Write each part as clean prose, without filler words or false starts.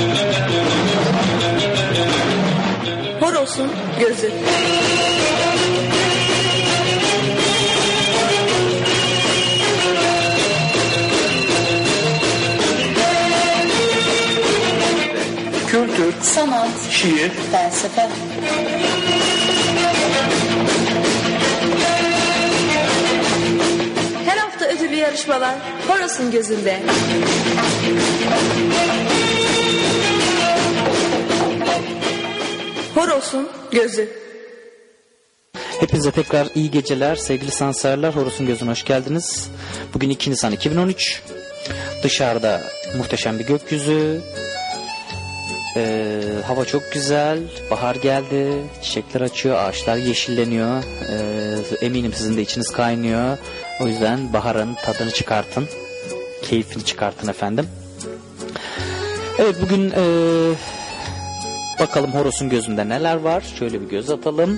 Horoz'un gözü. Kültür, Sanat, şiir, felsefe. Her hafta ödüllü yarışmalar Horoz'un gözünde. Horoz'un gözü. Hepinize tekrar iyi geceler sevgili sanatseverler. Horoz'un gözüne hoş geldiniz. Bugün 2 Nisan 2013. Dışarıda muhteşem bir gökyüzü. Hava çok güzel. Bahar geldi. Çiçekler açıyor. Ağaçlar yeşilleniyor. Eminim sizin de içiniz kaynıyor. O yüzden baharın tadını çıkartın. Keyfini çıkartın efendim. Evet, bugün bakalım Horoz'un gözünde neler var. Şöyle bir göz atalım.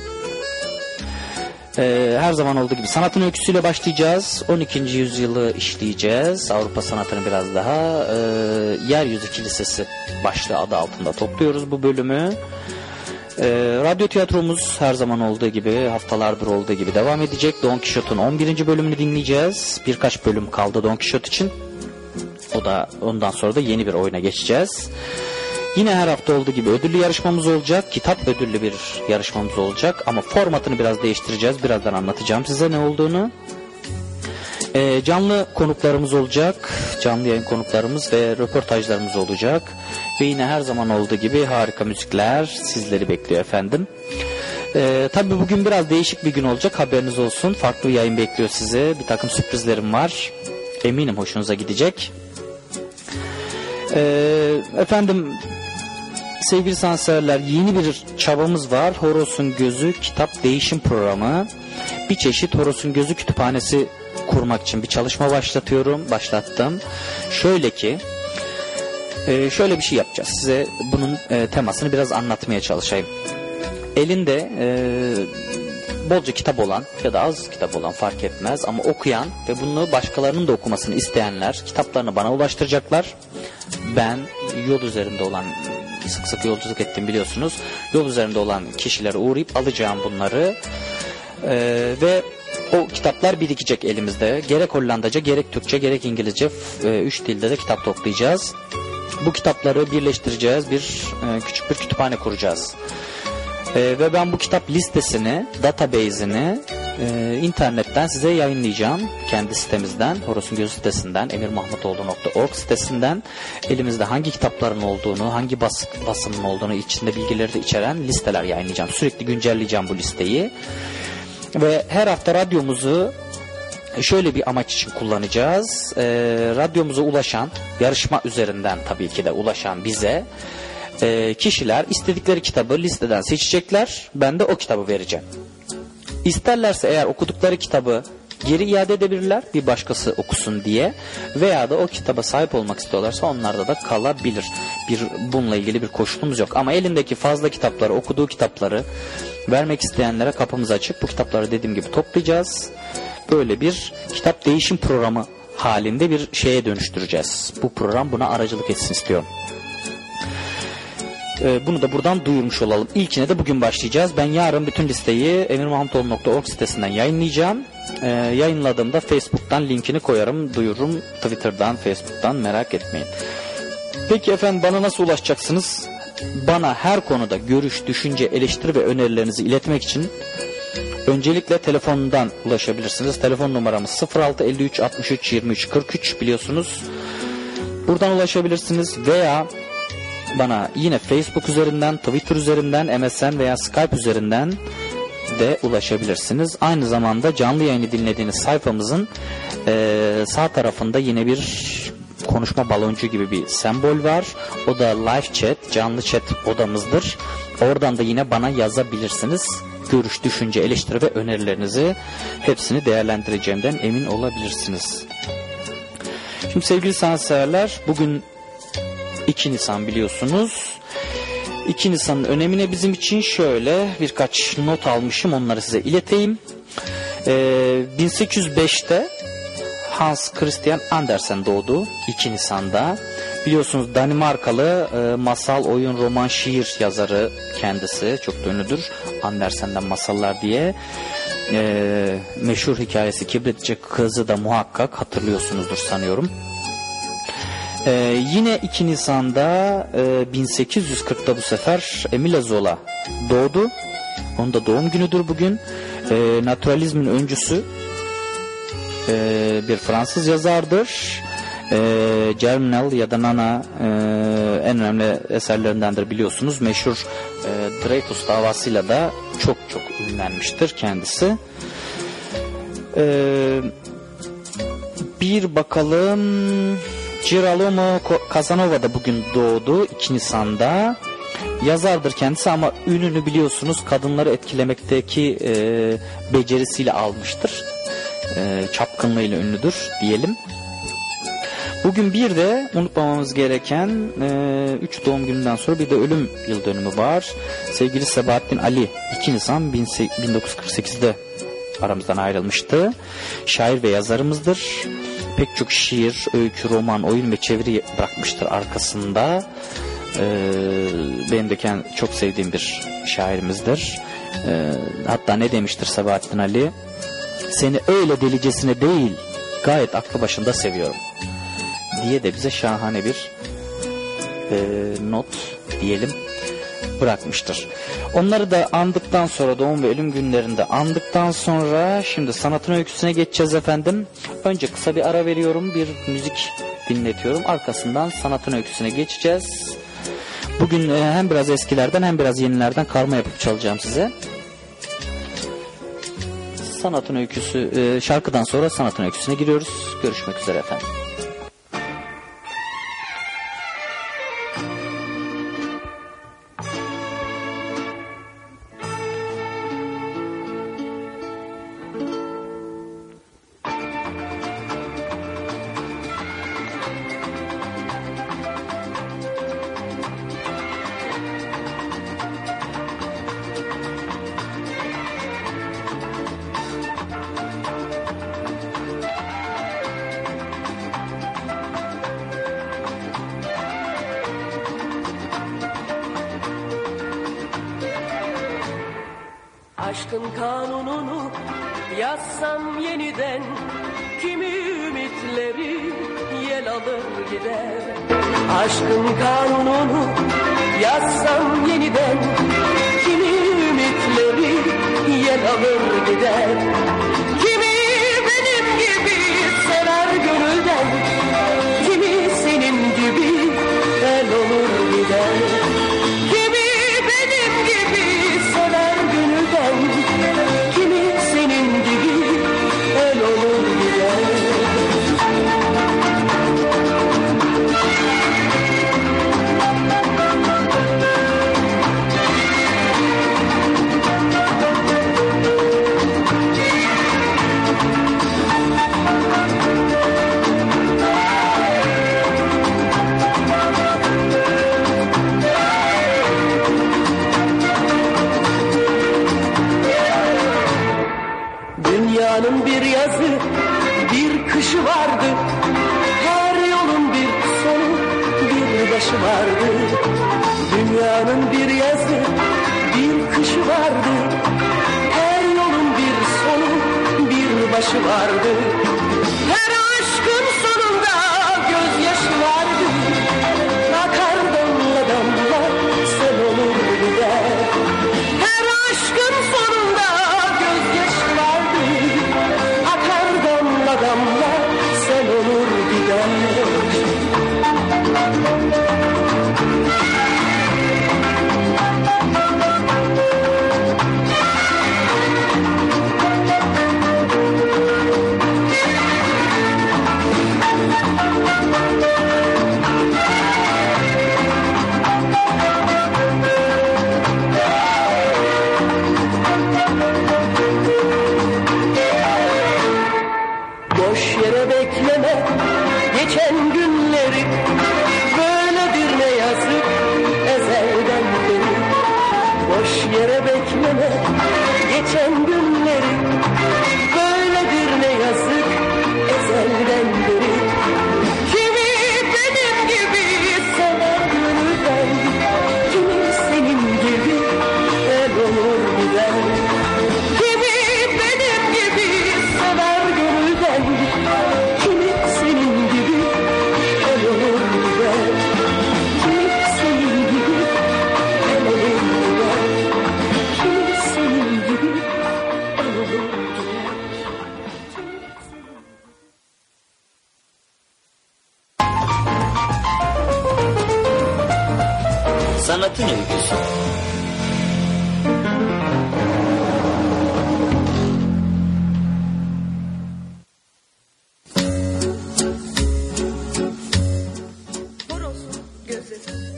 Her zaman olduğu gibi sanatın öyküsüyle başlayacağız. 12. yüzyılı işleyeceğiz. Avrupa sanatını biraz daha Yeryüzü Kilisesi başlığı adı altında topluyoruz bu bölümü. Radyo tiyatromuz her zaman olduğu gibi, haftalardır olduğu gibi devam edecek. Don Quixote'un 11. bölümünü dinleyeceğiz. Birkaç bölüm kaldı Don Quixote için. Ondan sonra da yeni bir oyuna geçeceğiz. Yine her hafta olduğu gibi ödüllü yarışmamız olacak. Kitap ödüllü bir yarışmamız olacak. Ama formatını biraz değiştireceğiz. Birazdan anlatacağım size ne olduğunu. Canlı konuklarımız olacak. Canlı yayın konuklarımız ve röportajlarımız olacak. Ve yine her zaman olduğu gibi harika müzikler sizleri bekliyor efendim. Tabii bugün biraz değişik bir gün olacak. Haberiniz olsun. Farklı bir yayın bekliyor sizi. Bir takım sürprizlerim var. Eminim hoşunuza gidecek. Efendim... Sevgili sanatseverler, yeni bir çabamız var. Horoz'un Gözü kitap değişim programı. Bir çeşit Horoz'un Gözü kütüphanesi kurmak için bir çalışma başlattım. Şöyle ki, şöyle bir şey yapacağız. Size bunun temasını biraz anlatmaya çalışayım. Elinde bolca kitap olan ya da az kitap olan fark etmez ama okuyan ve bunu başkalarının da okumasını isteyenler kitaplarını bana ulaştıracaklar. Ben yol üzerinde olan, sık sık yolculuk ettim biliyorsunuz. Yol üzerinde olan kişilere uğrayıp alacağım bunları. Ve o kitaplar birikecek elimizde. Gerek Hollandaca, gerek Türkçe, gerek İngilizce 3 dilde de kitap toplayacağız. Bu kitapları birleştireceğiz. Küçük bir kütüphane kuracağız. Ve ben bu kitap listesini, database'ini internetten size yayınlayacağım. Kendi sitemizden, Horoz'un Gözü sitesinden, emirmahmutoğlu.org sitesinden elimizde hangi kitapların olduğunu, hangi basımın olduğunu, içinde bilgileri de içeren listeler yayınlayacağım. Sürekli güncelleyeceğim bu listeyi. Ve her hafta radyomuzu şöyle bir amaç için kullanacağız. Radyomuza ulaşan, yarışma üzerinden tabii ki de ulaşan bize kişiler istedikleri kitabı listeden seçecekler. Ben de o kitabı vereceğim. İsterlerse eğer okudukları kitabı geri iade edebilirler, bir başkası okusun diye, veya da o kitaba sahip olmak istiyorlarsa onlarda da kalabilir. Bununla ilgili bir koşulumuz yok. Ama elindeki fazla kitapları, okuduğu kitapları vermek isteyenlere kapımız açık. Bu kitapları dediğim gibi toplayacağız. Böyle bir kitap değişim programı halinde bir şeye dönüştüreceğiz. Bu program buna aracılık etsin istiyorum. Bunu da buradan duyurmuş olalım. İlkine de bugün başlayacağız. Ben yarın bütün listeyi emirmahmutoğlu.org sitesinden yayınlayacağım. Yayınladığımda Facebook'tan linkini koyarım, duyururum. Twitter'dan, Facebook'tan, merak etmeyin. Peki efendim, bana nasıl ulaşacaksınız? Bana her konuda görüş, düşünce, eleştiri ve önerilerinizi iletmek için öncelikle telefondan ulaşabilirsiniz. Telefon numaramız 06 53 63 23 43 biliyorsunuz. Buradan ulaşabilirsiniz veya bana yine Facebook üzerinden, Twitter üzerinden, MSN veya Skype üzerinden de ulaşabilirsiniz. Aynı zamanda canlı yayını dinlediğiniz sayfamızın sağ tarafında yine bir konuşma baloncu gibi bir sembol var. O da live chat, canlı chat odamızdır. Oradan da yine bana yazabilirsiniz. Görüş, düşünce, eleştiri ve önerilerinizi hepsini değerlendireceğimden emin olabilirsiniz. Şimdi sevgili sanatseverler, bugün 2 Nisan biliyorsunuz. 2 Nisan'ın önemine bizim için şöyle birkaç not almışım, onları size ileteyim. 1805'te Hans Christian Andersen doğdu 2 Nisan'da. biliyorsunuz Danimarkalı masal, oyun, roman, şiir yazarı kendisi. Çok da ünlüdür. Andersen'den Masallar diye. Meşhur hikayesi Kibritçi Kızı da muhakkak hatırlıyorsunuzdur sanıyorum. Yine 2 Nisan'da 1840'da bu sefer Emile Zola doğdu. Onun da doğum günüdür bugün. Naturalizmin öncüsü bir Fransız yazardır. Germinal ya da Nana en önemli eserlerindendir biliyorsunuz. Meşhur Dreyfus davasıyla da çok ünlenmiştir kendisi. Bir bakalım, Girolamo Casanova da bugün doğdu 2 Nisan'da. Yazardır kendisi ama ününü biliyorsunuz kadınları etkilemekteki becerisiyle almıştır. Çapkınlığıyla ünlüdür diyelim. Bugün bir de unutmamamız gereken 3 doğum gününden sonra bir de ölüm yıl dönümü var. Sevgili Sebahattin Ali 2 Nisan 1948'de aramızdan ayrılmıştı. Şair ve yazarımızdır. Pek çok şiir, öykü, roman, oyun ve çeviri bırakmıştır arkasında. Benim de çok sevdiğim bir şairimizdir. Hatta ne demiştir Sebahattin Ali? Seni öyle delicesine değil, gayet aklı başında seviyorum diye de bize şahane bir not diyelim bırakmıştır. Onları da andıktan sonra, doğum ve ölüm günlerinde andıktan sonra şimdi sanatın öyküsüne geçeceğiz efendim. Önce kısa bir ara veriyorum, bir müzik dinletiyorum. Arkasından sanatın öyküsüne geçeceğiz. Bugün hem biraz eskilerden hem biraz yenilerden karma yapıp çalacağım size. Sanatın öyküsü, şarkıdan sonra sanatın öyküsüne giriyoruz. Görüşmek üzere efendim. Aşkın kanununu yazsam yeniden, kimi ümitleri yel alır gider. Aşkın kanununu yazsam yeniden, kimi ümitleri yel alır gider. Kimi benim gibi sever gönülden, kimi senin gibi el olur gider. Kimi senin gibi el olur gider. Dünyanın bir yazı, bir kışı vardı. Her yolun bir sonu, bir başı vardı. Dünyanın bir yazı, bir kışı vardı. Her yolun bir sonu, bir başı vardı. Her aşkın sonunda gözyaşı vardı. Akar damla damla sel olur gider. Her aşkın sonunda gözyaşı vardı. Akar damla damla sel olur gider. sanatın öyküsü. Horosun gözü.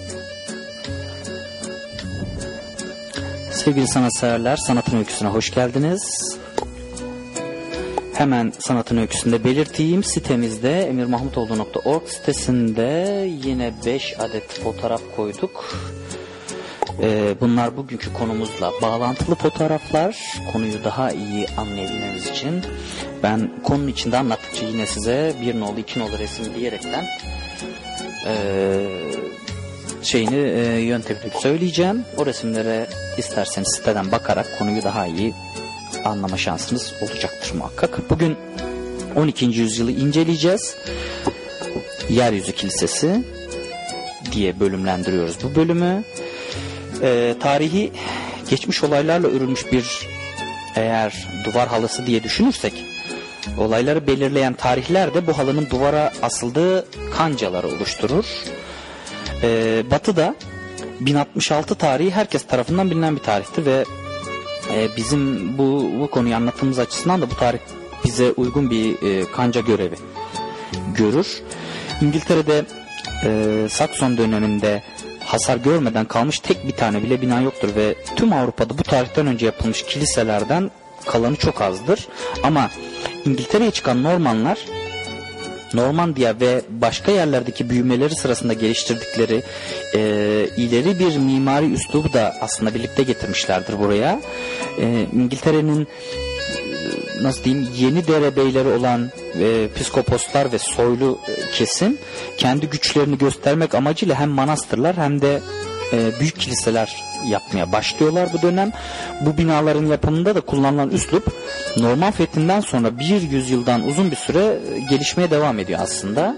Sevgili sanatseverler, Sanatın Öyküsü'ne hoş geldiniz. Hemen Sanatın Öyküsü'nde belirteyim, sitemizde emirmahmutoğlu.org sitesinde yine 5 adet fotoğraf koyduk. Bunlar bugünkü konumuzla bağlantılı fotoğraflar. Konuyu daha iyi anlayabilmeniz için ben konunun içinde anlattıkça yine size bir nolu 2 nolu resim diyerekten yöntemini söyleyeceğim. O resimlere isterseniz siteden bakarak konuyu daha iyi anlama şansınız olacaktır muhakkak. Bugün 12. yüzyılı inceleyeceğiz. Yeryüzü Kilisesi diye bölümlendiriyoruz bu bölümü. Tarihi geçmiş olaylarla örülmüş bir eğer duvar halısı diye düşünürsek, olayları belirleyen tarihler de bu halının duvara asıldığı kancaları oluşturur. Batı'da 1066 tarihi herkes tarafından bilinen bir tarihtir ve bizim bu konuyu anlattığımız açısından da bu tarih bize uygun bir kanca görevi görür. İngiltere'de Sakson döneminde hasar görmeden kalmış tek bir tane bile bina yoktur ve tüm Avrupa'da bu tarihten önce yapılmış kiliselerden kalanı çok azdır. Ama İngiltere'ye çıkan Normanlar, Normandiya ve başka yerlerdeki büyümeleri sırasında geliştirdikleri ileri bir mimari üslubu da aslında birlikte getirmişlerdir buraya. İngiltere'nin yeni derebeyleri olan piskoposlar ve soylu kesim kendi güçlerini göstermek amacıyla hem manastırlar hem de büyük kiliseler yapmaya başlıyorlar bu dönem. Bu binaların yapımında da kullanılan üslup Norman Fethi'nden sonra bir yüzyıldan uzun bir süre gelişmeye devam ediyor aslında.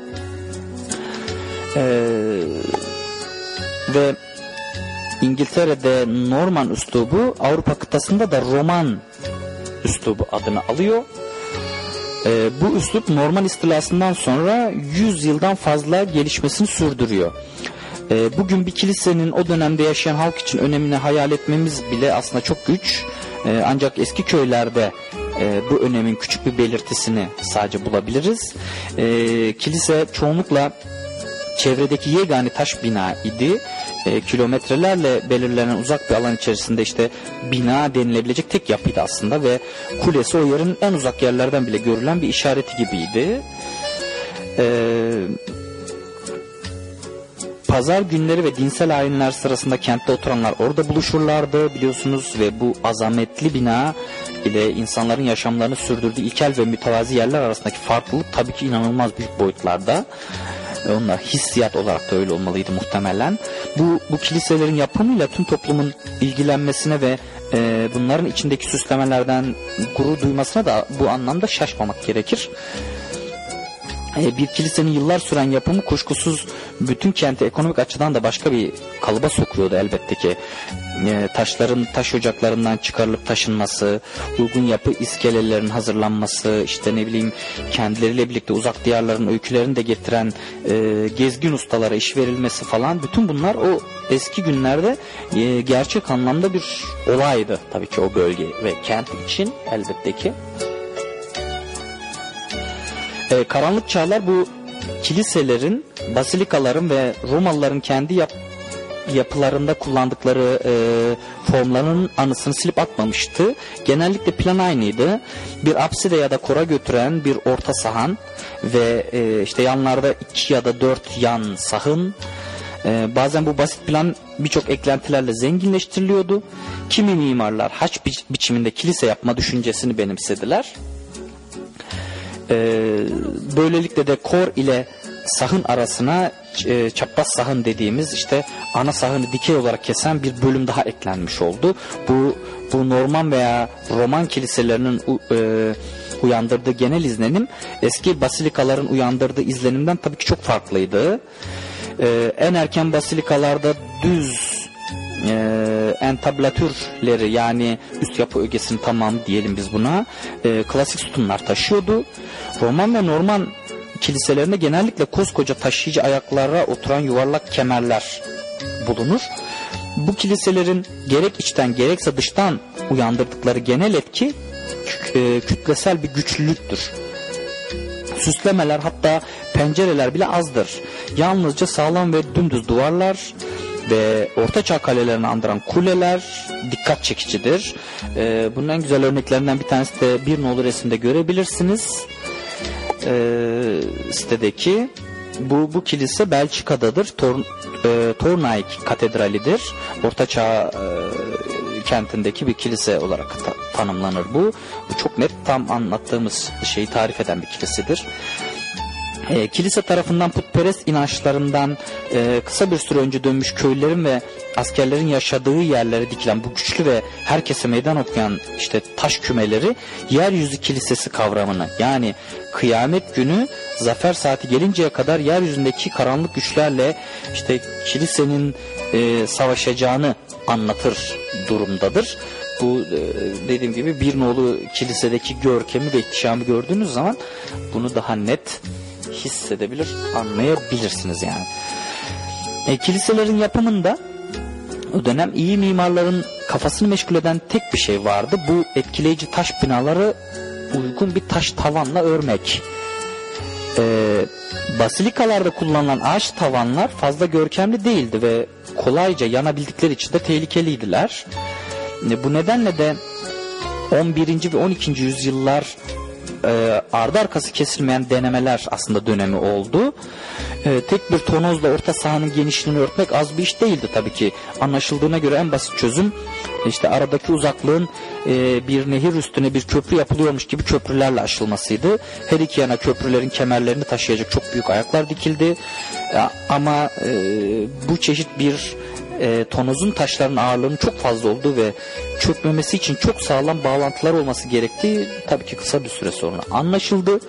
Ve İngiltere'de Norman üslubu, Avrupa kıtasında da Roman üslubu adını alıyor. Bu üslup Norman istilasından sonra 100 yıldan fazla gelişmesini sürdürüyor. Bugün bir kilisenin o dönemde yaşayan halk için önemini hayal etmemiz bile aslında çok güç. Ancak eski köylerde bu önemin küçük bir belirtisini sadece bulabiliriz. Kilise çoğunlukla çevredeki yegane taş bina idi. Kilometrelerle belirlenen uzak bir alan içerisinde bina denilebilecek tek yapıydı aslında ve kulesi o yerin en uzak yerlerden bile görülen bir işareti gibiydi. Pazar günleri ve dinsel ayinler sırasında kentte oturanlar orada buluşurlardı biliyorsunuz ve bu azametli bina ile insanların yaşamlarını sürdürdüğü ilkel ve mütevazi yerler arasındaki farklılık tabii ki inanılmaz büyük boyutlarda. Onlar hissiyat olarak da öyle olmalıydı muhtemelen. Bu kiliselerin yapımıyla tüm toplumun ilgilenmesine ve bunların içindeki süslemelerden gurur duymasına da bu anlamda şaşmamak gerekir. Bir kilisenin yıllar süren yapımı kuşkusuz bütün kenti ekonomik açıdan da başka bir kalıba sokuyordu elbette ki. Taşların taş ocaklarından çıkarılıp taşınması, uygun yapı iskelelerin hazırlanması, kendileriyle birlikte uzak diyarların öykülerini de getiren gezgin ustalara iş verilmesi falan, bütün bunlar o eski günlerde gerçek anlamda bir olaydı tabii ki o bölge ve kent için elbette ki. Karanlık çağlar bu kiliselerin, basilikaların ve Romalıların kendi yapılarında kullandıkları formların anısını silip atmamıştı. Genellikle plan aynıydı. Bir apside ya da kora götüren bir orta sahan ve yanlarda 2 ya da 4 yan sahın. Bazen bu basit plan birçok eklentilerle zenginleştiriliyordu. Kimi mimarlar haç biçiminde kilise yapma düşüncesini benimsediler. Böylelikle de kor ile sahın arasına çapraz sahın dediğimiz ana sahını dikey olarak kesen bir bölüm daha eklenmiş oldu. Bu Norman veya Roman kiliselerinin uyandırdığı genel izlenim eski basilikaların uyandırdığı izlenimden tabii ki çok farklıydı. En erken basilikalarda düz entablatürleri, yani üst yapı ögesinin tamamı diyelim biz buna, klasik sütunlar taşıyordu. Roman ve Norman kiliselerinde genellikle koskoca taşıyıcı ayaklara oturan yuvarlak kemerler bulunur. Bu kiliselerin gerek içten gerekse dıştan uyandırdıkları genel etki kütlesel bir güçlülüktür. Süslemeler, hatta pencereler bile azdır. Yalnızca sağlam ve dümdüz duvarlar ve ortaçağ kalelerini andıran kuleler dikkat çekicidir. Bunun en güzel örneklerinden bir tanesi de bir nolu resimde görebilirsiniz. Sitedeki bu kilise Belçika'dadır. Tournai Katedrali'dir. Ortaçağ kentindeki bir kilise olarak tanımlanır bu. Bu çok net, tam anlattığımız şeyi tarif eden bir kilisedir. Kilise tarafından putperest inançlarından kısa bir süre önce dönmüş köylülerin ve askerlerin yaşadığı yerlere dikilen bu güçlü ve herkese meydan okuyan işte taş kümeleri yeryüzü kilisesi kavramını, yani kıyamet günü zafer saati gelinceye kadar yeryüzündeki karanlık güçlerle işte kilisenin savaşacağını anlatır durumdadır. Bu dediğim gibi bir nolu kilisedeki görkemi ve ihtişamı gördüğünüz zaman bunu daha net hissedebilir, anlayabilirsiniz yani. Kiliselerin yapımında o dönem iyi mimarların kafasını meşgul eden tek bir şey vardı. Bu etkileyici taş binaları uygun bir taş tavanla örmek. Basilikalarda kullanılan ağaç tavanlar fazla görkemli değildi ve kolayca yanabildikleri için de tehlikeliydiler. Bu nedenle de 11. ve 12. yüzyıllar ardı arkası kesilmeyen denemeler aslında dönemi oldu. Tek bir tonozla orta sahanın genişliğini örtmek az bir iş değildi tabii ki. Anlaşıldığına göre en basit çözüm işte aradaki uzaklığın bir nehir üstüne bir köprü yapılıyormuş gibi köprülerle aşılmasıydı. Her iki yana köprülerin kemerlerini taşıyacak çok büyük ayaklar dikildi. Ama bu çeşit bir tonozun taşların ağırlığının çok fazla olduğu ve çökmemesi için çok sağlam bağlantılar olması gerektiği tabii ki kısa bir süre sonra anlaşıldı.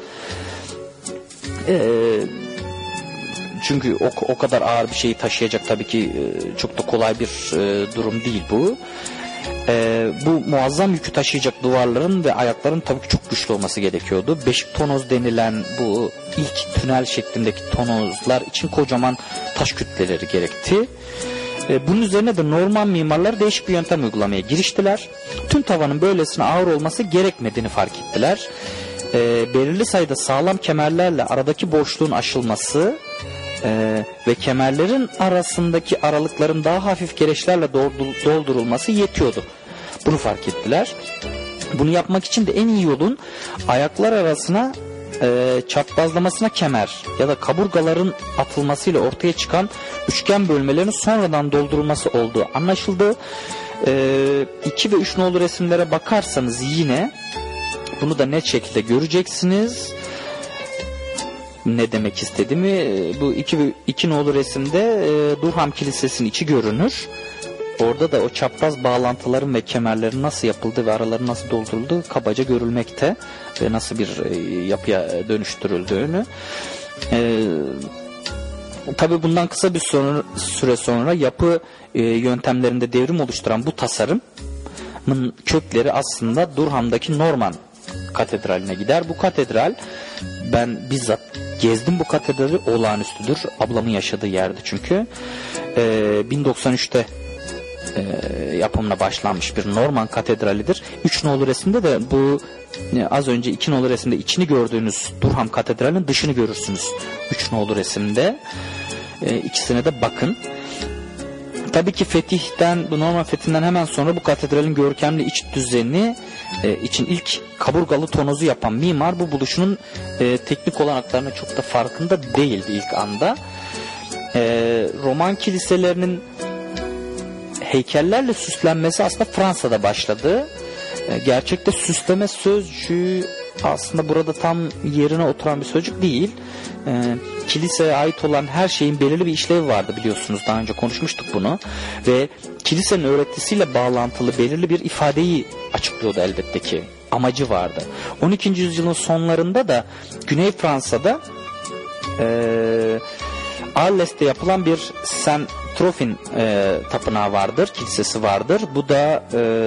Çünkü o kadar ağır bir şeyi taşıyacak tabii ki çok da kolay bir durum değil bu. Bu muazzam yükü taşıyacak duvarların ve ayakların tabii ki çok güçlü olması gerekiyordu. Beşik tonoz denilen bu ilk tünel şeklindeki tonozlar için kocaman taş kütleleri gerekti. Bunun üzerine de Norman mimarlar değişik bir yöntem uygulamaya giriştiler. Tüm tavanın böylesine ağır olması gerekmediğini fark ettiler. Belirli sayıda sağlam kemerlerle aradaki boşluğun aşılması ve kemerlerin arasındaki aralıkların daha hafif gereçlerle doldurulması yetiyordu. Bunu fark ettiler. Bunu yapmak için de en iyi yolun ayaklar arasına çaprazlamasına kemer ya da kaburgaların atılmasıyla ortaya çıkan üçgen bölmelerin sonradan doldurulması olduğu anlaşıldı. 2 ve 3 nolu resimlere bakarsanız yine bunu da net şekilde göreceksiniz. Ne demek istediğimi, bu 2 nolu resimde Durham Kilisesi'nin içi görünür. Orada da o çapraz bağlantıların ve kemerlerin nasıl yapıldığı ve araları nasıl doldurulduğu kabaca görülmekte ve nasıl bir yapıya dönüştürüldüğünü. Tabii bundan kısa bir süre sonra yapı yöntemlerinde devrim oluşturan bu tasarımın kökleri aslında Durham'daki Norman Katedrali'ne gider. Bu katedral, ben bizzat gezdim bu katedrali, olağanüstüdür. Ablamın yaşadığı yerdi çünkü. 1093'te yapımına başlanmış bir Norman katedralidir. 3 nolu resimde de bu az önce 2 nolu resimde içini gördüğünüz Durham Katedrali'nin dışını görürsünüz. 3 nolu resimde. İkisine de bakın. Tabii ki bu Norman fethinden hemen sonra bu katedralin görkemli iç düzeni için ilk kaburgalı tonozu yapan mimar bu buluşunun teknik olanaklarına çok da farkında değildi ilk anda. Roman kiliselerinin heykellerle süslenmesi aslında Fransa'da başladı. Gerçekte süsleme sözcüğü aslında burada tam yerine oturan bir sözcük değil. Kiliseye ait olan her şeyin belirli bir işlevi vardı, biliyorsunuz, daha önce konuşmuştuk bunu. Ve kilisenin öğretisiyle bağlantılı belirli bir ifadeyi açıklıyordu elbette ki. Amacı vardı. 12. yüzyılın sonlarında da Güney Fransa'da Arles'te yapılan bir Saint Trophin tapınağı vardır, kilisesi vardır. Bu da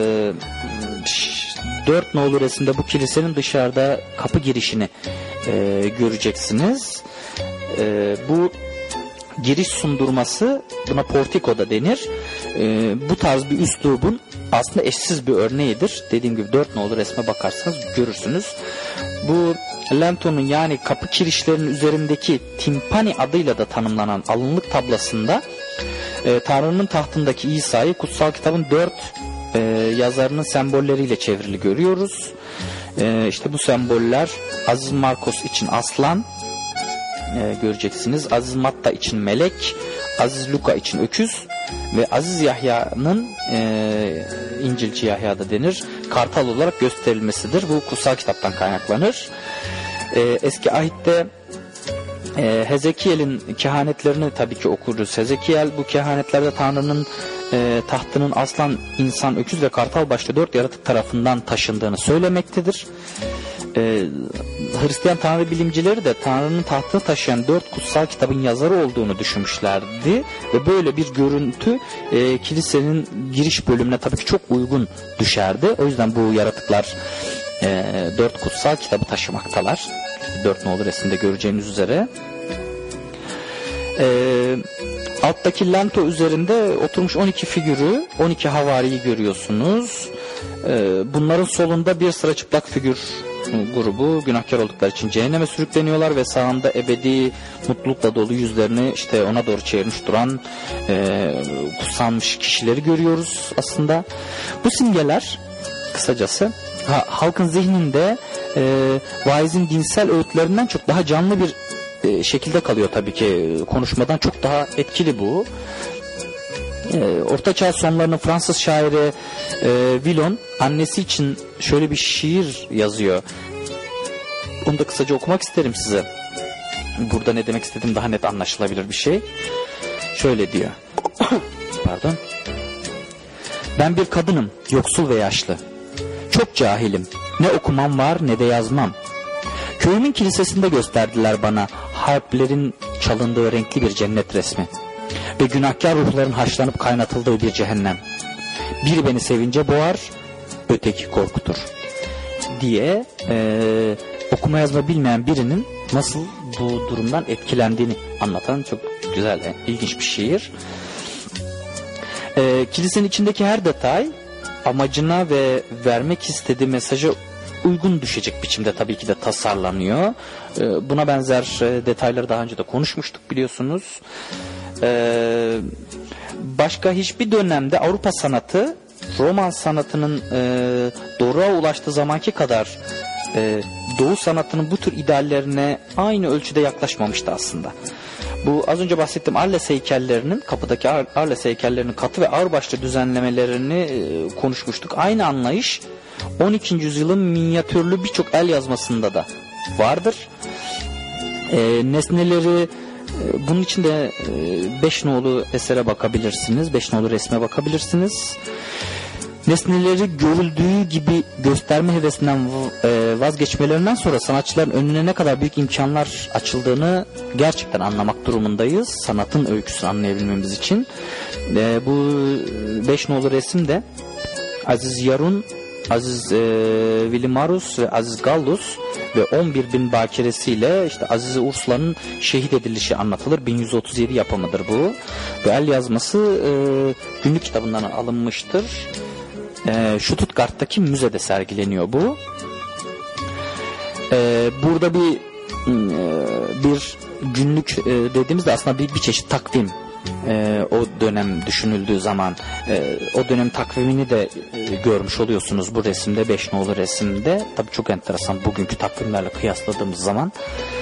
4 nolu resimde bu kilisenin dışarıda kapı girişini göreceksiniz. Bu giriş sundurması, buna portiko da denir. Bu tarz bir üslubun aslında eşsiz bir örneğidir. Dediğim gibi 4 nolu resme bakarsanız görürsünüz. Bu lentonun yani kapı kirişlerinin üzerindeki timpani adıyla da tanımlanan alınlık tablasında Tanrı'nın tahtındaki İsa'yı kutsal kitabın 4 yazarının sembolleriyle çevrili görüyoruz. İşte bu semboller Aziz Markos için aslan göreceksiniz. Aziz Matta için melek, Aziz Luka için öküz ve Aziz Yahya'nın İncilci Yahya'da denir kartal olarak gösterilmesidir. Bu kutsal kitaptan kaynaklanır. Eski ahitte Hezekiel'in kehanetlerini tabii ki okuruz. Hezekiel bu kehanetlerde Tanrı'nın tahtının aslan, insan, öküz ve kartal başta 4 yaratık tarafından taşındığını söylemektedir. Hristiyan Tanrı bilimcileri de Tanrı'nın tahtını taşıyan 4 kutsal kitabın yazarı olduğunu düşünmüşlerdi ve böyle bir görüntü kilisenin giriş bölümüne tabii ki çok uygun düşerdi. O yüzden bu yaratıklar 4 kutsal kitabı taşımaktalar. 4 nolu resimde göreceğiniz üzere. Alttaki lento üzerinde oturmuş 12 figürü, 12 havariyi görüyorsunuz. Bunların solunda bir sıra çıplak figür grubu günahkar oldukları için cehenneme sürükleniyorlar ve sağında ebedi mutlulukla dolu yüzlerini işte ona doğru çevirmiş duran kutsanmış kişileri görüyoruz aslında. Bu simgeler kısacası halkın zihninde vaizin dinsel öğütlerinden çok daha canlı bir şekilde kalıyor tabii ki. Konuşmadan çok daha etkili bu. Orta Çağ sonlarının Fransız şairi Villon annesi için şöyle bir şiir yazıyor. Onu da kısaca okumak isterim size. Burada ne demek istediğim daha net anlaşılabilir bir şey. Şöyle diyor. Pardon. Ben bir kadınım, yoksul ve yaşlı. Çok cahilim. Ne okumam var ne de yazmam. Köyümün kilisesinde gösterdiler bana harplerin çalındığı renkli bir cennet resmi. Ve günahkar ruhların haşlanıp kaynatıldığı bir cehennem. Biri beni sevince boğar, öteki korkutur. Diye okuma yazma bilmeyen birinin nasıl bu durumdan etkilendiğini anlatan çok güzel, ilginç bir şiir. Kilisenin içindeki her detay amacına ve vermek istediği mesaja uygun düşecek biçimde tabii ki de tasarlanıyor. Buna benzer detayları daha önce de konuşmuştuk biliyorsunuz. Başka hiçbir dönemde Avrupa sanatı Roman sanatının doğruğa ulaştığı zamanki kadar Doğu sanatının bu tür ideallerine aynı ölçüde yaklaşmamıştı aslında. Bu az önce bahsettiğim Arles heykellerinin, kapıdaki Arles heykellerinin katı ve ağırbaşlı düzenlemelerini konuşmuştuk. Aynı anlayış 12. yüzyılın minyatürlü birçok el yazmasında da vardır. Nesneleri bunun için de 5 nolu esere bakabilirsiniz. 5 nolu resme bakabilirsiniz. Nesneleri görüldüğü gibi gösterme hevesinden vazgeçmelerinden sonra sanatçıların önüne ne kadar büyük imkanlar açıldığını gerçekten anlamak durumundayız. Sanatın öyküsünü anlayabilmemiz için. Bu 5 nolu resim de Aziz Yarun, Aziz Vilimarus ve Aziz Gallus ve 11.000 bakiresiyle işte Aziz Ursula'nın şehit edilişi anlatılır. 1137 yapımıdır bu. Ve el yazması günlük kitabından alınmıştır. Stuttgart'taki müzede sergileniyor bu. Burada bir günlük dediğimizde aslında bir çeşit takvim. O dönem düşünüldüğü zaman o dönem takvimini de görmüş oluyorsunuz bu resimde, 5 nolu resimde. Tabii çok enteresan bugünkü takvimlerle kıyasladığımız zaman.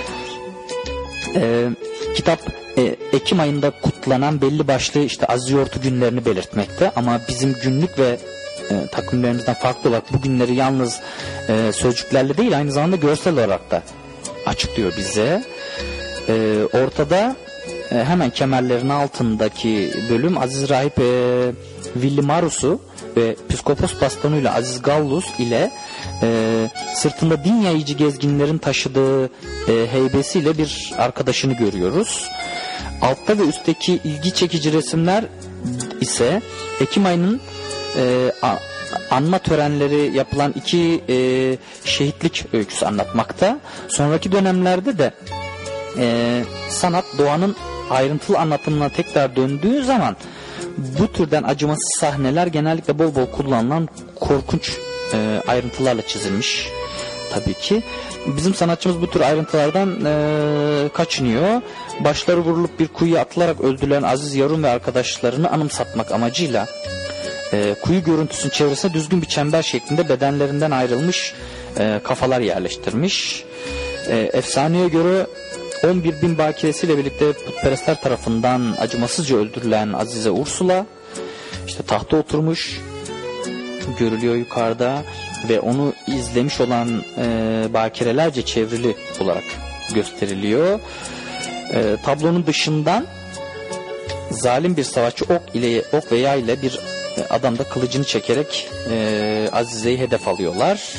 Kitap Ekim ayında kutlanan belli başlı işte Aziz Yortu günlerini belirtmekte ama bizim günlük ve takvimlerimizden farklı olarak bu günleri yalnız sözcüklerle değil aynı zamanda görsel olarak da açıklıyor bize. Ortada hemen kemerlerin altındaki bölüm Aziz Rahip Vilimarus'u ve Piskopos bastonuyla Aziz Gallus ile sırtında din yayıcı gezginlerin taşıdığı heybesiyle bir arkadaşını görüyoruz. Altta ve üstteki ilgi çekici resimler ise Ekim ayının anma törenleri yapılan 2 şehitlik öyküsü anlatmakta. Sonraki dönemlerde de sanat doğanın ayrıntılı anlatımına tekrar döndüğü zaman bu türden acımasız sahneler genellikle bol bol kullanılan korkunç ayrıntılarla çizilmiş. Tabii ki bizim sanatçımız bu tür ayrıntılardan kaçınıyor. Başları vurulup bir kuyuya atılarak öldürülen Aziz Yarun ve arkadaşlarını anımsatmak amacıyla kuyu görüntüsünün çevresine düzgün bir çember şeklinde bedenlerinden ayrılmış kafalar yerleştirmiş. Efsaneye göre 11.000 bakiresiyle birlikte putperestler tarafından acımasızca öldürülen Azize Ursula işte tahta oturmuş görülüyor yukarıda ve onu izlemiş olan bakirelerce çevrili olarak gösteriliyor. Tablonun dışından zalim bir savaşçı ok ve yay ile bir adam da kılıcını çekerek Azize'yi hedef alıyorlar.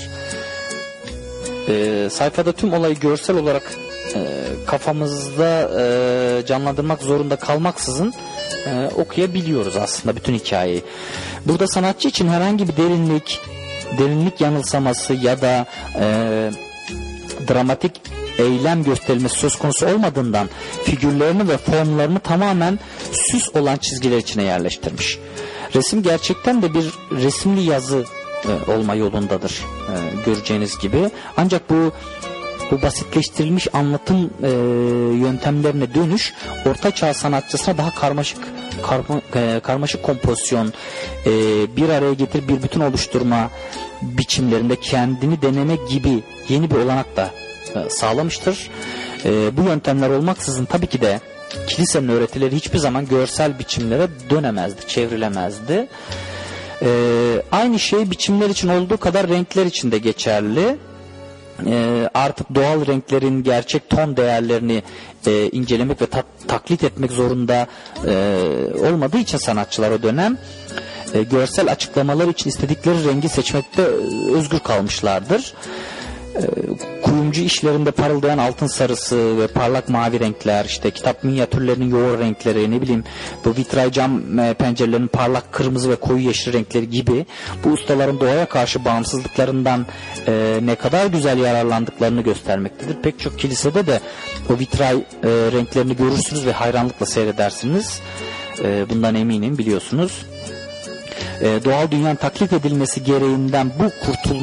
Sayfada tüm olayı görsel olarak kafamızda canlandırmak zorunda kalmaksızın okuyabiliyoruz aslında bütün hikayeyi. Burada sanatçı için herhangi bir derinlik yanılsaması ya da dramatik eylem gösterilmesi söz konusu olmadığından figürlerini ve formlarını tamamen süs olan çizgiler içine yerleştirmiş. Resim gerçekten de bir resimli yazı olma yolundadır göreceğiniz gibi. Ancak bu basitleştirilmiş anlatım yöntemlerine dönüş Orta Çağ sanatçısına daha karmaşık kompozisyon, bir araya getirip bir bütün oluşturma biçimlerinde kendini deneme gibi yeni bir olanak da sağlamıştır. Bu yöntemler olmaksızın tabii ki de kilisenin öğretileri hiçbir zaman görsel biçimlere dönemezdi, çevrilemezdi. Aynı şey biçimler için olduğu kadar renkler için de geçerli. Artık doğal renklerin gerçek ton değerlerini incelemek ve taklit etmek zorunda olmadığı için sanatçılar o dönem görsel açıklamalar için istedikleri rengi seçmekte özgür kalmışlardır. Kuyumcu işlerinde parıldayan altın sarısı ve parlak mavi renkler, işte kitap minyatürlerinin yoğun renkleri, ne bileyim bu vitray cam pencerelerinin parlak kırmızı ve koyu yeşil renkleri gibi bu ustaların doğaya karşı bağımsızlıklarından ne kadar güzel yararlandıklarını göstermektedir. Pek çok kilisede de o vitray renklerini görürsünüz ve hayranlıkla seyredersiniz. Bundan eminim, biliyorsunuz. Doğal dünyanın taklit edilmesi gereğinden bu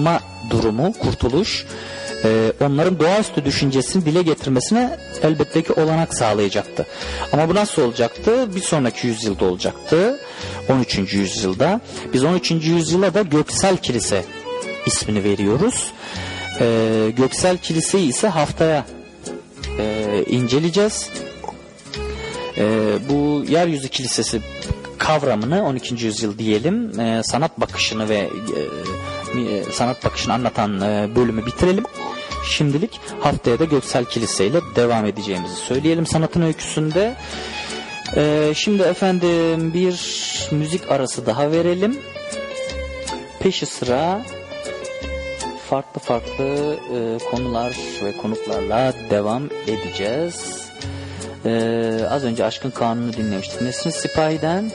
kurtuluş onların doğaüstü düşüncesini dile getirmesine elbette ki olanak sağlayacaktı. Ama bu nasıl olacaktı? Bir sonraki yüzyılda olacaktı. 13. yüzyılda. Biz 13. yüzyıla da Göksel Kilise ismini veriyoruz. Göksel Kiliseyi ise haftaya inceleyeceğiz. Bu yeryüzü kilisesi kavramını 12. yüzyıl diyelim, sanat bakışını ve sanat bakışını anlatan bölümü bitirelim. Şimdilik haftaya da Göksel Kilise ile devam edeceğimizi söyleyelim sanatın öyküsünde. Şimdi efendim bir müzik arası daha verelim. Peşi sıra farklı konular ve konuklarla devam edeceğiz. Az önce Aşkın Kanunu dinlemiştik Nesrin Sipahi'den.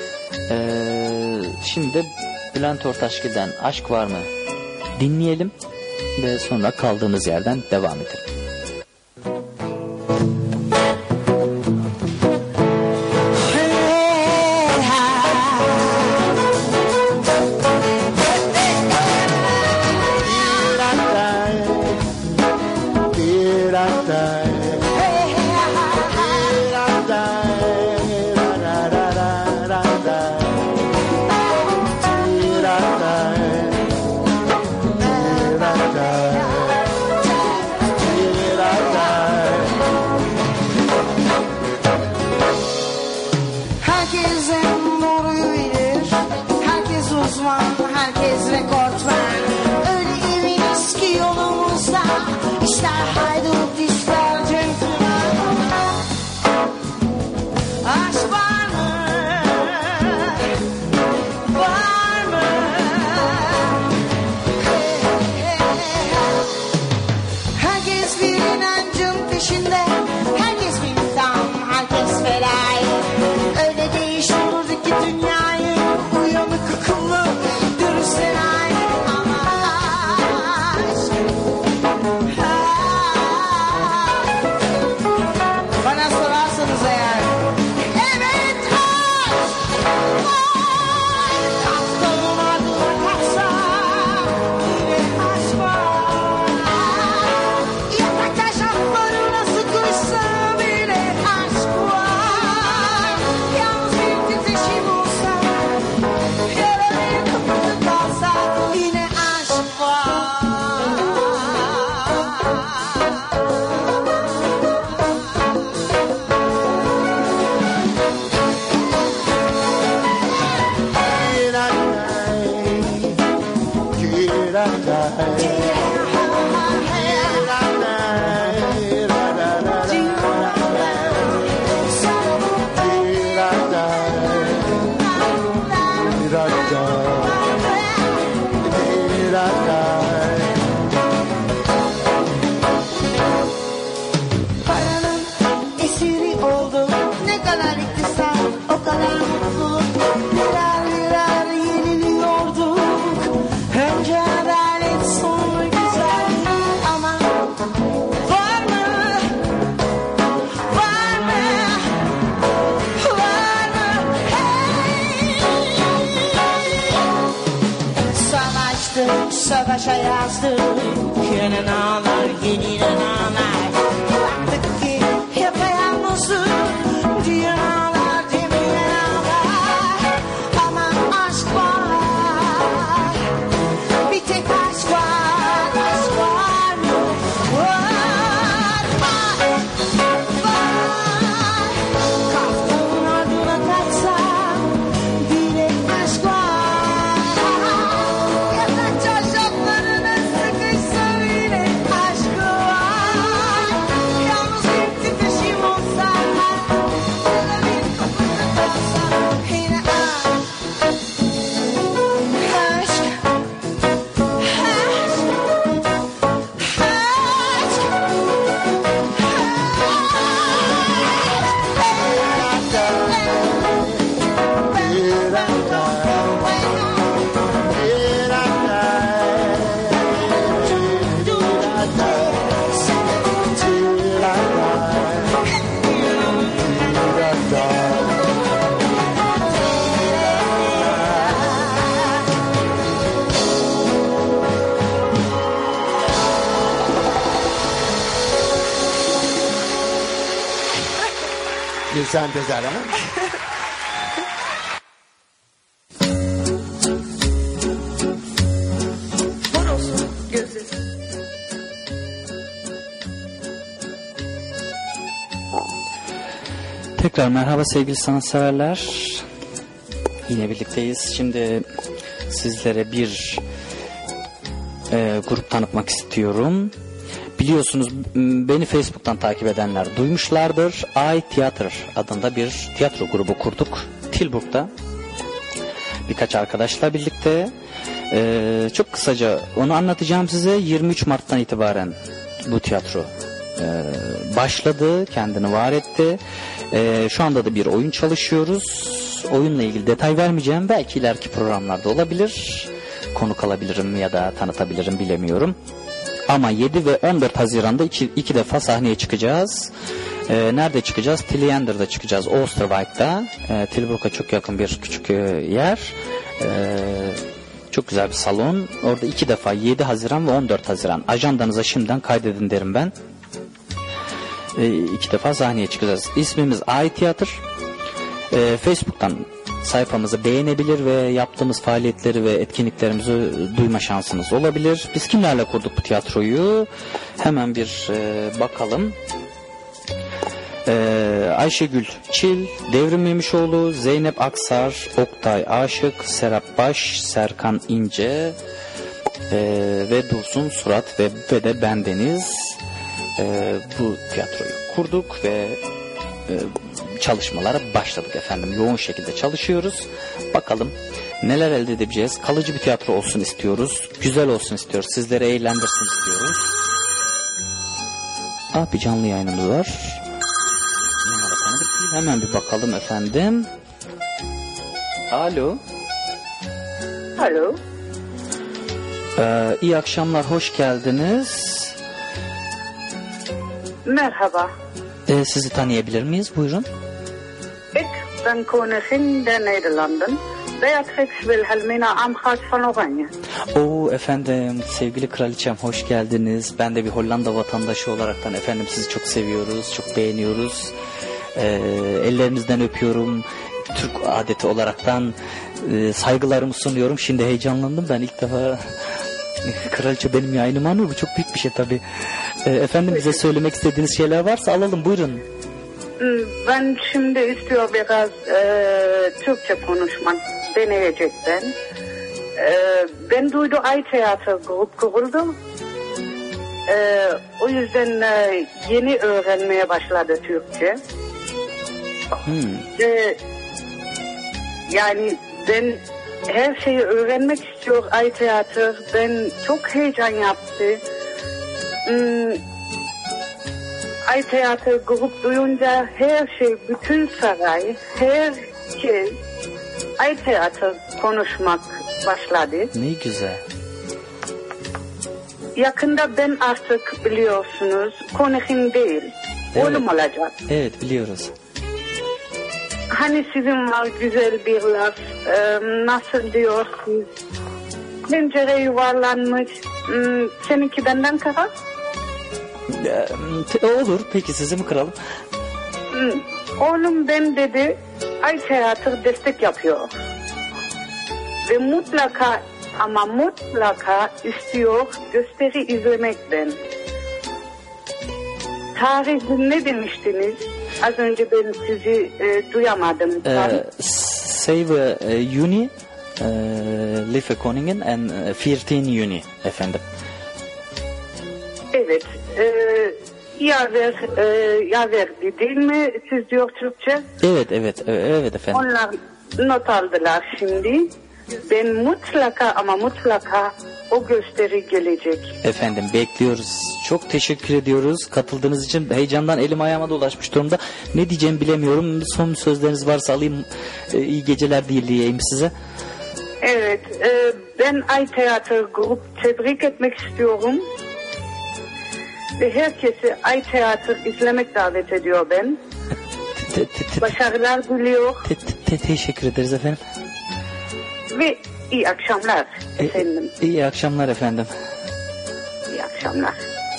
Şimdi de Bülent Ortaçgil'den Aşk Var mı dinleyelim ve sonra kaldığımız yerden devam edelim. Savaşa yazdık yeni ağlar, yeniden ağlar. Baktık ki yapayalnızız, diyen ağlar, demeyen ağlar. Ama aşk var, bir tek aşk var, aşk var mı? Var, var, var. Kaftanın ardına kaçsam, bile aşk var. Bir sentezler ha? Horozun gözü. Tekrar merhaba sevgili sanatseverler. Yine birlikteyiz. Şimdi sizlere bir grup tanıtmak istiyorum. Biliyorsunuz beni Facebook'tan takip edenler duymuşlardır. iTheater adında bir tiyatro grubu kurduk Tilburg'da. Birkaç arkadaşla birlikte. Çok kısaca onu anlatacağım size. 23 Mart'tan itibaren bu tiyatro başladı, kendini var etti. Şu anda da bir oyun çalışıyoruz. Oyunla ilgili detay vermeyeceğim. Belki ileriki programlarda olabilir. Konuk alabilirim ya da tanıtabilirim, bilemiyorum. Ama 7 ve 14 Haziran'da iki defa sahneye çıkacağız. Nerede çıkacağız? Tilliender'da çıkacağız. Oosterwijk'ta. Tilburg'a çok yakın bir küçük yer. Çok güzel bir salon. Orada 2 defa 7 Haziran ve 14 Haziran. Ajandanıza şimdiden kaydedin derim ben. 2 defa sahneye çıkacağız. İsmimiz iTheater. Facebook'tan sayfamızı beğenebilir ve yaptığımız faaliyetleri ve etkinliklerimizi duyma şansınız olabilir. Biz kimlerle kurduk bu tiyatroyu? Hemen bir bakalım. Ayşegül Çil, Devrim Memişoğlu, Zeynep Aksar, Oktay Aşık, Serap Baş, Serkan İnce ve Dursun Surat ve de bendeniz bu tiyatroyu kurduk ve çalışmalara başladık efendim. Yoğun şekilde çalışıyoruz. Bakalım neler elde edebileceğiz. Kalıcı bir tiyatro olsun istiyoruz. Güzel olsun istiyoruz. Sizleri eğlendirsin istiyoruz. Bir canlı yayınımız var. Numara tanıdık değil. Hemen bir bakalım efendim. Alo. Alo. İyi akşamlar. Hoş geldiniz. Merhaba. Sizi tanıyabilir miyiz? Buyurun. Ik ben koningin der Nederlanden. Beatrix Wilhelmina Amhart van Oranje. Efendim, sevgili kraliçem hoş geldiniz. Ben de bir Hollanda vatandaşı olaraktan efendim sizi çok seviyoruz, çok beğeniyoruz. Ellerinizden öpüyorum. Türk adeti olaraktan saygılarımı sunuyorum. Şimdi heyecanlandım, ben ilk defa kraliçe benim yayınıma alıyor. Bu çok büyük bir şey tabii. Efendim, bize söylemek istediğiniz şeyler varsa alalım, buyurun. Ben şimdi istiyor biraz Türkçe konuşmak deneyecektim. Ben duydu Ay Theater grup kuruldu. O yüzden yeni öğrenmeye başladı Türkçe. Yani ben her şeyi öğrenmek istiyor Ay Theater. Ben çok heyecan yaptı. Ay Theater grup duyunca her şey, bütün saray, her şey Ay Theater konuşmak başladı. Ne güzel. Yakında ben artık biliyorsunuz konuşum değil, Evet. oğlum olacak. Evet, biliyoruz. Hani sizin var güzel bir laf, nasıl diyorsunuz? Pencere yuvarlanmış, seninki benden kara. Olur, peki sizi mi kıralım? Oğlum ben dedi, Ay Theater destek yapıyor. Ve mutlaka ama mutlaka istiyor gösteri izlemekten. Tarihi ne demiştiniz? Az önce ben sizi duyamadım. Save Juni, Lieve Koningen and 14 Juni efendim. Evet. Yaverdi değil mi? Siz diyor Türkçe. Evet efendim. Onlar not aldılar şimdi. Ben mutlaka ama mutlaka o gösteri gelecek. Efendim bekliyoruz. Çok teşekkür ediyoruz katıldığınız için. Heyecandan elim ayağıma dolaşmış durumda. Ne diyeceğimi bilemiyorum. Son sözleriniz varsa alayım. İyi geceler diyeyim size. Evet. Ben Ay Theater grup tebrik etmek istiyorum. Ve herkesi Ay Theater izlemek davet ediyor ben. Başarılar diliyor. Teşekkür ederiz efendim. Ve iyi akşamlar efendim. İyi akşamlar efendim. İyi akşamlar.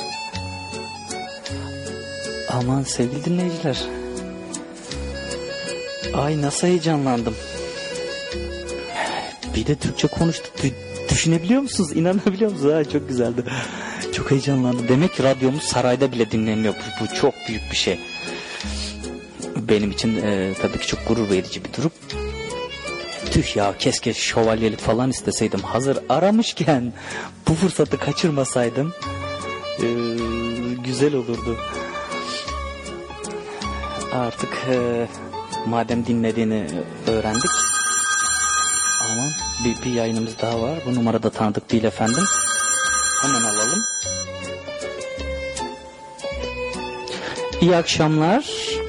Aman sevgili dinleyiciler. Ay nasıl heyecanlandım. Bir de Türkçe konuştu. Düşünebiliyor musunuz? İnanabiliyor musunuz? Ha, çok güzeldi. Çok heyecanlandım. Demek ki radyomuz sarayda bile dinleniyor. Bu çok büyük bir şey. Benim için tabii ki çok gurur verici bir durum. Tüh ya, keşke şövalyelik falan isteseydim. Hazır aramışken bu fırsatı kaçırmasaydım güzel olurdu. Artık madem dinlediğini öğrendik. Aman bir yayınımız daha var. Bu numarada tanıdık değil efendim. Hemen alalım. İyi akşamlar.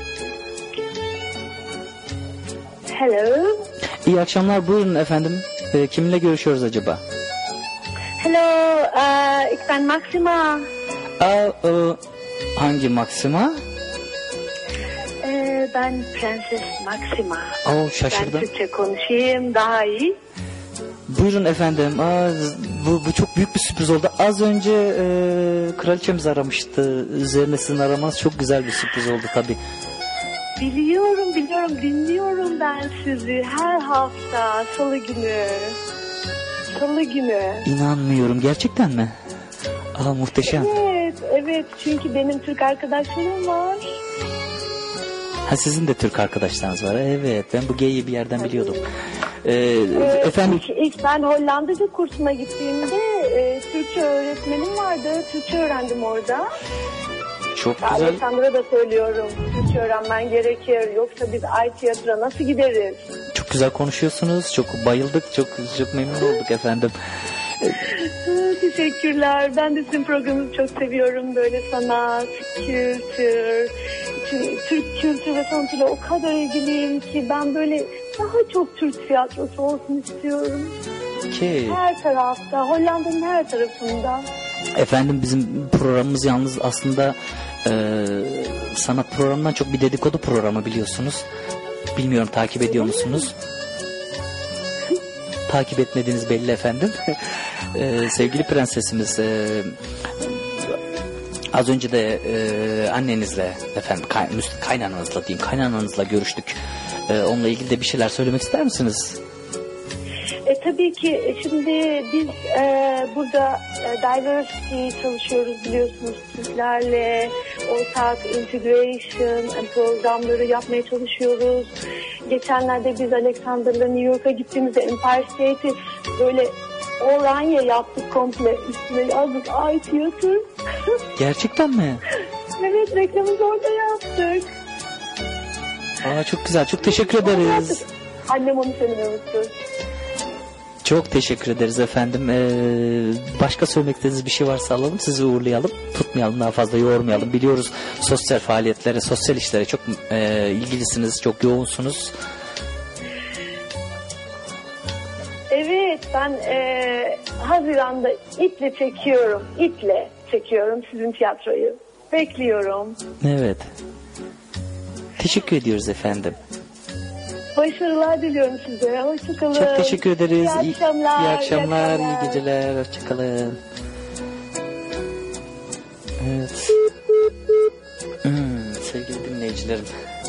Hello. İyi akşamlar, buyurun efendim. Kiminle görüşüyoruz acaba? Hello, ik ben Maxima. Hangi Maxima? Ben Prenses Maxima. Şaşırdım. Ben Türkçe konuşayım daha iyi. Buyurun efendim. Bu çok büyük bir sürpriz oldu. Az önce kraliçemiz aramıştı. Üzerine sizin aramanız çok güzel bir sürpriz oldu tabii. Biliyorum. Dinliyorum ben sizi her hafta salı günü. İnanmıyorum. Gerçekten mi? Muhteşem. Evet. Çünkü benim Türk arkadaşlarım var. Ha, sizin de Türk arkadaşlarınız var. Evet. Ben bu geyiği bir yerden biliyordum. Efendim. İlk ben Hollandaca kursuna gittiğimde Türkçe öğretmenim vardı. Türkçe öğrendim orada. Çok güzel. Alexander'a da söylüyorum. Türkçe öğrenmen gerekir. Yoksa biz Ay Tiyatro'ya nasıl gideriz? Çok güzel konuşuyorsunuz. Çok bayıldık. Çok memnun olduk efendim. Teşekkürler. Ben de sizin programınızı çok seviyorum. Böyle sanat, kültür, Türk kültür ve sanatıyla o kadar ilgiliyim ki ben böyle daha çok Türk tiyatrosu olsun istiyorum. Her tarafta, Hollanda'nın her tarafında. Efendim bizim programımız yalnız aslında sanat programından çok bir dedikodu programı biliyorsunuz. Bilmiyorum, takip ediyor musunuz? Takip etmediğiniz belli efendim. Sevgili prensesimiz az önce de annenizle efendim kaynananızla görüştük. Onunla ilgili de bir şeyler söylemek ister misiniz? Tabii ki şimdi biz burada diversity çalışıyoruz biliyorsunuz, Türklerle ortak integration programları yapmaya çalışıyoruz. geçenlerde biz Alexander'la New York'a gittiğimizde Empire State'i böyle oranye yaptık komple. Üstüne yazdık Ay Theater. Gerçekten mi? Evet, reklamımızı orada yaptık. Aa, çok güzel. Çok teşekkür ederiz. Annem onu söylememişti. Çok teşekkür ederiz efendim. Başka söylemek istediğiniz bir şey varsa alalım. Sizi uğurlayalım. Tutmayalım, daha fazla yormayalım. Biliyoruz sosyal faaliyetlere, sosyal işlere çok ilgilisiniz, çok yoğunsunuz. Evet, ben Haziran'da iple çekiyorum sizin tiyatroyu. Bekliyorum. Evet. Teşekkür ediyoruz efendim. Başarılar diliyorum size. Hoşçakalın. Çok teşekkür ederiz. İyi akşamlar. İyi akşamlar, iyi geceler. Hoşçakalın. Evet. Sevgili dinleyicilerim.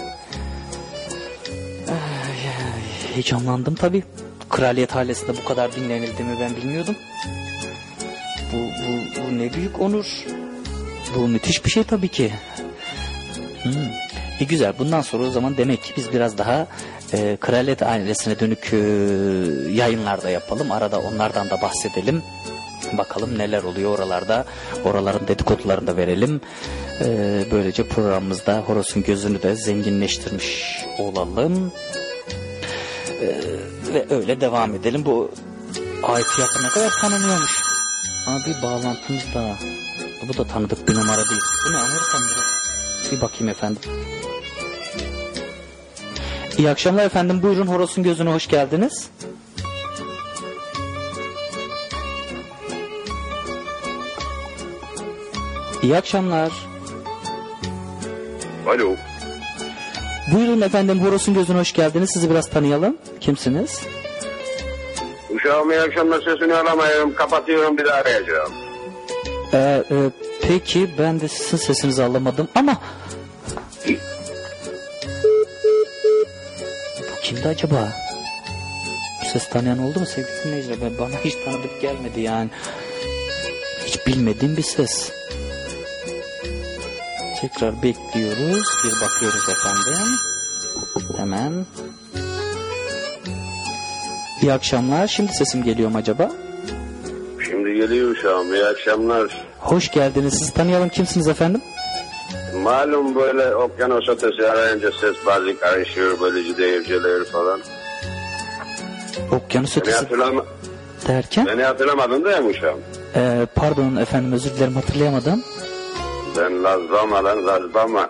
Heyecanlandım tabii. Kraliyet ailesinde bu kadar dinlenildiğimi ben bilmiyordum. Bu ne büyük onur. Bu müthiş bir şey tabii ki. Güzel. Bundan sonra o zaman demek ki biz biraz daha kraliyet ailesine dönük yayınlarda yapalım. Arada onlardan da bahsedelim. Bakalım neler oluyor oralarda. Oraların dedikodularını da verelim. Böylece programımızda Horos'un gözünü de zenginleştirmiş olalım. Ve öyle devam edelim. Bu ait yakın ne kadar tanınıyormuş. Bir bağlantımız daha. Bu da tanıdık bir numara değil. Bu ne, Amerikan mı? Bir bakayım efendim. İyi akşamlar efendim. Buyurun, Horos'un gözüne hoş geldiniz. İyi akşamlar. Alo. Buyurun efendim, Horos'un gözüne hoş geldiniz. Sizi biraz tanıyalım. Kimsiniz? Uşağım, iyi akşamlar, sesini alamıyorum. Kapatıyorum, bir daha arayacağım. Peki, ben de sizin sesinizi alamadım ama... Bu kimdi acaba? Bu ses tanıyan oldu mu sevgili dinleyiciler? Bana hiç tanıdık gelmedi yani. Hiç bilmediğim bir ses. Tekrar bekliyoruz. Bir bakıyoruz efendim. Hemen. İyi akşamlar. Şimdi sesim geliyor mu acaba? Şimdi geliyor uşağım. İyi akşamlar. Hoş geldiniz. Sizi tanıyalım. Kimsiniz efendim? Malum böyle okyanus ötesi arayınca ses bazı karışıyor. Böylece değirceler falan. Okyanus ötesi derken? Beni hatırlamadın değil mi uşağım? Pardon efendim, özür dilerim, hatırlayamadım. Ben Lazbama.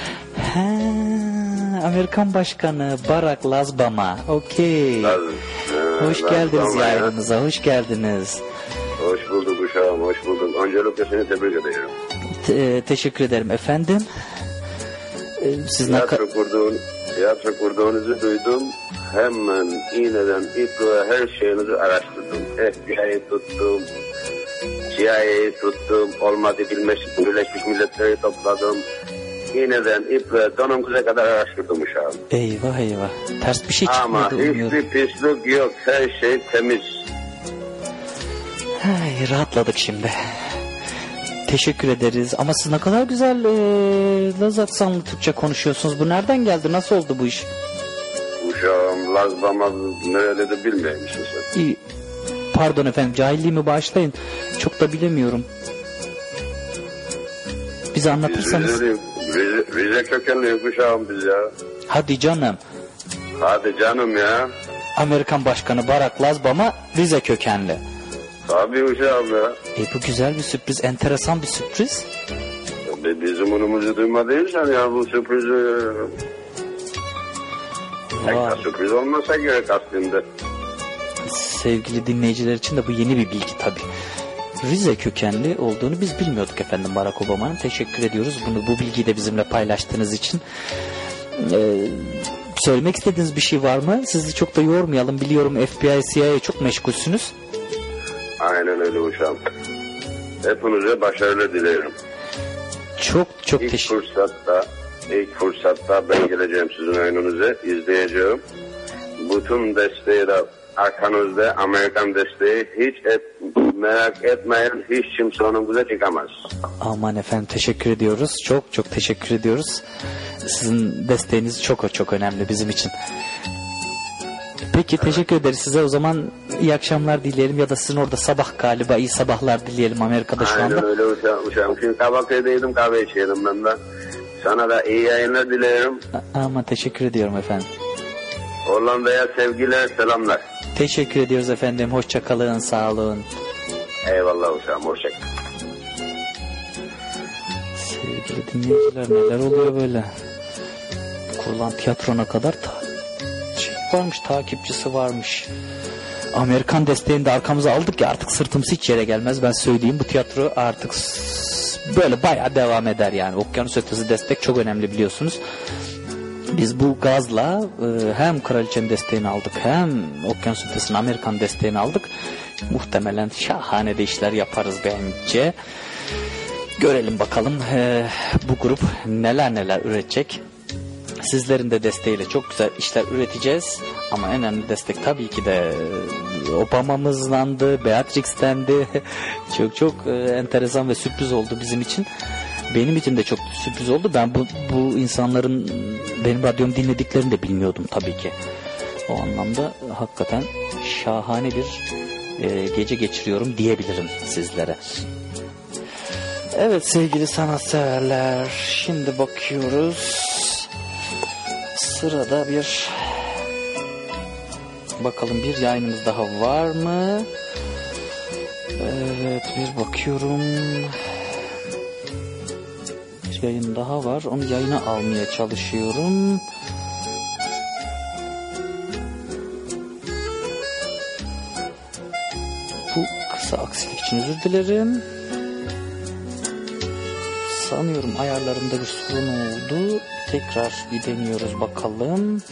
Amerikan Başkanı Barack Lazbama. Okey. Hoş geldiniz yayınımıza. Hoş geldiniz. Hoş bulduk uşağım. Hoş bulduk. Öncelikle seni tebrik ederim. Teşekkür ederim efendim. Tiyatro kurduğunuzu duydum. Hemen iğneden ipliğe her şeyinizi araştırdım. FBI'yi tuttum. CIA'yı tuttum. Olmadı Birleşmiş Milletler'i topladım. İğneden ipliğe donumuza kadar araştırdım uşağım. Eyvah eyvah. Ters bir şey çıkmadı. Ama hiçbir pislik yok. Her şey temiz. Rahatladık şimdi. Teşekkür ederiz. Ama siz ne kadar güzel Laz aksanlı Türkçe konuşuyorsunuz. Bu nereden geldi? Nasıl oldu bu iş? Uşağım, Lazbama nerede de bilmeymişsin sen. İyi. Pardon efendim, cahilliğimi bağışlayın. Çok da bilemiyorum. Bize anlatırsanız. Rize kökenliyim uşağım biz ya. Hadi canım. Hadi canım ya. Amerikan Başkanı Barack Lazbama Rize kökenli. Tabii uşağım ya. Bu güzel bir sürpriz, enteresan bir sürpriz. Bizim unumuzu duymadıysan ya bu sürprizi... Sürpriz olmasa gerek aslında. Sevgili dinleyiciler için de bu yeni bir bilgi tabii. Rize kökenli olduğunu biz bilmiyorduk efendim Barack Obama'nın. Teşekkür ediyoruz bu bilgiyi de bizimle paylaştığınız için. Söylemek istediğiniz bir şey var mı? Sizi çok da yormayalım. Biliyorum FBI, CIA'ya çok meşgulsünüz. Aynen öyle uşağım. Hepinize başarılı dilerim. Çok teşekkür. İlk fırsatta ben geleceğim sizin oyununuza, izleyeceğim. Bütün desteği de arkanızda, Amerikan desteği hiç merak etmeyin, hiç kimse önümüze çıkamaz. Aman efendim, teşekkür ediyoruz. Çok çok teşekkür ediyoruz. Sizin desteğiniz çok önemli bizim için. Peki, teşekkür ederiz size. O zaman iyi akşamlar dileyelim, ya da sizin orada sabah galiba, iyi sabahlar dileyelim Amerika'da şu anda. Aynen öyle uşağım. Şimdi Kabaköy'deydim, kahve içiyordum ben de. Sana da iyi yayınlar dilerim. Aman teşekkür ediyorum efendim. Hollanda'ya sevgiler, selamlar. Teşekkür ediyoruz efendim. Hoşça kalın, sağ olun. Eyvallah uşağım, hoşça kal. Sevgili dinleyiciler, neler oluyor böyle? Kurulan tiyatrona kadar varmış, takipçisi varmış. Amerikan desteğini de arkamıza aldık ya, artık sırtımız hiç yere gelmez, ben söyleyeyim. Bu tiyatro artık böyle bayağı devam eder yani. Okyanus ötesi destek çok önemli, biliyorsunuz. Biz bu gazla hem kraliçenin desteğini aldık, hem Okyanus ötesinin Amerikan desteğini aldık. Muhtemelen şahane de işler yaparız bence. Görelim bakalım bu grup neler üretecek. Sizlerin de desteğiyle çok güzel işler üreteceğiz. Ama en önemli destek tabii ki de Obama'mızdandı, Beatrix'tendi. çok enteresan ve sürpriz oldu bizim için. Benim için de çok sürpriz oldu. Ben bu insanların benim radyomu dinlediklerini de bilmiyordum tabii ki. O anlamda hakikaten şahane bir gece geçiriyorum diyebilirim sizlere. Evet sevgili sanatseverler, şimdi bakıyoruz. Sırada bakalım bir yayınımız daha var mı? Evet, bir bakıyorum. Bir yayın daha var. Onu yayına almaya çalışıyorum. Bu kısa aksilik için özür dilerim. Sanıyorum ayarlarımda bir sorun oldu. Tekrar bir deniyoruz bakalım.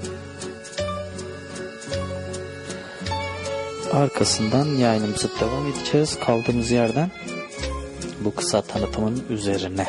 Arkasından yayınımıza devam edeceğiz kaldığımız yerden. Bu kısa tanıtımın üzerine.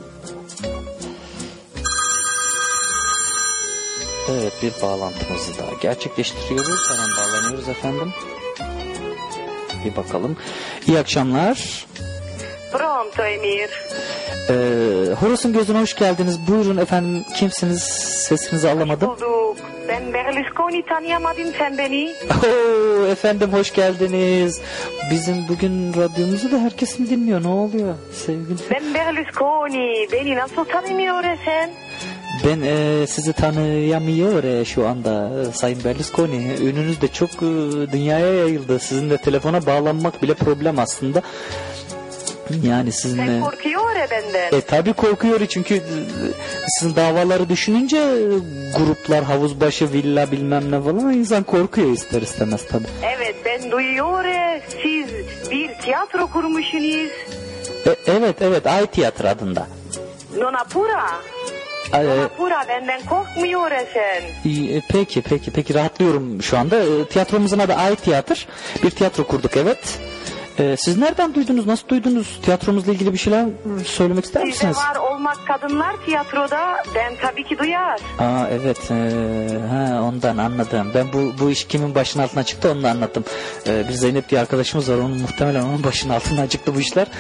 Evet, bir bağlantımızı daha gerçekleştiriyoruz. Hemen bağlanıyoruz efendim. Bir bakalım. İyi akşamlar. Pronto Emir. Horos'un gözüne hoş geldiniz. Buyurun efendim, kimsiniz? Sesinizi alamadım. Hoş bulduk. Ben Berlusconi, tanıyamadım sen beni. Oo, efendim hoş geldiniz. Bizim bugün radyomuzu da herkes mi dinliyor? Ne oluyor sevgili? Ben Berlusconi. Beni nasıl tanımıyor sen? Ben sizi tanıyamıyor şu anda Sayın Berlusconi. Ününüz de çok dünyaya yayıldı. Sizin de telefona bağlanmak bile problem aslında. Yani sizinle... Sen korkuyor ya benden. Tabii korkuyor, çünkü sizin davaları düşününce gruplar, havuzbaşı, villa bilmem ne falan, insan korkuyor ister istemez tabii. Evet, ben duyuyor ya, siz bir tiyatro kurmuşsunuz. Evet, Ay Tiyatro adında. Nonapura. Nonapura, benden korkmuyor ya sen. Peki rahatlıyorum şu anda. Tiyatromuzun adı Ay Tiyatro. Bir tiyatro kurduk, evet. Siz nereden duydunuz? Nasıl duydunuz? Tiyatromuzla ilgili bir şeyler söylemek ister misiniz? Sizde var olmak kadınlar tiyatroda, ben tabii ki duyar. Evet. Ondan anladım. Ben bu iş kimin başının altına çıktı onu da anlattım. Bir Zeynep diye arkadaşımız var. Muhtemelen onun başının altından çıktı bu işler.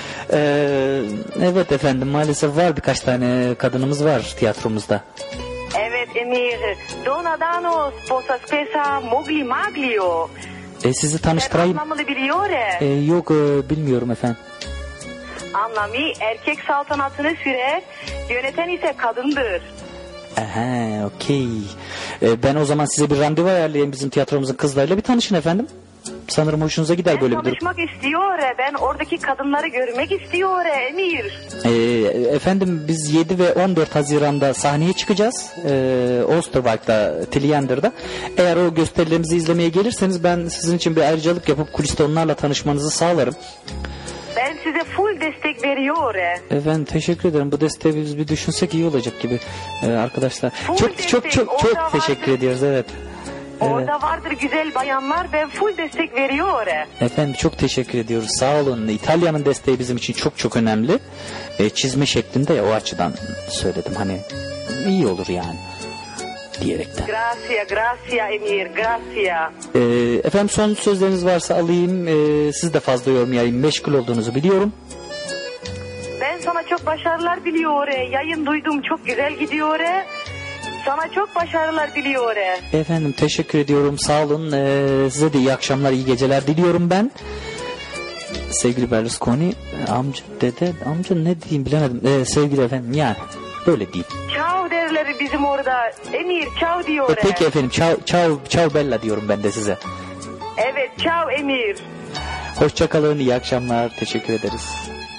Evet efendim, maalesef var, birkaç tane kadınımız var tiyatromuzda. Evet Emir. Dona danos posa spesa mogli maglio. Sizi tanıştırayım. Sen anlamını biliyor ya. Yok, bilmiyorum efendim. Anlamı erkek saltanatını sürer, yöneten ise kadındır. Aha, okey. Ben o zaman size bir randevu ayarlayayım, bizim tiyatromuzun kızlarıyla bir tanışın efendim. Sanırım hoşunuza gider ben böyle bir durum. Tanışmak istiyor ya, ben oradaki kadınları görmek istiyor ya Emir. Efendim biz 7 ve 14 Haziran'da sahneye çıkacağız. Oosterwald'da, Tilliander'da. Eğer o gösterilerimizi izlemeye gelirseniz ben sizin için bir ayrıcalık yapıp kuliste onlarla tanışmanızı sağlarım. Ben size full destek veriyor ya. Efendim teşekkür ederim. Bu desteği biz bir düşünsek iyi olacak gibi arkadaşlar. Çok teşekkür ediyoruz, evet. Orada vardır güzel bayanlar, ben full destek veriyor. Efendim çok teşekkür ediyoruz, sağ olun. İtalya'nın desteği bizim için çok önemli. Çizme şeklinde ya, o açıdan söyledim, hani iyi olur yani. diyerekten. Gracia Emir, gracia. Efendim son sözleriniz varsa alayım. Siz de fazla yormayayım. Meşgul olduğunuzu biliyorum. Ben sana çok başarılar diliyorum. Yayın duydum, çok güzel gidiyor. Sana çok başarılar diliyorum. Efendim teşekkür ediyorum. Sağ olun. Size de iyi akşamlar, iyi geceler diliyorum ben. Sevgili Berlusconi, amca ne diyeyim bilemedim. Sevgili efendim yani böyle diyeyim. Ciao derleri bizim orada. Emir ciao diyor. Peki efendim ciao bella diyorum ben de size. Evet ciao Emir. Hoşçakalın, iyi akşamlar, teşekkür ederiz.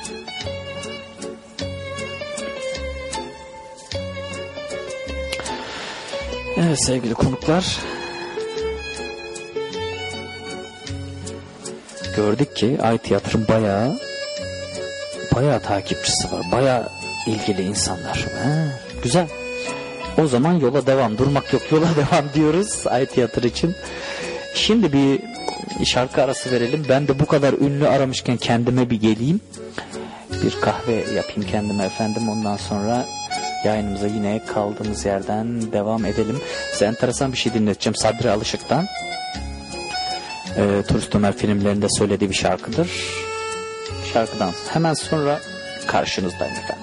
Evet sevgili konuklar, gördük ki Ay Tiyatro'nun bayağı takipçisi var, bayağı ilgili insanlar. Güzel. O zaman yola devam, durmak yok, yola devam diyoruz Ay Tiyatro için. Şimdi bir şarkı arası verelim. Ben de bu kadar ünlü aramışken kendime bir geleyim. Bir kahve yapayım kendime efendim. Ondan sonra yayınımıza yine kaldığımız yerden devam edelim. Size enteresan bir şey dinleteceğim Sadri Alışık'tan. Turist Ömer filmlerinde söylediği bir şarkıdır. Şarkıdan hemen sonra karşınızdayım efendim.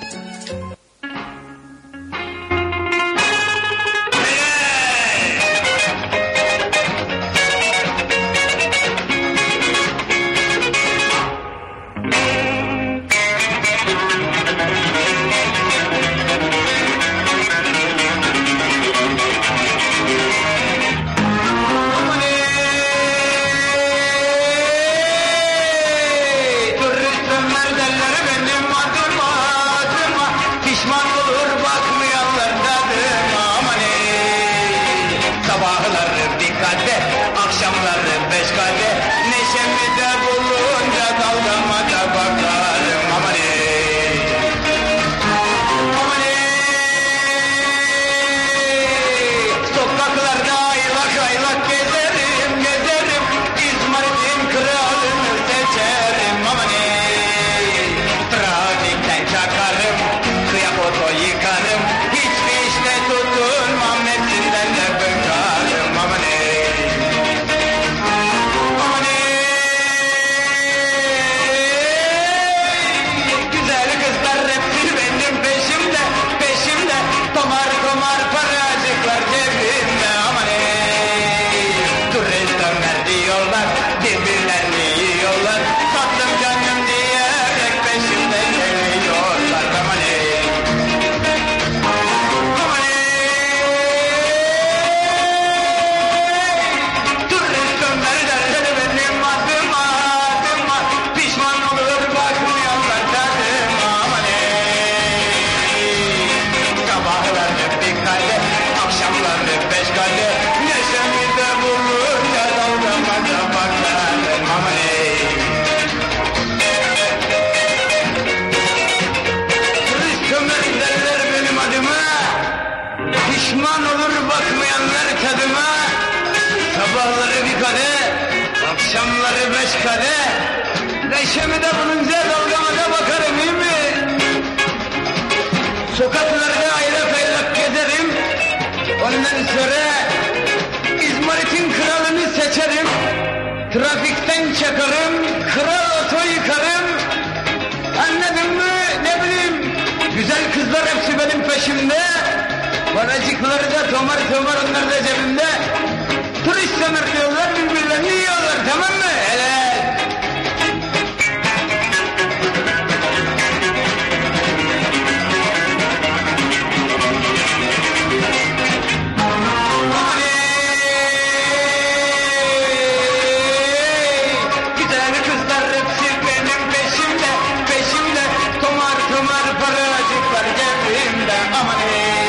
Trafikten çakarım, kral oto yıkarım. Anladın mı? Ne bileyim. Güzel kızlar hepsi benim peşimde. Paracıkları da tomar tomar onlar da cebimde. Turist Ömer diyorlar, birbirlerini yiyorlar, tamam mı? Hele.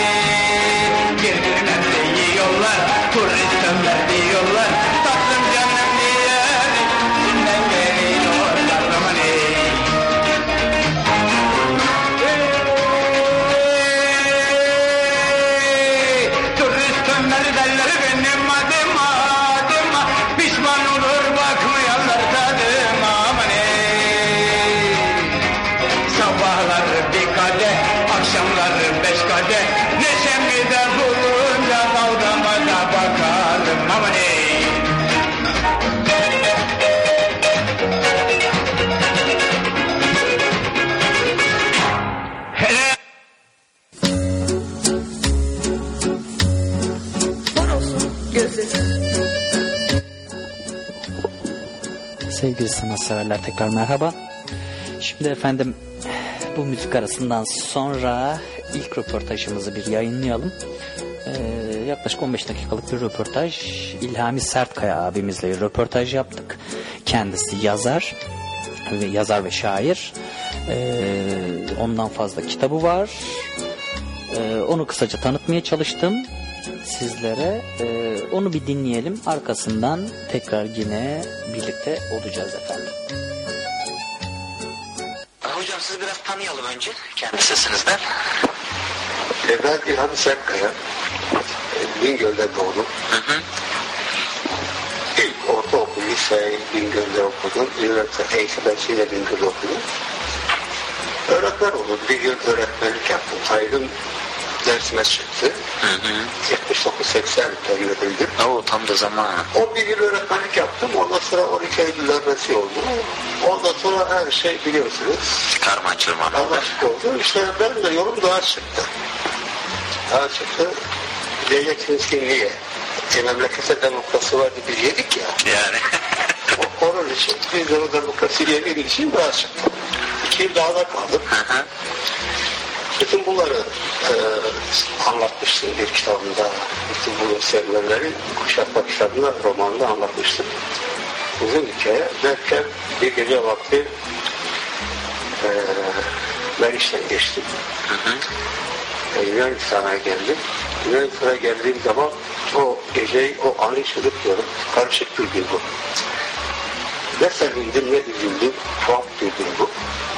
Turist Ömer diyorlar, tatlım canım. Sevgili sanatseverler, tekrar merhaba. Şimdi efendim bu müzik arasından sonra ilk röportajımızı bir yayınlayalım. Yaklaşık 15 dakikalık bir röportaj. İlhami Sertkaya abimizle bir röportaj yaptık. Kendisi yazar ve şair. Ondan fazla kitabı var. Onu kısaca tanıtmaya çalıştım sizlere. Onu bir dinleyelim. Arkasından tekrar yine birlikte olacağız efendim. Hocam sizi biraz tanıyalım önce. Kendi sesinizden. Ben İlhami Sertkaya. Bingöl'de doğdum. İlk ortaokul, liseyi Bingöl'de okudum. Üniversite eğitim de Bingöl'de okudum. Öğretmen oldum. Bir yıl öğretmenlik yaptım. Ayrım dersime çıktı. 79-80 perioduydu. Tam da zamanı. O bir yıl öğretmenlik yaptım. Ondan sonra 12 Eylül darbesi oldu. Ondan sonra her şey biliyorsunuz. Karman çırman oldu. Anlaşık oldu. İşte benim de yolum dağa çıktı. Dağa çıktı. Diyeceksiniz ki niye? Memlekette demokrasi vardı, biz yedik ya. Yani. Onun için biz de o demokrasi yediği için dağa çıktım. 2 yıl dağda kaldım. Bütün bunları anlatmıştım bir kitabında. Bütün bu serüvenleri Kuşatma kitabında, romanında anlatmıştım. Uzun hikaye. Derken bir gece vakti ben işten geçtim. Yunanistan'a geldim. Yunanistan'a geldiğim zaman o geceyi, o anı çocukluyorum. Karışık bir gün bu. Ne sevindim, ne üzüldüm. Tuhaf bir gün bu.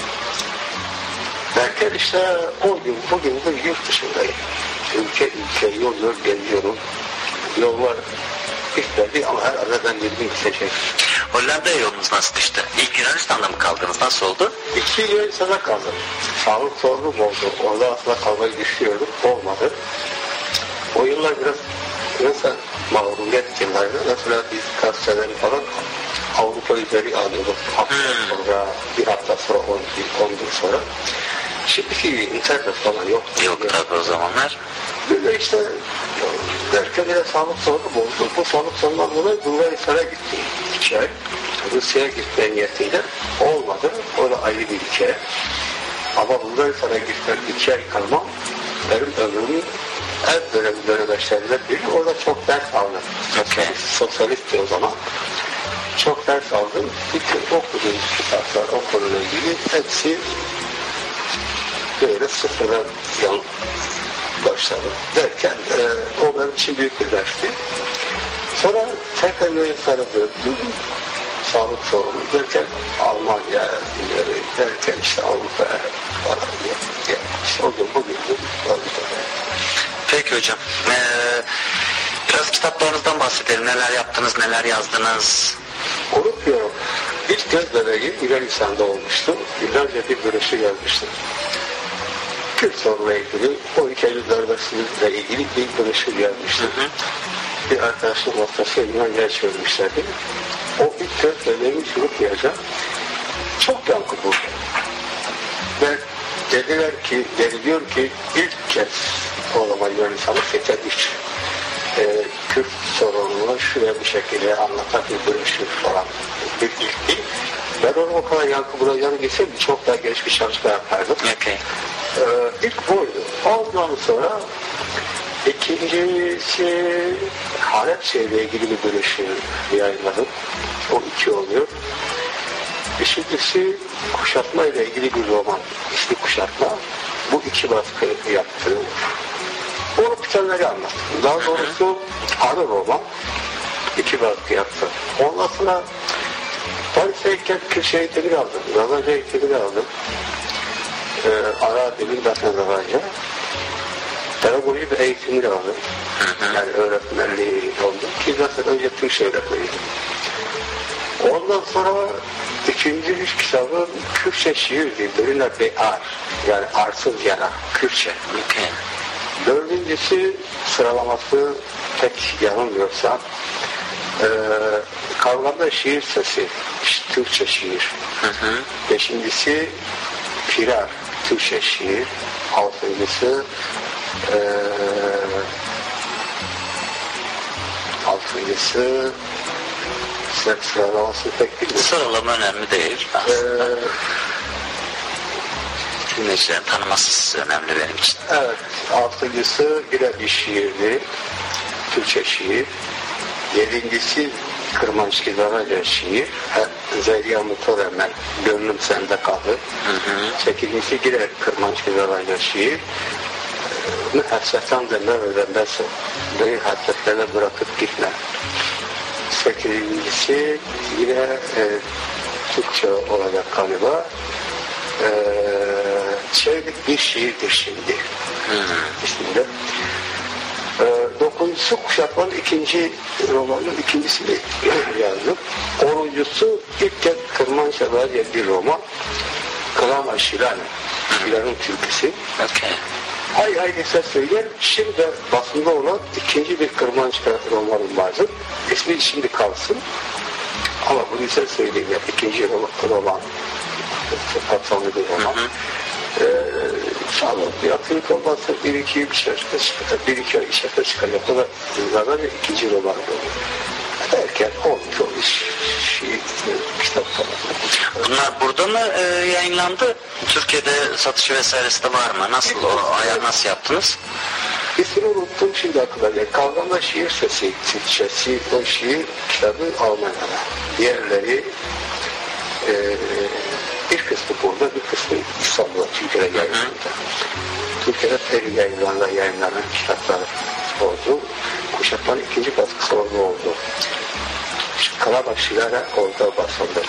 Derken işte o gün, bugündür yurt dışındayım. Ülke yol geziyorum. Yollar bitmedi ama herhalde ben bir gün gidecek. Hollanda'ya yolunuz nasıl düştü? İlk Yunanistan'da mı kaldınız? Nasıl oldu? 2 yıl Yunanistan'da kaldım. Sağlık sorunum oldu. Orada aslında kalmayı düşünüyordum. Olmadı. O yıllar biraz mahrumiyet yıllardı. Mesela biz gazeteleri falan Avrupa üzeri alıyorduk. Sonra bir hafta sonra 10 gün sonra. Şimdiki internet falan yok. Yok tabii o zamanlar. Böyle işte derken bir de sağlık sorunu oldu. Bu sağlık sorundan dolayı Bulgaristan'a gittim 2 ay. Rusya'ya gitme niyetiyle olmadı. O da ayrı bir hikaye. Ama Bulgaristan'a gitmek 2 ay kalmam benim ömrümün en önemli dönemeçlerinden biri. Orada çok ders aldım. Sosyalistti o zaman. Çok ders aldım. Bütün okuduğum kitaplar, o konuyla ilgili hepsi böyle sıfırdan başladım. Derken o benim için büyük bir dersti. Sonra tekrar Yunanistan'a döndüm. Sağlık sorunu derken Almanya derken işte Avrupa'ya falan diye. İşte o gün bugün Peki hocam. Biraz kitaplarınızdan bahsedelim. Neler yaptınız, neler yazdınız? Unutmuyorum. İlk göz bebeği Yunanistan'da olmuştu. Yıllarca bir broşür yazmıştım. Kürt sorunla ilgili, 12 Eylül darbesiyle ilgili bir broşür yazmıştım. Bir arkadaşlık ortası Yunanca'ya çevirmişlerdi. O ilk göz bebeğini unutmayacağım. Çok yankı buldu. Ve deniliyor ki ilk kez o zaman Yunanistan'ı fethetmiş. Kürt sorununu şuraya bir şekilde anlatan bir broşür falan. Bir ilk değil. Ben onu o kadar yankı bulacağını bilseydim çok daha geniş bir çalışma yapardım. İlk buydu. Ondan sonra ikincisi Halepçe ile ilgili bir broşür yayınladım. O 2 oluyor. Üçüncüsü kuşatma ile ilgili bir roman. İsmi Kuşatma. Bu 2 baskı yaptım. Onu bitenleri anlattım. Daha doğrusu arı roman. 2 baskı yaptım. Ondan sonra Paris'teyken Kürtçe eğitimini aldım. Zazaca eğitimini aldım. Ara dilin zaten Zazaca. Pedagoji bir eğitimini aldım. Yani öğretmenliği oldum. Ki zaten önce Türkçe öğretmeniydim. Ondan sonra ikinci 3 kitabım Kürtçe şiir değil. Bölümler be'ar. Yani arsız yana. Kürtçe. Dördüncüsü sıralaması pek yanılmıyorsam Kavgamda şiir sesi. Türkçe şiir. Beşincisi Firar. Türkçe şiir. Altıncısı Sıralaması pek bilmiyorum. Sıralama önemli değil. Dinleyicilerin tanıması önemli benim için. Evet. Altıncısı yine bir şiirdi. Türkçe şiir. Yedincisi Kırmançki Daraca şiir. Zeliha Muhterem'den Gönlüm Sende Kaldı. Sekizincisi yine Kırmançki Daraca şiir. Mühessetan deme öğrenmez. Beni hasretlere bırakıp gitme. Sekizincisi yine Türkçe olacak galiba. Bir şiirdir şimdi. İsminde. Dokuzuncusu Kuşatmanın ikinci romanının ikincisini yazdım. Onuncusu ilk kez Kırmançalar diye bir roman. Kılama Şilani. Şilan'ın türküsü. Hay ses söyler. Şimdi basında olan ikinci bir Kırmançka romanım vardı. İsmi şimdi kalsın. Ama bunu ise söyleyeyim ya. İkinci roman. Kapsamlı bir roman. Sağlam bir atılık olmazsa bir iki ay işe çıkacak. O da zaten ikinci roman oluyor. Derken o iş kitap falan. Bunlar burada mı yayınlandı? Türkiye'de satışı vesairesi de var mı? Nasıl o ayar nasıl yaptınız? İsmini unuttum şimdi aklıma geldi. Kavgamda şiir sesi, Türkçesi, o şiir kitabı Almanya'da. Diğerleri bir kısmı burada, bir kısmı İstanbul'da, Türkiye'de yayınlandı. Türkiye'de peri yayınlanan kitaplar oldu. Kuşatmanın ikinci baskısı orada oldu. Kalabaşçılara orada basıldı.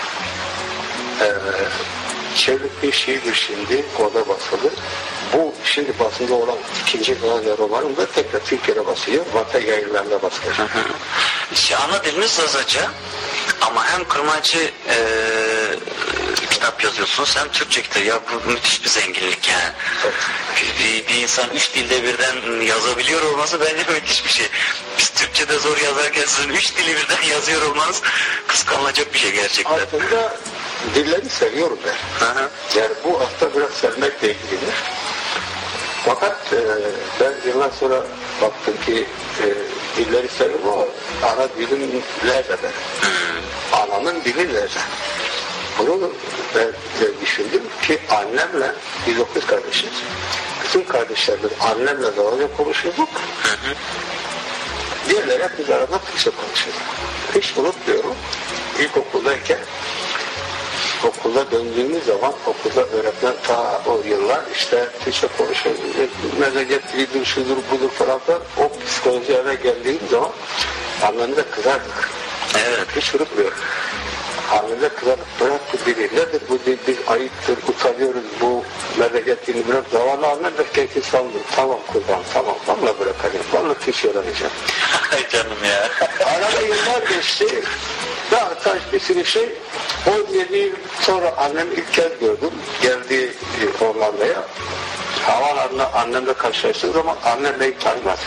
Çevrik bir şiirdir şimdi, orada basıldı. Bu şimdi basında olan ikinci romanım da tekrar Türkiye'de basıyor. Vata yayınlarında basılıyor. Ana diliniz Lazaca ama hem Kırmancı kitap yazıyorsunuz hem Türkçe kitap. Ya bu müthiş bir zenginlik yani. Bir insan 3 dilde birden yazabiliyor olması bence müthiş bir şey. Biz Türkçe'de zor yazarken sizin 3 dili birden yazıyor olmanız kıskanılacak bir şey gerçekten. Aslında dilleri seviyorum ben. Yani bu aslında biraz sevmekle ilgilidir. Fakat ben yıllar sonra baktım ki dilleri seviyorum ama ana dilim Lezce ben. Anamın dili Lezce. Bunu ben düşündüm ki annemle biz 9 kardeşiz. Bütün kardeşlerimle annemle de öyle konuşuyorduk. Diğerleri hep biz arada Türkçe konuşuyorduk. Hiç unutmuyorum. İlkokuldayken okulda döndüğümüz zaman okulda öğretmen ta o yıllar işte Türkçe konuşuyor. Mezecet dilidir, şudur, budur falan da o psikolojiye geldiğim zaman annemle kızardık. Evet. Hiç unutmuyorum. Annemle kızardık. Bırak bu dili. Nedir bu dil? Biz ayıptır, utanıyoruz bu mezecet dilini bırak. Zavallı annem de keyfi sandı. Tamam kurban, tamam. Vallahi bırakayım. Vallahi Türkçe öğreneceğim. Ay canım ya. Arada yıllar geçti. Daha kaç bir sürü şey. 17 yıl sonra annemi ilk kez gördüm. Geldi Hollanda'ya. Havalarında annemle karşılaştığı zaman annem beni tanımadı.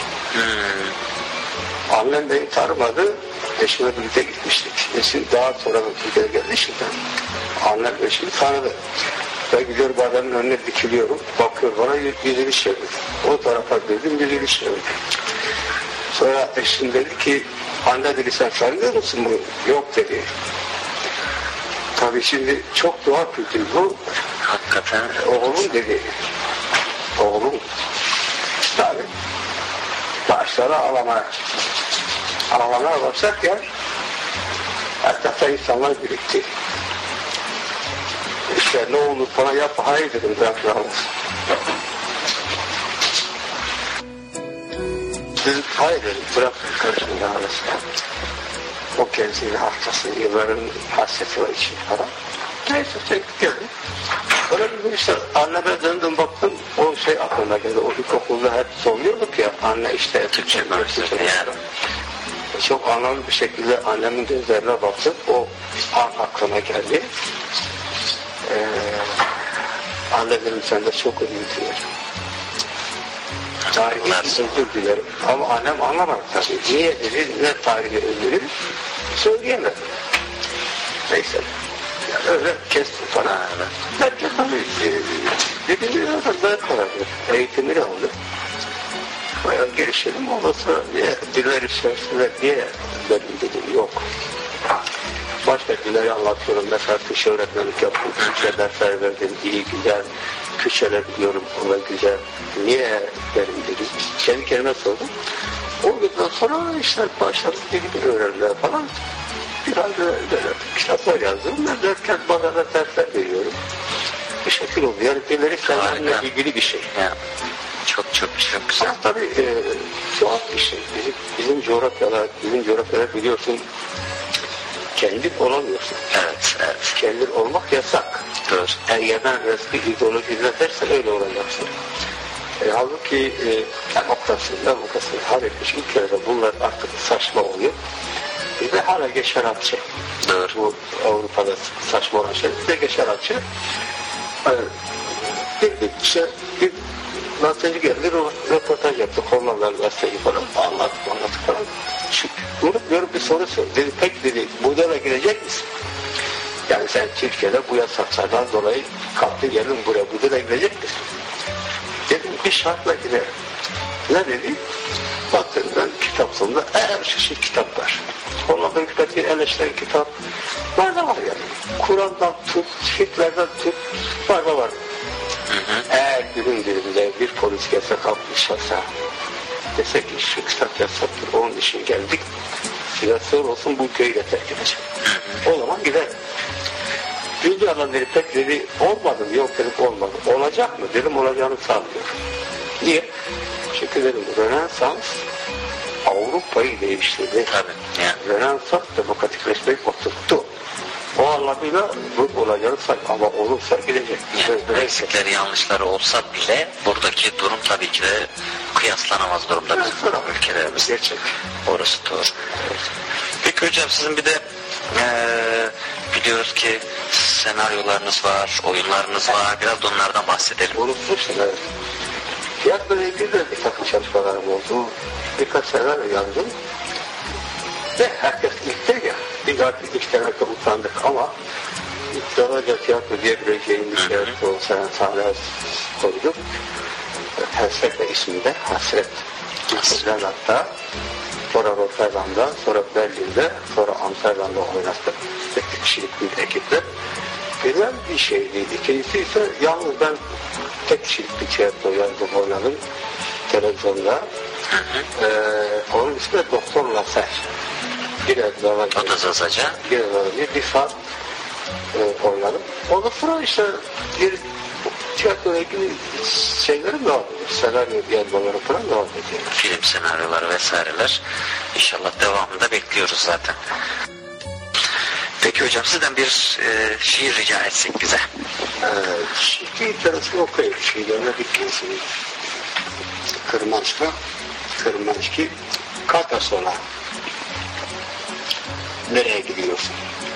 Annem beni tanımadı. Eşimle birlikte gitmiştik. Eşim daha sonra Türkiye'ye geldi şimdi. Annem eşimi tanıdı. Ben gidiyorum adamın önüne dikiliyorum. Bakıyor bana yüzünü çevirdi. O tarafa dedim yüzünü çevirdi. Sonra eşim dedi ki anne dedi sen tanıyor musun bunu? Yok dedi. Tabii şimdi çok doğal kültür bu. Hakikaten. Oğlum dedi. Oğlum. Tabii. Başları ağlamaya başlarken etrafta insanlar birikti. İşte ne olur bana yap, hayır dedim ben yalnız. Dedim hayır dedim, bırak karışın yalnız. O kendisinin hastası, yılların hasreti var için falan. Neyse çektik geldim. Öyle bir işte anneme döndüm baktım, o şey aklıma geldi. O ilkokulda hep soruyorduk ya, anne işte Türkçe yani. Çok anlamlı bir şekilde annemin gözlerine baktım, o an aklıma geldi. Anne dedim sende çok özür dilerim. Tarihi özür dilerim. Ama annem anlamadı tabii. Niye dedi, ne tarihi özür dilerim söyleyemedi. Neyse. Yani öyle kestim falan. Herkes tabii dediğim gibi ben karar eğitimini aldım. bayağı gelişelim. Ondan sonra birileri içerisinden niye benim dedim yok. Başka birileri anlatıyorum. Mesela Türkçe öğretmenlik yaptım. Türkçe dersler verdim. İyi güzel. Türkçeler biliyorum. O da güzel. Niye benim dedim. Kendi kendime sordum. O günden sonra işte başladım. Dili öğrendiler falan. Biraz böyle kitaplar yazdım. Ben derken bana da dersler veriyorum. Bir şekil oldu. Yani birileri kendimle ilgili bir şey. Ya. Çok güzel. Ama tabii tuhaf bir şey. Bizim coğrafyalar biliyorsun kendin olamıyorsun. Evet. Kendin olmak yasak. Doğru. Egemen resmi ideoloji izletirsen öyle olacaksın. Halbuki demokrasiden har etmiş ülkelerde bunlar artık saçma oluyor. Bizde hala geçer açı. Doğru. Bu Avrupa'da saçma olan şey. Bizde geçer açı. Bir gazeteci geldi, röportaj yaptı. Hollandalı gazeteci falan. Anlattık falan. Unutmuyorum bir soru sordu. Dedi pek dedi Buğda'ya girecek misin? Yani sen Türkiye'de bu yasaklardan dolayı kalktın geldin buraya. Buğda'ya girecek misin? Dedim bir şartla giderim. Ne dedi? Baktım ben kitap sonunda her çeşit kitap var. Hollanda hükümeti eleştiren kitap var da var yani. Kur'an'dan tut, Hitler'den tut, var da var. Eğer günün birinde bir polis gelse kalkmış olsa dese ki şu kitap yasaktır, onun için geldik. Silahsız olsun bu ülkeyi de terk edeceğim. O zaman gider. Birinci adam dedi pek dedi olmadı mı? Yok dedim olmadı. Olacak mı? Dedim olacağını sanmıyorum. Niye? Çünkü dedim Rönesans Avrupa'yı değiştirdi. Tabii. Yani. Rönesans demokratikleşmeyi oturttu. O anlamıyla bu olacağını ama olursa gidecek. Yani eksikleri yanlışları olsa bile buradaki durum tabii ki de kıyaslanamaz durumda bizim ülkelerimiz. Gerçek. Orası doğru. Peki hocam sizin bir de biliyoruz ki senaryolarınız var, oyunlarınız var. Biraz da onlardan bahsedelim. Unutmuşsun evet. Tiyatroyla ilgili de bir takım çalışmalarım oldu. Birkaç senaryo yazdım. Ve herkes ilkte ya. Biz artık işlemekte utandık ama İktidaraca tiyatro diyebileceğim bir tiyatro sahne koyduk. Hasret isminde Hasret. Hasret hatta. Sonra Rotterdam'da, sonra Berlin'de, sonra Amsterdam'da oynattım. 8 kişilik bir ekiple. Güzel bir şeydi. İkincisi ise yalnız ben tek kişilik bir tiyatro yazdım, oynadım. Televizyonda. Onun ismi de Doktor Lasser. O da Zazaca. Bir saat oynadım. Ondan sonra işte bir tiyatroya ilgili şeylerim devam ediyor. Senaryo yazmaları falan devam ediyor. Film senaryoları vesaireler. İnşallah devamında bekliyoruz zaten. Peki hocam sizden bir şiir rica etsek bize. Şiir tarafını okuyayım. Şiirlerine bir kesin. Kırmançki Kartasola. Nereye gidiyorsun?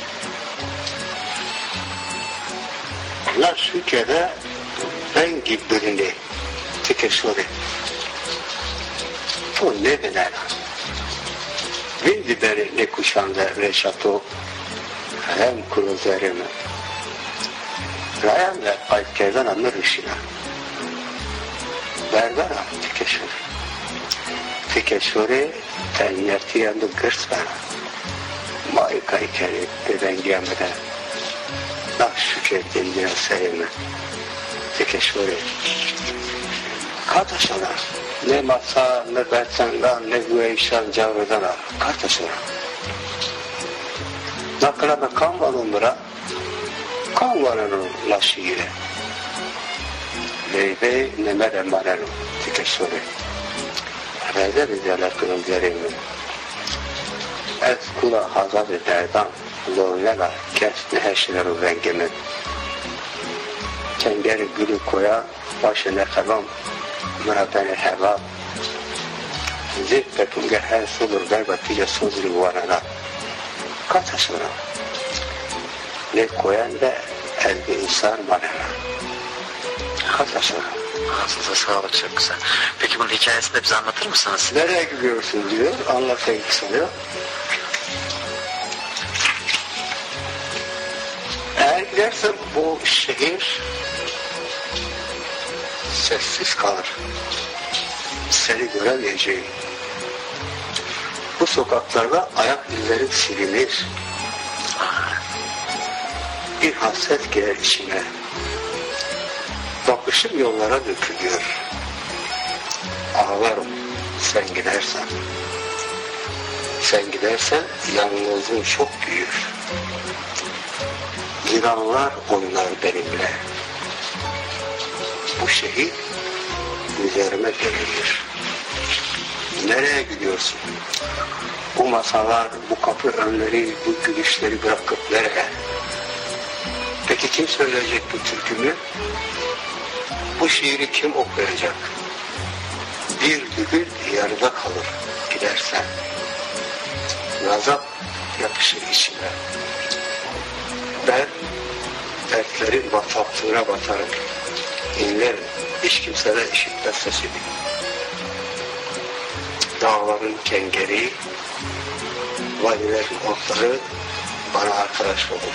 Onlar Türkiye'de ben gibi birini tekesori. Bu ne bedel? Vindi beni ne kuşandı reşato hem kuruzerimi. Rayamla aykerden anlar işine. Berbera tekesori. Tekesori tenyerti yandı gırs bana. Maika ikeri deden gelmeden nak şükrettin diye sevme tekeşveri kardeşler ne masa ne bersengan ne güveyşan cavredana kardeşler naklama kanvanın bıra kanvanın la şiire leybe nemere marenu tekeşveri reyde rizeler kılın derimi Eskura hazar ederden zorlara kes neheşleri rengimi. Tengeri gülü koya başına kalan mürabeni heva. Zirpetunge her solur verbatiyle sözlü varana. Kaç sonra ne koyan da elde insan bana. Kaç sonra. Ağzınıza sağlık çok güzel. Peki bunun hikayesini de bize anlatır mısınız? Nereye gidiyorsun diyor. Anlatayım kısaca. Eğer gidersen bu şehir sessiz kalır. seni göremeyeceğim. Bu sokaklarda ayak izlerin silinir. Bir hasret girer içime. Bakışım yollara dökülüyor. Ağlarım sen gidersen. Sen gidersen yalnızlığım çok büyür. Yılanlar oynar benimle. Bu şehir üzerime gelir. Nereye gidiyorsun? Bu masalar, bu kapı önleri, bu gülüşleri bırakıp nereye? Peki kim söyleyecek bu türkümü? Bu şiiri kim okuyacak? Bir bülbül yarıda kalır gidersen. Nazap yapışır içine. Ben dertlerin bataklığına batarım. İnlerim. Hiç kimse de işitmez sesimi. Dağların kengeri, vadilerin otları bana arkadaş olur.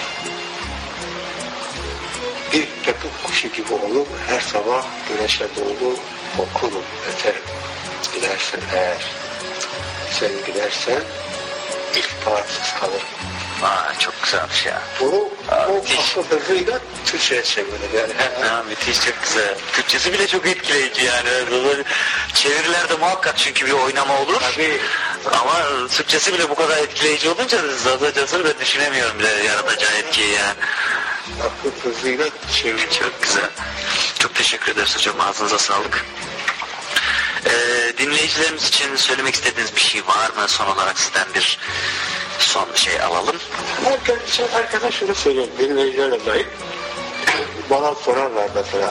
Bir köpük kuşu gibi olur, her sabah güneşe doğru okurum, öterim. Gidersen eğer, sen gidersen ihbaratsız kalırım. Çok güzelmiş ya. Bunu o akıl hızıyla Türkçe'ye çevirdim yani. Müthiş, çok güzel. Türkçesi bile çok etkileyici yani. Çevirilerde muhakkak çünkü bir oynama olur. Tabii. Ama Türkçesi bile bu kadar etkileyici olunca Zadacasını ben düşünemiyorum bile yaratacağı etkiyi yani. Akıl hızıyla çevirdim. Çok güzel. Çok teşekkür ederiz hocam. Ağzınıza sağlık. Dinleyicilerimiz için söylemek istediğiniz bir şey var mı? Son olarak sizden bir son şey alalım. Arkadaş şunu söyleyeyim. Dinleyicilerle dair bana sorarlar mesela.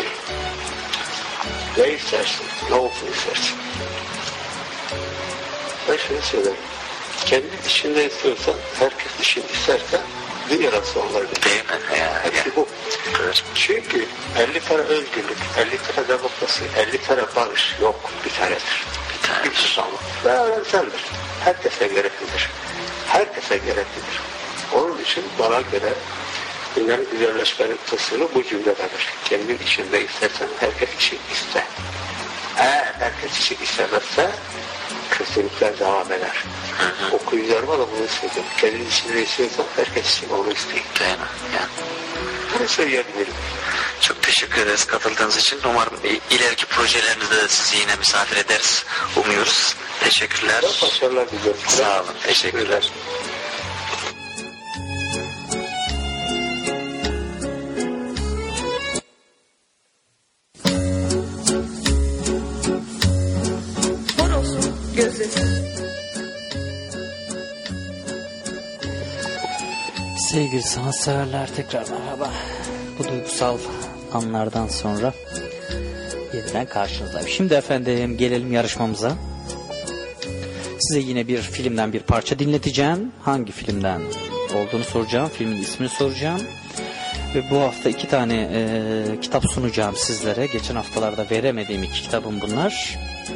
Ne istersin? Ne olsun istersin? Ben şunu söyleyeyim. Kendi içinde istiyorsan, herkes için isterse bir yarası onlar değil mi? Hepsi bu. Çünkü 50 tane özgürlük, 50 tane demokrasi, 50 tane barış yok. Bir tanedir. Bir tutanlık. Ve öğrenseldir. Herkese gereklidir. Herkese gereklidir. Onun için bana göre dünyanın güzelleşmenin tısını bu cümlededir. Kendin içinde istersen herkes için iste. Eğer herkes için istemezse kötülükler devam eder. Okuyucularıma da bunu söylüyorum. Kendin içinde istiyorsan herkes için onu isteyin. Değil mi? Yani. Bunu söyleyebilirim. Çok teşekkür ederiz katıldığınız için. Umarım ileriki projelerinizde de sizi yine misafir ederiz. Umuyoruz. Teşekkürler. Başarılar diliyorum. Sağ olun. Teşekkürler. Sevgili sanatseverler, tekrar merhaba. Bu duygusal anlardan sonra yeniden karşınızdayım. Şimdi efendim gelelim yarışmamıza. Size yine bir filmden bir parça dinleteceğim. Hangi filmden olduğunu soracağım. Filmin ismini soracağım. Ve bu hafta 2 tane kitap sunacağım sizlere. Geçen haftalarda veremediğim 2 kitabım bunlar.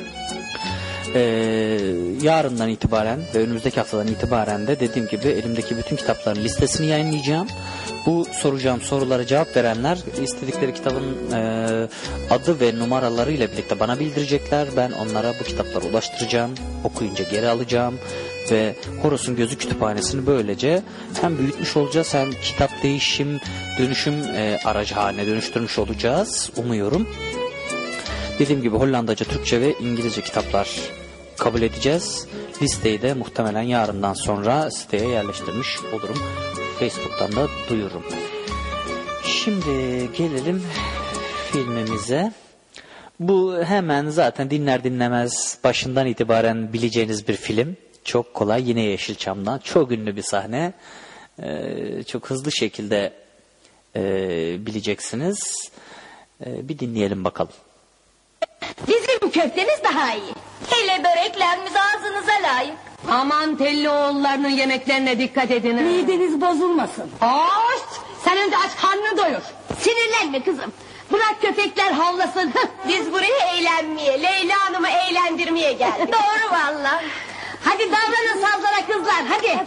Yarından itibaren ve önümüzdeki haftadan itibaren de dediğim gibi elimdeki bütün kitapların listesini yayınlayacağım. Bu soracağım sorulara cevap verenler istedikleri kitabın adı ve numaralarıyla birlikte bana bildirecekler. Ben onlara bu kitapları ulaştıracağım. Okuyunca geri alacağım. Ve Horos'un Gözü Kütüphanesi'ni böylece hem büyütmüş olacağız hem kitap dönüşüm aracı haline dönüştürmüş olacağız. Umuyorum. Dediğim gibi Hollandaca, Türkçe ve İngilizce kitaplar kabul edeceğiz. Listeyi de muhtemelen yarından sonra siteye yerleştirmiş olurum. Facebook'tan da duyururum. Şimdi gelelim filmimize. Bu hemen zaten dinler dinlemez başından itibaren bileceğiniz bir film. Çok kolay, yine Yeşilçam'dan. Çok ünlü bir sahne. Çok hızlı şekilde bileceksiniz. Bir dinleyelim bakalım. Bizim köftemiz daha iyi. Hele böreklerimiz ağzınıza layık. Aman Tellioğullarının yemeklerine dikkat edin. Mideniz bozulmasın. Hoş! Sen önce aç karnını doyur. Sinirlenme kızım. Bırak köpekler havlasın. Biz buraya eğlenmeye, Leyla Hanım'ı eğlendirmeye geldik. Doğru valla. Hadi davranın sazlara kızlar, hadi.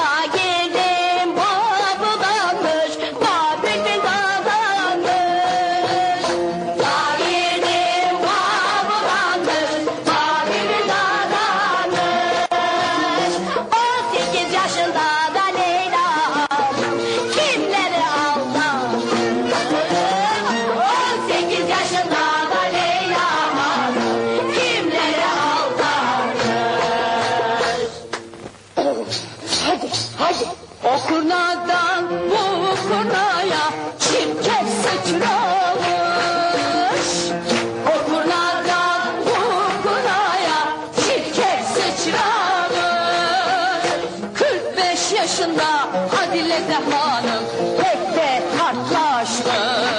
Geldim, budanmış, bütün dağdanmış. Fazilete hanım pek de kartlaşmış.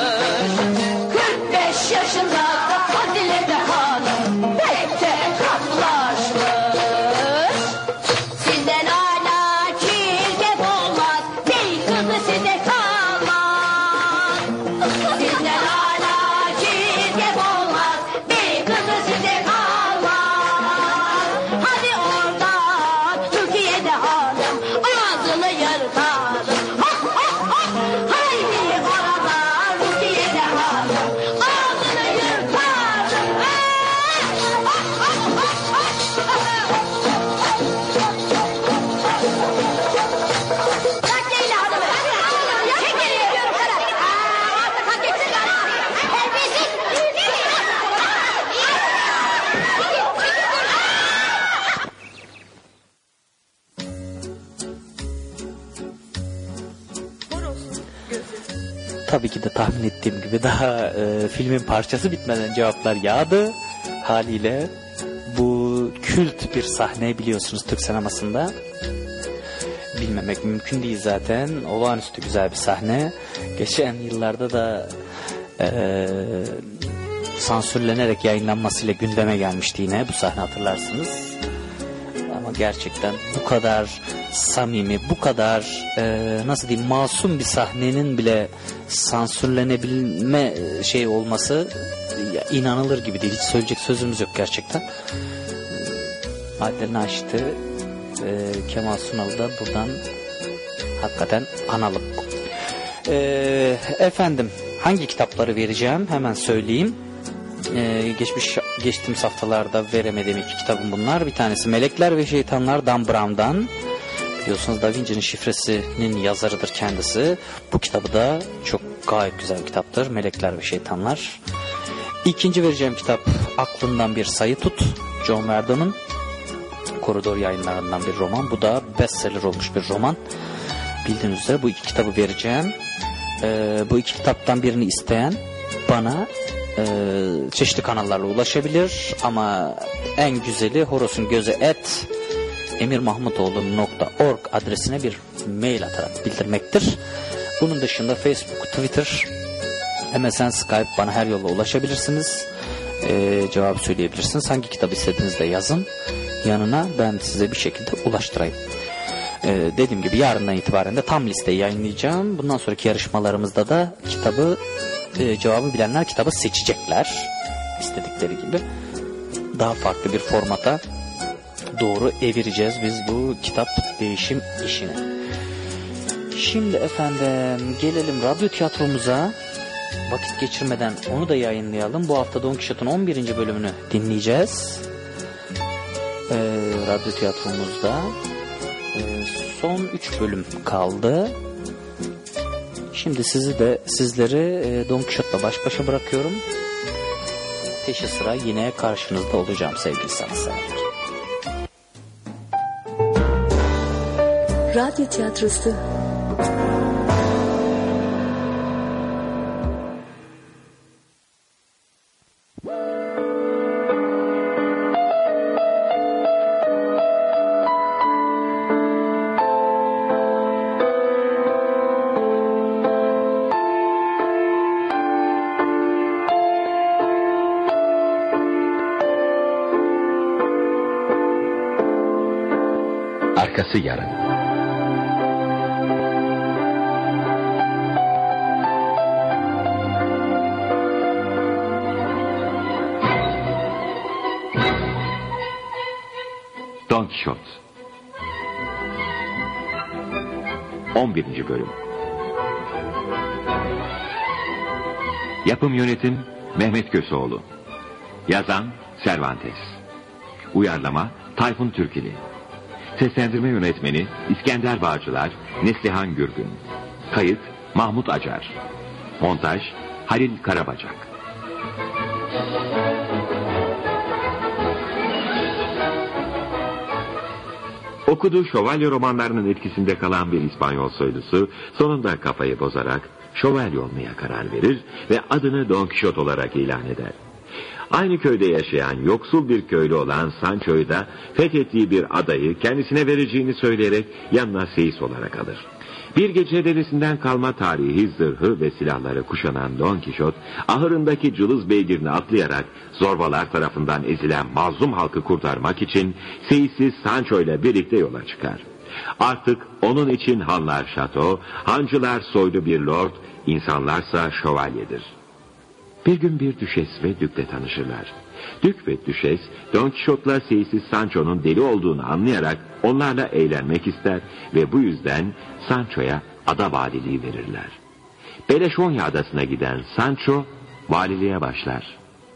45 yaşında Fazilete hanım pek de kartlaşmış. Sizden hala çirkef olmaz, bey kızı size kalmaz. Sizden hala çirkef olmaz, bey kızı size kalmaz. Hadi oradan Türkiye'de hanım ağzını yırtarım. Haydi oradan Türkiye'de hanım ağzını yırtarım. Bak Leyla hanım, çekil diyorum sana. Artık hak etsin bana. Terbiyesiz. Tabii ki de tahmin ettiğim gibi daha filmin parçası bitmeden cevaplar yağdı. Haliyle bu kült bir sahne, biliyorsunuz Türk sinemasında. Bilmemek mümkün değil zaten. Olağanüstü güzel bir sahne. Geçen yıllarda da sansürlenerek yayınlanmasıyla gündeme gelmişti yine bu sahne, hatırlarsınız. Ama gerçekten bu kadar samimi, bu kadar nasıl diyeyim, masum bir sahnenin bile sansürlenebilme şey olması ya, inanılır gibi değil. Hiç söyleyecek sözümüz yok gerçekten. Haddlerini aştı. Kemal Sunal'ı da buradan hakikaten analım. Efendim, hangi kitapları vereceğim hemen söyleyeyim. Geçtiğimiz haftalarda veremediğim 2 kitabım bunlar. Bir tanesi Melekler ve Şeytanlar Dan Brown'dan. Biliyorsunuz Da Vinci'nin Şifresi'nin yazarıdır kendisi. Bu kitabı da çok gayet güzel bir kitaptır. Melekler ve Şeytanlar. İkinci vereceğim kitap Aklından Bir Sayı Tut. John Verdon'un Koridor Yayınlarından bir roman. Bu da bestseller olmuş bir roman. Bildiğiniz üzere bu 2 kitabı vereceğim. Bu 2 kitaptan birini isteyen bana çeşitli kanallarla ulaşabilir. Ama en güzeli horosungözü@emirmahmutoğlu.org adresine bir mail atarak bildirmektir. Bunun dışında Facebook, Twitter, MSN, Skype, bana her yolla ulaşabilirsiniz. Cevabı söyleyebilirsiniz. Hangi kitabı istediğinizde yazın. Yanına ben size bir şekilde ulaştırayım. Dediğim gibi yarından itibaren de tam listeyi yayınlayacağım. Bundan sonraki yarışmalarımızda da kitabı, cevabı bilenler kitabı seçecekler. İstedikleri gibi. Daha farklı bir formata doğru evireceğiz biz bu kitap değişim işini. Şimdi efendim gelelim radyo tiyatromuza. Vakit geçirmeden onu da yayınlayalım. Bu hafta Don Quixote'un 11. bölümünü dinleyeceğiz. Radyo tiyatromuzda son 3 bölüm kaldı. Şimdi sizleri Don Quixote'la baş başa bırakıyorum. Peşi sıra yine karşınızda olacağım sevgili sanatseverler. Radyo tiyatrosu. Arkası yarın. Don Quixote 11. bölüm. Yapım yönetim Mehmet Köseoğlu. Yazan Cervantes. Uyarlama Tayfun Türkili. Seslendirme yönetmeni İskender Bağcılar, Neslihan Gürgün. Kayıt Mahmut Acar. Montaj Halil Karabacak. Okuduğu şövalye romanlarının etkisinde kalan bir İspanyol soylusu sonunda kafayı bozarak şövalye olmaya karar verir ve adını Don Quixote olarak ilan eder. Aynı köyde yaşayan yoksul bir köylü olan Sancho'yu da fethettiği bir adayı kendisine vereceğini söyleyerek yanına seyis olarak alır. Bir gece dedesinden kalma tarihi zırhı ve silahları kuşanan Don Kişot, ahırındaki cılız beygirini atlayarak zorbalar tarafından ezilen mazlum halkı kurtarmak için seyisiz Sancho ile birlikte yola çıkar. Artık onun için hanlar şato, hancılar soylu bir lord, insanlarsa şövalyedir. Bir gün bir düşes ve dükle tanışırlar. Dük ve düşes, Don Kişot'la seyisiz Sancho'nun deli olduğunu anlayarak onlarla eğlenmek ister ve bu yüzden Sancho'ya ada valiliği verirler. Beleşonya adasına giden Sancho, valiliğe başlar.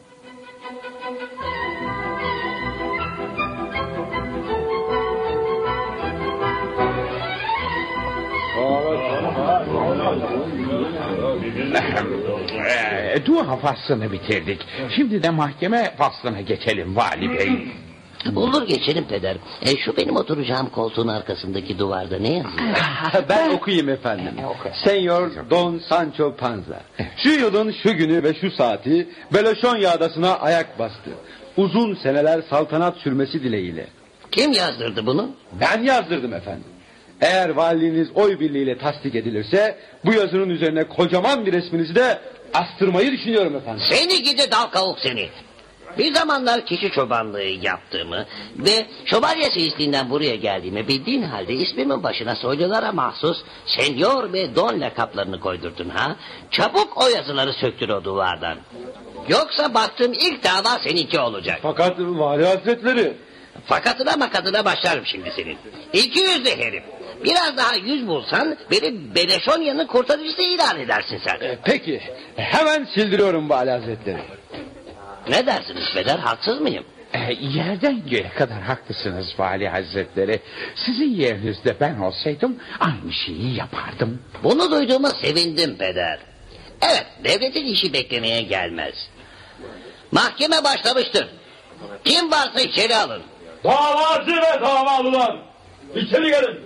Dua faslını bitirdik. Şimdi de mahkeme faslına geçelim Vali Bey. Olur geçelim peder. Şu benim oturacağım koltuğun arkasındaki duvarda ne yazıyor? Ben okuyayım efendim. Senyor Don Sancho Panza. Şu yılın şu günü ve şu saati Beleşonya adasına ayak bastı. Uzun seneler saltanat sürmesi dileğiyle. Kim yazdırdı bunu? Ben yazdırdım efendim. Eğer valiliğiniz oy birliğiyle tasdik edilirse bu yazının üzerine kocaman bir resminizi de astırmayı düşünüyorum efendim. Seni gidi dal kavuk seni. Bir zamanlar keçi çobanlığı yaptığımı ve şövalye seyisliğinden buraya geldiğimi bildiğin halde ismimin başına soylulara mahsus Senyor ve Don lakaplarını koydurdun ha. Çabuk o yazıları söktür o duvardan. Yoksa baktığım ilk dava seninki olacak. Fakat Vali Hazretleri... Fakatına makatına başlarım şimdi senin. 200'lü herif. Biraz daha 100 bulsan beni Beleşonya'nın kurtarıcısı ilan edersin sen. Peki hemen sildiriyorum Vali Hazretleri. Ne dersiniz peder, haksız mıyım? Yerden göğe kadar haklısınız Vali Hazretleri. Sizin yerinizde ben olsaydım aynı şeyi yapardım. Bunu duyduğuma sevindim peder. Evet, devletin işi beklemeye gelmez. Mahkeme başlamıştır. Kim varsa içeri alın. Davacı ve davalılar içeri gelin.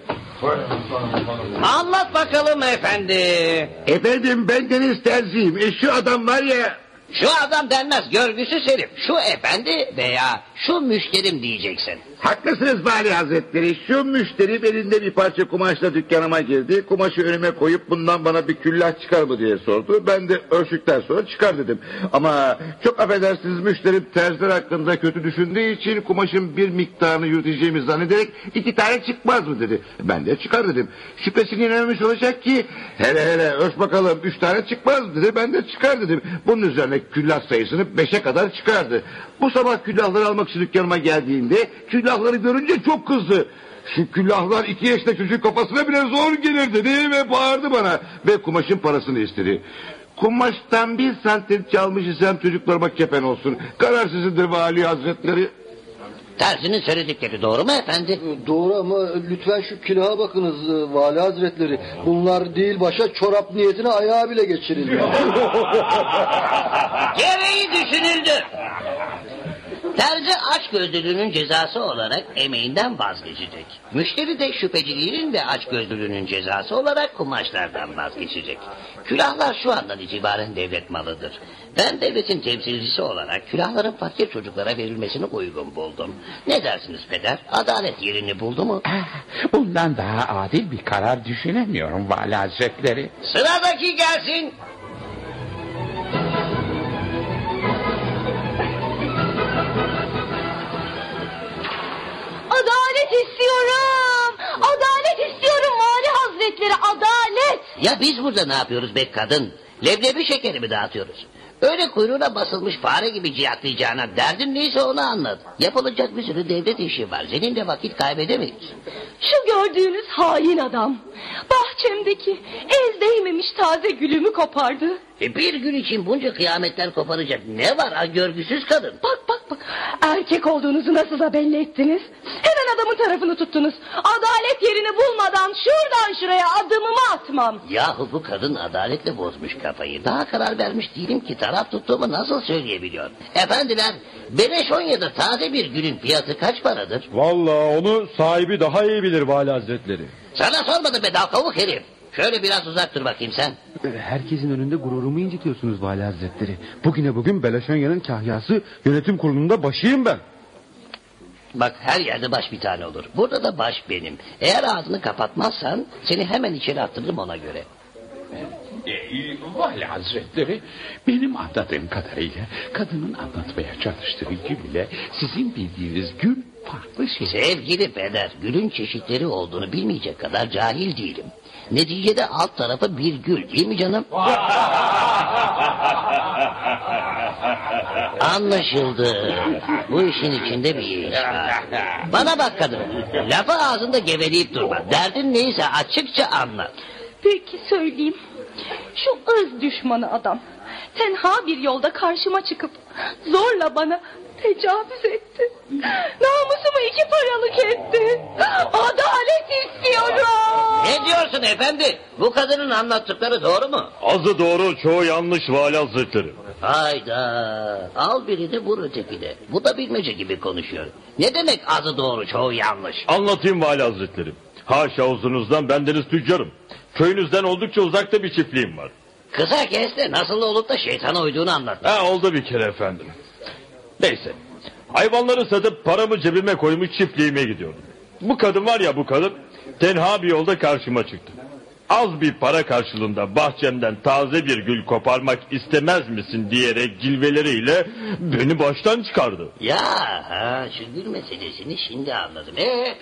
Anlat bakalım efendi. Efendim ben Deniz Terziyim. Şu adam var ya... Şu adam denmez, görgüsüz herif. Şu efendi veya şu müşterim diyeceksin. Haklısınız Vali Hazretleri. Şu müşteri elinde bir parça kumaşla dükkanıma girdi. Kumaşı önüme koyup bundan bana bir küllah çıkar mı diye sordu. Ben de ölçtükten sonra çıkar dedim. Ama çok affedersiniz müşterim terziler hakkında kötü düşündüğü için kumaşın bir miktarını yürüteceğimi zannederek 2 tane çıkmaz mı dedi. Ben de çıkar dedim. Şüphesini yenememiş olacak ki hele ölç bakalım 3 tane çıkmaz mı dedi. Ben de çıkar dedim. Bunun üzerine küllah sayısını 5'e kadar çıkardı. Bu sabah küllahları almak için dükkanıma geldiğinde küllahları görünce çok kızdı. Şu küllahlar 2 yaşında çocuk kafasına bile zor gelir dedi ve bağırdı bana ve kumaşın parasını istedi. Kumaştan 1 santim çalmış isem çocuklarıma kefen olsun. Karar sizindir Vali Hazretleri. Tersinin söyledikleri doğru mu efendi? Doğru ama lütfen şu külaha bakınız Vali Hazretleri. Bunlar değil başa çorap niyetine ayağı bile geçirildi. Gereği düşünüldü. Terzi açgözlülüğünün cezası olarak emeğinden vazgeçecek. Müşteri de şüpheciliğinin ve açgözlülüğünün cezası olarak kumaşlardan vazgeçecek. Külahlar şu andan itibaren devlet malıdır. Ben devletin temsilcisi olarak külahların fakir çocuklara verilmesini uygun buldum. Ne dersiniz peder? Adalet yerini buldu mu? Bundan daha adil bir karar düşünemiyorum Vali Hazretleri. Sıradaki gelsin. Adalet istiyorum. Adalet istiyorum Vali Hazretleri, adalet. Ya biz burada ne yapıyoruz be kadın? Leblebi şekeri mi dağıtıyoruz? Öyle kuyruğuna basılmış fare gibi ciyaklayacağına derdin neyse onu anlat. Yapılacak bir sürü devlet işi var. Seninle vakit kaybedemeyiz. Şu gördüğünüz hain adam bahçemdeki el değmemiş taze gülümü kopardı. Bir gün için bunca kıyametler koparacak ne var ha görgüsüz kadın? Bak erkek olduğunuzu nasıl da belli ettiniz. Hemen adamın tarafını tuttunuz. Adalet yerini bulmadan şuradan şuraya adımımı atmam. Yahu bu kadın adaletle bozmuş kafayı. Daha karar vermiş değilim ki taraf tuttuğumu nasıl söyleyebiliyor? Efendiler, Beleşonya'da taze bir gülün fiyatı kaç paradır? Vallahi onu sahibi daha iyi bilir Vali Hazretleri. Sana sormadım be dalkavuk herif. Şöyle biraz uzak dur bakayım sen. Herkesin önünde gururumu incitiyorsunuz Vali Hazretleri. Bugün Beleşonya'nın kahyası yönetim kurulunda başıyım ben. Bak her yerde baş bir tane olur. Burada da baş benim. Eğer ağzını kapatmazsan seni hemen içeri attırırım ona göre. Vali Hazretleri, benim anladığım kadarıyla kadının anlatmaya çalıştığı gül ile sizin bildiğiniz gül farklı şey. Sevgili peder, gülün çeşitleri olduğunu bilmeyecek kadar cahil değilim. Neticede alt tarafı bir gül değil mi canım? Anlaşıldı. Bu işin içinde bir iş var. Bana bak kadın, lafı ağzında geveleyip durma. Derdin neyse açıkça anlat. Peki söyleyeyim. Şu ırz düşmanı adam tenha bir yolda karşıma çıkıp zorla bana tecavüz etti. Namusumu 2 paralık etti. Adalet istiyorum. Ne diyorsun efendi? Bu kadının anlattıkları doğru mu? Azı doğru, çoğu yanlış Vali Hazretleri. Hayda. Al birini vur ötekine. Bu da bilmece gibi konuşuyor. Ne demek azı doğru çoğu yanlış? Anlatayım Vali Hazretleri. Haşa uzunuzdan bendeniz tüccarım. Köyünüzden oldukça uzakta bir çiftliğim var. Kısa kes de nasıl olup da şeytana uyduğunu anlat. Oldu bir kere efendim. Neyse. Hayvanları satıp paramı cebime koymuş çiftliğime gidiyordum. Bu kadın var ya, bu kadın tenha bir yolda karşıma çıktı. Az bir para karşılığında bahçemden taze bir gül koparmak istemez misin diyerek cilveleriyle beni baştan çıkardı. Ya şu gül meselesini şimdi anladım.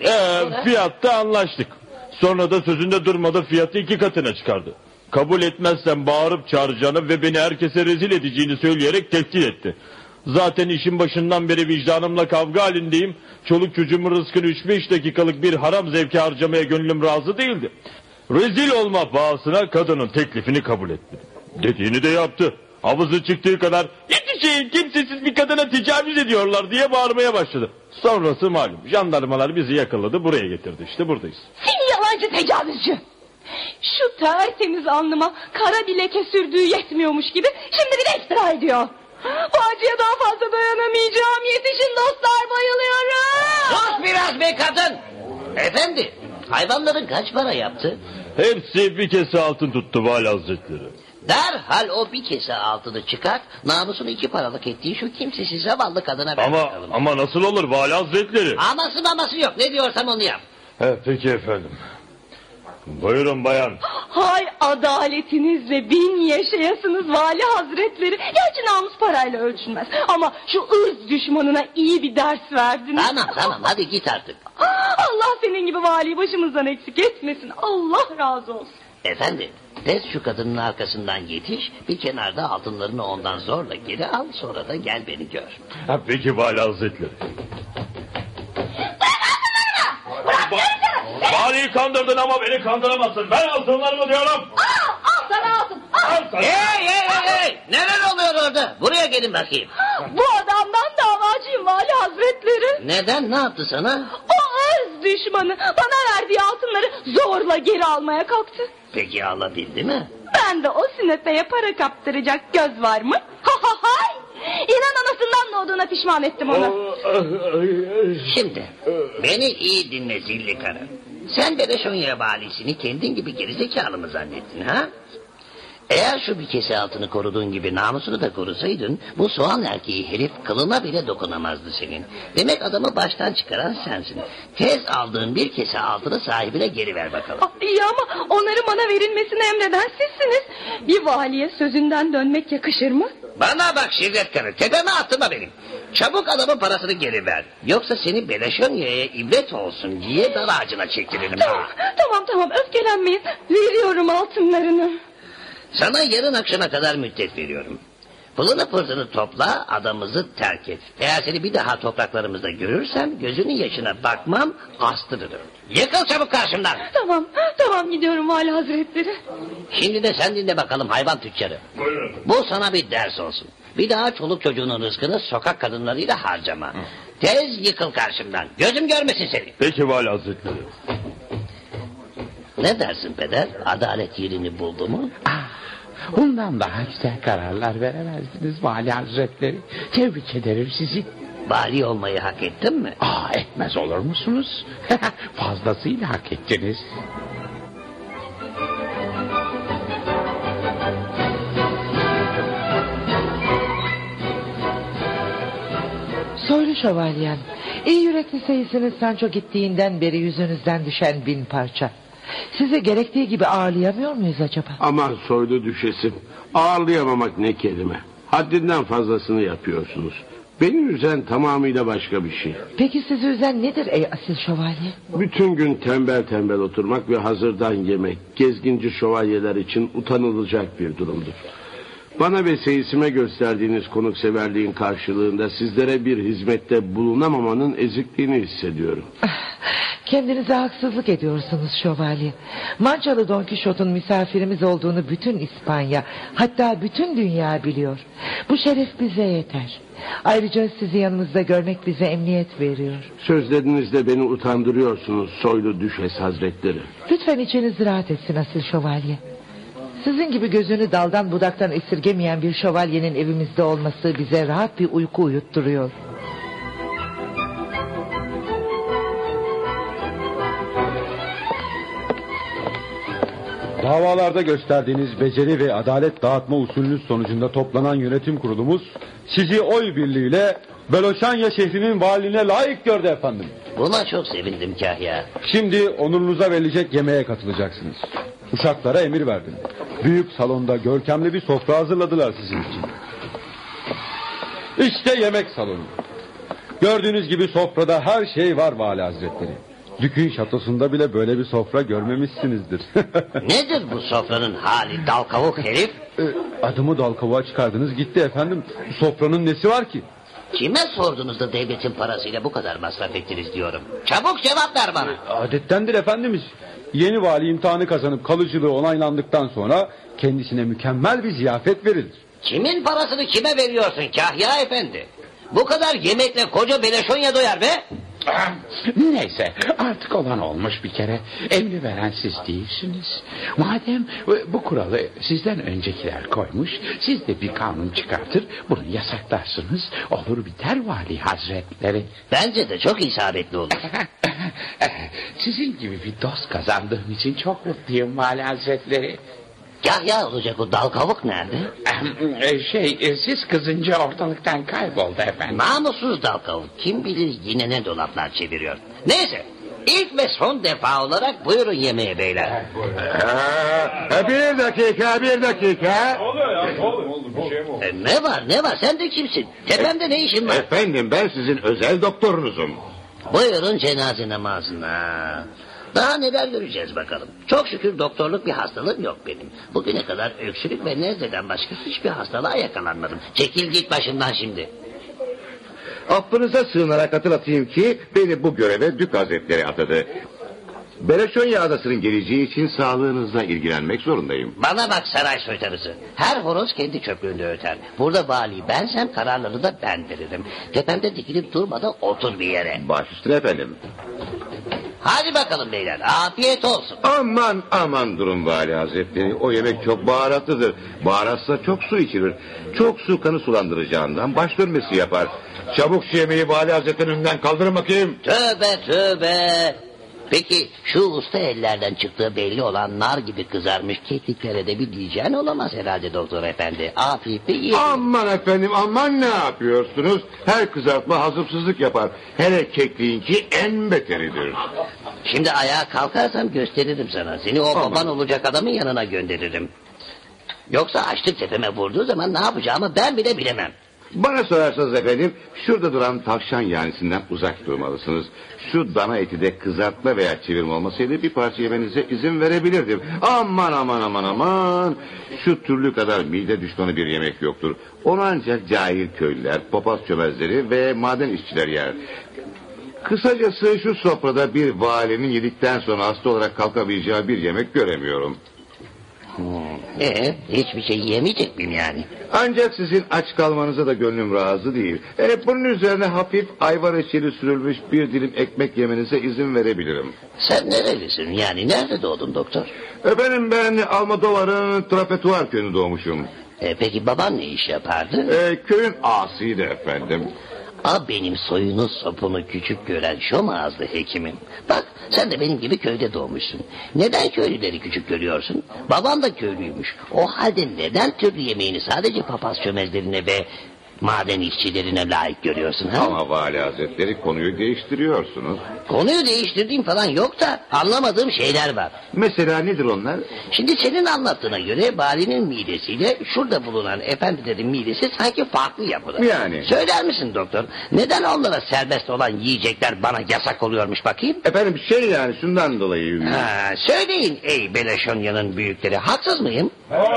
Fiyatta anlaştık. Sonra da sözünde durmadı, fiyatı 2 katına çıkardı. Kabul etmezsen bağırıp çağıracağını ve beni herkese rezil edeceğini söyleyerek tehdit etti. Zaten işin başından beri vicdanımla kavga halindeyim. Çoluk çocuğumun rızkını 3-5 dakikalık bir haram zevki harcamaya gönlüm razı değildi. Rezil olma pahasına kadının teklifini kabul etti. Dediğini de yaptı. Havuzu çıktığı kadar yetişin, kimsesiz bir kadına tecavüz ediyorlar diye bağırmaya başladı. Sonrası malum, jandarmalar bizi yakaladı, buraya getirdi, işte buradayız. Seni yalancı tecavüzcü. Şu tertemiz alnıma kara bir leke sürdüğü yetmiyormuş gibi şimdi bir de iftira ediyor. Bu acıya daha fazla dayanamayacağım. Yetişin dostlar, bayılıyorum. Sus biraz be kadın. Efendi, hayvanların kaç para yaptı? Hepsi bir kese altın tuttu Vali Hazretleri. Derhal o bir kese altını çıkart, namusunu 2 paralık ettiği şu kimsesiz zavallı kadına ver bakalım. Ama nasıl olur Vali Hazretleri? Aması yok, ne diyorsam onu yap. Peki efendim. Buyurun bayan. Hay adaletinizle 1000 yaşayasınız Vali Hazretleri. Gerçi namus parayla ölçülmez. Ama şu ırz düşmanına iyi bir ders verdiniz. Tamam hadi git artık. Allah senin gibi valiyi başımızdan eksik etmesin. Allah razı olsun. Efendi, tez şu kadının arkasından yetiş, bir kenarda altınlarını ondan zorla geri al, sonra da gel beni gör. Peki Vali Hazretleri. Valiyi kandırdın ama beni kandıramazsın. Ben altınlarımı diyorum. Al sana altın. Hey! Neler oluyor orada? Buraya gelin bakayım. Bu adamdan davacıyım Vali Hazretleri. Neden? Ne yaptı sana? O ırz düşmanı bana verdiği altınları zorla geri almaya kalktı. Peki alabildi mi? Ben de o süneteye para kaptıracak göz var mı? Hay! İnan anasından doğduğuna pişman ettim onu. Şimdi beni iyi dinle zilli karı. Sen Bereşonya valisini kendin gibi gerizekalı mı zannettin ha? Eğer şu bir kese altını koruduğun gibi namusunu da korusaydın, bu soğan erkeği herif kılına bile dokunamazdı senin. Demek adamı baştan çıkaran sensin. Tez aldığın bir kese altını sahibine geri ver bakalım. İyi ama onların bana verilmesini emreden sizsiniz. Bir valiye sözünden dönmek yakışır mı? Bana bak şirret karı, tepeme attırma benim. Çabuk adamın parasını geri ver. Yoksa seni Bereşonya'ya ibret olsun diye dar ağacına çektiririm. Tamam öfkelenmeyin. Veriyorum altınlarını. Sana yarın akşama kadar müddet veriyorum. Pılını pırtını topla, adamımızı terk et. Eğer seni bir daha topraklarımızda görürsem gözünün yaşına bakmam, astırırım. Yıkıl çabuk karşımdan. Tamam gidiyorum Vali Hazretleri. Şimdi de sen dinle bakalım hayvan tüccarı. Buyurun. Bu sana bir ders olsun. Bir daha çoluk çocuğunun rızkını sokak kadınlarıyla harcama. Tez yıkıl karşımdan. Gözüm görmesin seni. Peki Vali Hazretleri. Ne dersin peder? Adalet yerini buldu mu? Bundan daha güzel kararlar veremezdiniz Vali Hazretleri. Tebrik ederim sizi. Vali olmayı hak ettin mi? Etmez olur musunuz? Fazlasıyla hak ettiniz. Soylu şövalyem, İyi yürekli seyisiniz Sancho gittiğinden beri yüzünüzden düşen 1000 parça. Sizi gerektiği gibi ağırlayamıyor muyuz acaba? Aman soylu düşesim. Ağırlayamamak ne kelime. Haddinden fazlasını yapıyorsunuz. Beni üzen tamamıyla başka bir şey. Peki sizi üzen nedir ey asil şövalye? Bütün gün tembel tembel oturmak ve hazırdan yemek gezginci şövalyeler için utanılacak bir durumdur. Bana ve seyisime gösterdiğiniz konukseverliğin karşılığında sizlere bir hizmette bulunamamanın ezikliğini hissediyorum. Kendinize haksızlık ediyorsunuz şövalye. Mançalı Don Kişot'un misafirimiz olduğunu bütün İspanya, hatta bütün dünya biliyor. Bu şeref bize yeter. Ayrıca sizi yanımızda görmek bize emniyet veriyor. Sözlerinizle beni utandırıyorsunuz soylu düşes hazretleri. Lütfen içiniz rahat etsin asil şövalye. Sizin gibi gözünü daldan budaktan esirgemeyen bir şövalyenin evimizde olması bize rahat bir uyku uyutturuyor. Davalarda gösterdiğiniz beceri ve adalet dağıtma usulünüz sonucunda toplanan yönetim kurulumuz sizi oy birliğiyle Beloşanya şehrinin valiliğine layık gördü efendim. Buna çok sevindim Kahya. Şimdi onurunuza verilecek yemeğe katılacaksınız. Uşaklara emir verdim. Büyük salonda görkemli bir sofra hazırladılar sizin için. İşte yemek salonu. Gördüğünüz gibi sofrada her şey var Vali Hazretleri. Dükün şatosunda bile böyle bir sofra görmemişsinizdir. Nedir bu sofranın hali dal kavuk herif? Adımı dal kavuğa çıkardınız gitti efendim. Sofranın nesi var ki? Kime sordunuz da devletin parasıyla bu kadar masraf ettiniz diyorum. Çabuk cevap ver bana. Adettendir efendimiz. Yeni vali imtihanı kazanıp kalıcılığı onaylandıktan sonra kendisine mükemmel bir ziyafet verilir. Kimin parasını kime veriyorsun Kahya efendi? Bu kadar yemekle koca Beleşonya doyar be. Neyse artık olan olmuş bir kere. Emri veren siz değilsiniz. Madem bu kuralı sizden öncekiler koymuş, siz de bir kanun çıkartır bunu yasaklarsınız. Olur biter Vali Hazretleri. Bence de çok isabetli olur. Sizin gibi bir dost kazandığım için çok mutluyum Vali Hazretleri. Kahya olacak o dal kavuk nerede? Siz kızınca ortalıktan kayboldu efendim. Namussuz dal kavuk kim bilir yine ne dolaplar çeviriyor. Neyse ilk ve son defa olarak buyurun yemeğe beyler. Bir dakika. Ne var sen de kimsin? Tepemde ne işin var? Efendim ben sizin özel doktorunuzum. Buyurun cenaze namazına. Daha neler göreceğiz bakalım. Çok şükür doktorluk bir hastalığım yok benim. Bugüne kadar öksürük ve nezleden başka hiçbir hastalığa yakalanmadım. Çekil git başımdan şimdi. Affınıza sığınarak hatırlatayım ki beni bu göreve Dük Hazretleri atadı. Beleşonya adasının geleceği için sağlığınızla ilgilenmek zorundayım. Bana bak saray soytarısı. Her horoz kendi çöplüğünde öter. Burada vali bensem kararları da ben veririm. Tepemde dikilip durmadan otur bir yere. Baş üstüne efendim. Hadi bakalım beyler afiyet olsun. Aman durun Vali Hazretleri. O yemek çok baharatlıdır. Baharatsa çok su içirir. Çok su kanı sulandıracağından baş dönmesi yapar. Çabuk şu yemeği Vali Hazretleri'nin önünden kaldırın bakayım. Tövbe. Peki şu usta ellerden çıktığı belli olan nar gibi kızarmış kekliklere de bir diyeceğin olamaz herhalde doktor efendi. Afiyetle yiyelim. Aman efendim ne yapıyorsunuz? Her kızartma hazımsızlık yapar. Hele kekliğinki en beteridir. Şimdi ayağa kalkarsam gösteririm sana. Seni o baban olacak adamın yanına gönderirim. Yoksa açlık tepeme vurduğu zaman ne yapacağımı ben bile bilemem. Bana sorarsanız efendim şurada duran tavşan yanisinden uzak durmalısınız. Şu dana eti de kızartma veya çevirme olmasaydı bir parça yemenize izin verebilirdim. Aman. Şu türlü kadar mide düşmanı bir yemek yoktur. Onu ancak cahil köylüler, papaz çömezleri ve maden işçiler yer. Kısacası şu sofrada bir valinin yedikten sonra hasta olarak kalkamayacağı bir yemek göremiyorum. Hiçbir şey yemeyecek miyim yani? Ancak sizin aç kalmanıza da gönlüm razı değil. Bunun üzerine hafif ayvar reçeli sürülmüş bir dilim ekmek yemenize izin verebilirim. Sen nerelisin yani nerede doğdun doktor? Efendim ben Almodovar'ın Trapetuar köyünde doğmuşum. Peki baban ne iş yapardı? Köyün ağasıydı efendim. Benim soyunu sopunu küçük gören şom ağızlı hekimim. Bak sen de benim gibi köyde doğmuşsun. Neden köylüleri küçük görüyorsun? Babam da köylüymüş. O halde neden türlü yemeğini sadece papaz çömezlerine ve Maden işçilerine layık görüyorsun ha? Ama Vali Hazretleri konuyu değiştiriyorsunuz. Konuyu değiştirdiğim falan yok da anlamadığım şeyler var. Mesela nedir onlar? Şimdi senin anlattığına göre valinin midesiyle şurada bulunan efendilerin midesi sanki farklı yapıda. Yani? Söyler misin doktor? Neden onlara serbest olan yiyecekler bana yasak oluyormuş bakayım? Efendim yani şundan dolayı. Ha, söyleyin ey Beleşonya'nın büyükleri, haksız mıyım?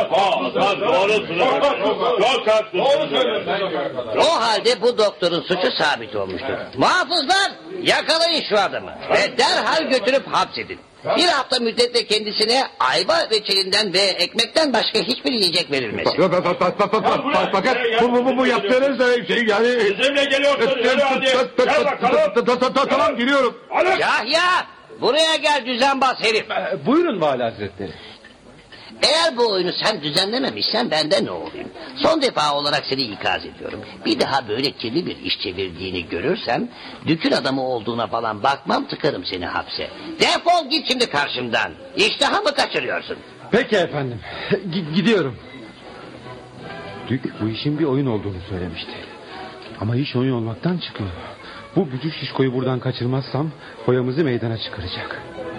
O halde bu doktorun suçu sabit olmuştur. Muhafızlar, yakalayın şu adamı ve derhal götürüp hapsedin. Bir hafta müddetle kendisine ayva reçelinden ve ekmekten başka hiçbir yiyecek verilmesin. Fakat bu yaptığınız şey yani... Bizimle geliyorsunuz, yürü hadi. Gel bakalım. Tamam geliyorum. Yahya, buraya gel düzenbaz herif. Buyurun Vali Hazretleri. Eğer bu oyunu sen düzenlememişsen benden ne olayım? Son defa olarak seni ikaz ediyorum. Bir daha böyle kirli bir iş çevirdiğini görürsem... ...dükün adamı olduğuna falan bakmam, tıkarım seni hapse. Defol git şimdi karşımdan. İştahımı kaçırıyorsun. Peki efendim. Gidiyorum. Dük bu işin bir oyun olduğunu söylemişti. Ama iş oyun olmaktan çıkıyor. Bu bücür şişkoyu buradan kaçırmazsam... ...foyamızı meydana çıkaracak.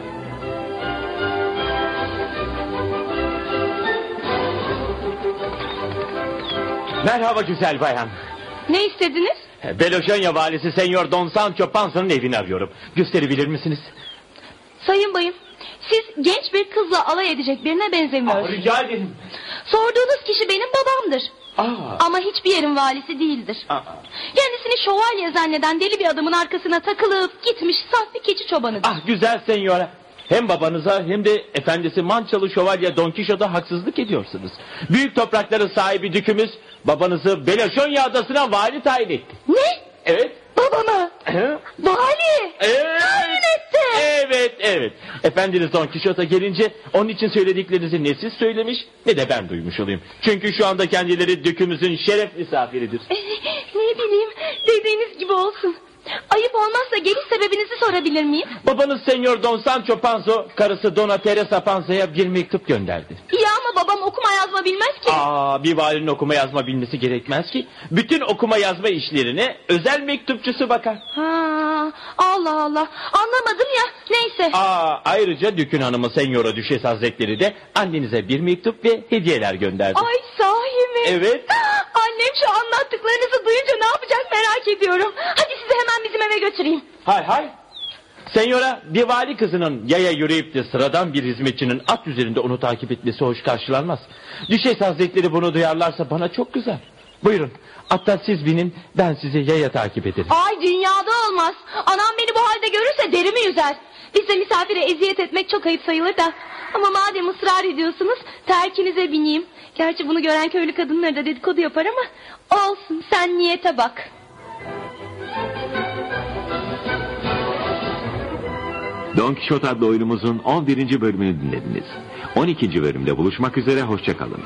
Merhaba güzel bayan. Ne istediniz? Beloşanya valisi Senyor Don Sancho Panza'nın evini arıyorum. Gösterebilir misiniz? Sayın bayım, siz genç bir kızla alay edecek birine benzemiyorsunuz. Rica ederim. Sorduğunuz kişi benim babamdır. Ama hiçbir yerin valisi değildir. Kendisini şövalye zanneden deli bir adamın arkasına takılıp gitmiş saf bir keçi çobanıdır. Güzel senyora. Hem babanıza hem de efendisi Mançalı Şövalye Don Kişot'a haksızlık ediyorsunuz. Büyük toprakların sahibi dükümüz babanızı Beloşonya adasına vali tayin etti. Ne? Evet. Babama? Vali? Evet. Tayin etti. Evet. Efendiniz Don Kişot'a gelince onun için söylediklerinizi ne siz söylemiş ne de ben duymuş olayım. Çünkü şu anda kendileri dükümüzün şeref misafiridir. Ne bileyim, dediğiniz gibi olsun. Ayıp olmazsa geliş sebebinizi sorabilir miyim? Babanız Senyor Don Sancho Panzo karısı Dona Teresa Panza'ya bir mektup gönderdi. İyi ama babam okuma yazma bilmez ki. Bir valinin okuma yazma bilmesi gerekmez ki. Bütün okuma yazma işlerine özel mektupçusu bakar. Allah Allah, anlamadım ya, neyse. Ayrıca Dükün Hanımı Senyora Düşes Hazretleri de annenize bir mektup ve hediyeler gönderdi. Ay sahi mi? Evet. Annem şu anlattıklarınızı duyunca ne yapacak merak ediyorum. Hadi sizi hemen bizim eve götüreyim. Hay. Senyora, bir vali kızının yaya yürüyüp de sıradan bir hizmetçinin at üzerinde onu takip etmesi hoş karşılanmaz. Düşes Hazretleri bunu duyarlarsa bana çok güzel. Buyurun, hatta siz binin, ben sizi yaya takip ederim. Ay dünyada olmaz. Anam beni bu halde görürse derimi yüzer. Bize misafire eziyet etmek çok ayıp sayılır da. Ama madem ısrar ediyorsunuz, terkinize bineyim. Gerçi bunu gören köylü kadınları da dedikodu yapar ama... olsun, sen niyete bak. Don Kişot adlı oyunumuzun 11. bölümünü dinlediniz. 12. bölümde buluşmak üzere, hoşça kalın.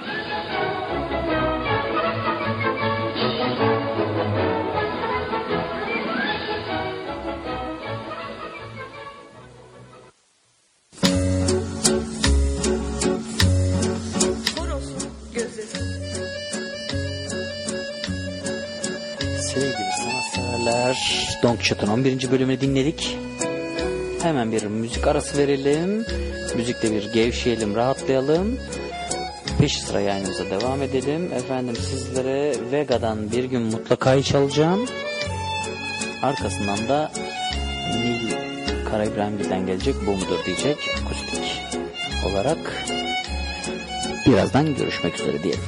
Sevgili sanatseverler, Don Kişot'un 11. bölümünü dinledik. Hemen bir müzik arası verelim. Müzikle bir gevşeyelim, rahatlayalım. Peş sıra yayınımıza devam edelim. Efendim sizlere Vega'dan Bir Gün Mutlaka'yı çalacağım. Arkasından da Nil Karaİbrahimgil'den gelecek Bu Mudur diyecek akustik olarak. Birazdan görüşmek üzere diyelim.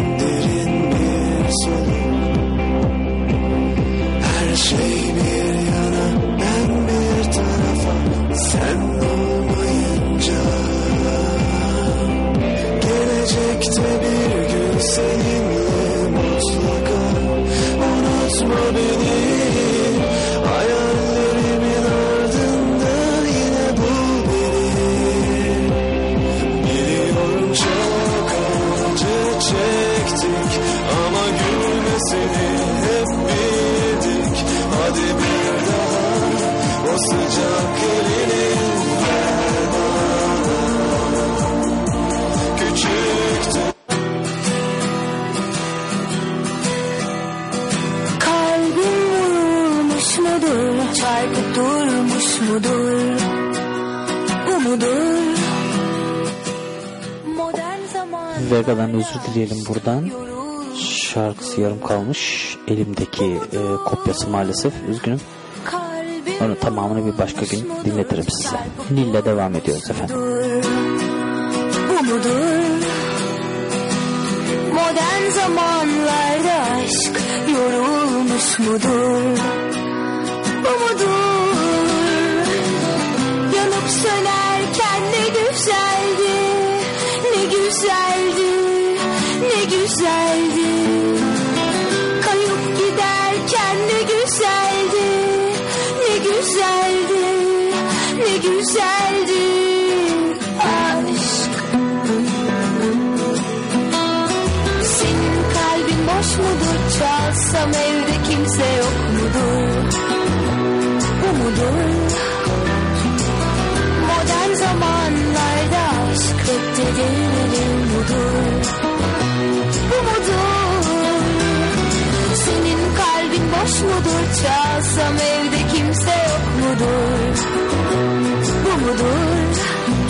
Her şey bir Vega'dan özür dileyelim buradan. Şarkısı yarım kalmış. Elimdeki kopyası maalesef. Üzgünüm. Onun tamamını bir başka gün dinletirim size. Nil'le devam ediyoruz efendim. Bu mudur? Modern zamanlarda aşk yorulmuş mudur? Bu mudur? Yanıp sönerken ne güzeldi, ne güzeldi, ne güzeldi. Kayıp giderken ne güzeldi, ne güzeldi, ne güzeldi. Aşk. Senin kalbin boş mudur? Çalsam evde kimse yok mudur? Bu mudur? Modern zamanlarda aşk reddedilir mudur? Bu mudur? Senin kalbin boş mudur? Çalsam evde kimse yok mudur? Bu mudur?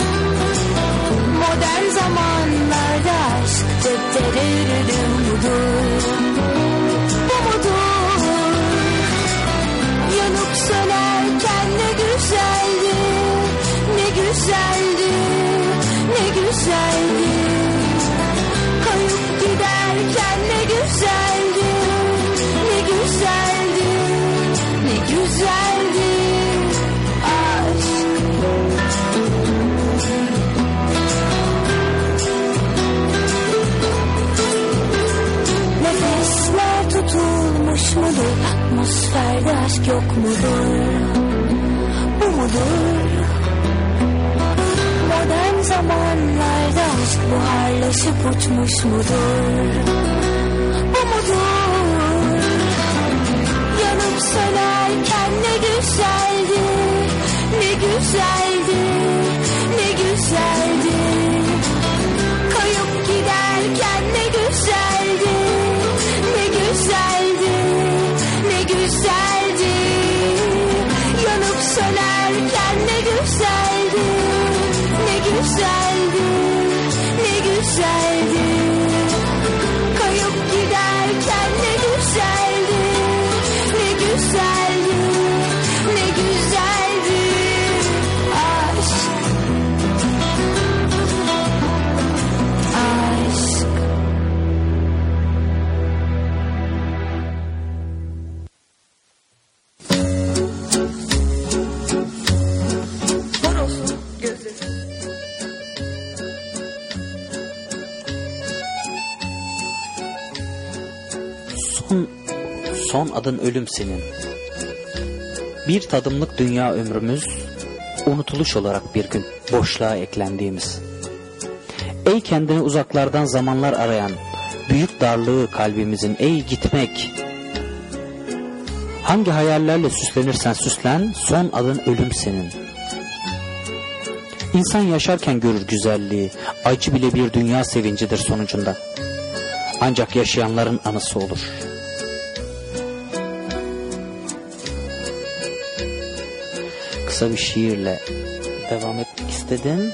Modern zamanlarda aşk reddedilir mudur? Bu mudur? Yanıp sönerken ne güzeldi, ne güzeldi, ne güzeldi. Kayıp giderken ne güzeldi, ne güzeldi, ne güzeldi. Aşk. Nefesler tutulmuş mudur? Atmosferde aşk yok mudur? Bu mudur? Modern zamanlarda aşk buharlaşıp uçmuş mudur? Bu mudur? Yanıp sönerken ne güzeldi, ne güzeldi, ne güzeldi. Kayıp giderken ne güzeldi, ne güzeldi, ne güzeldi. Yanıp sönerken ne güzeldi, ne güzeldi, ne güzeldi. Kayıp giderken ne güzeldi, ne güzeldi, ne güzeldi. Aşk. Aşk. Horozun gözü. Son adın ölüm senin. Bir tadımlık dünya ömrümüz, unutuluş olarak bir gün boşluğa eklendiğimiz. Ey kendini uzaklardan zamanlar arayan, büyük darlığı kalbimizin, ey gitmek. Hangi hayallerle süslenirsen süslen, son adın ölüm senin. İnsan yaşarken görür güzelliği, acı bile bir dünya sevincidir sonucunda. Ancak yaşayanların anısı olur. Kısa bir şiirle devam etmek istedim.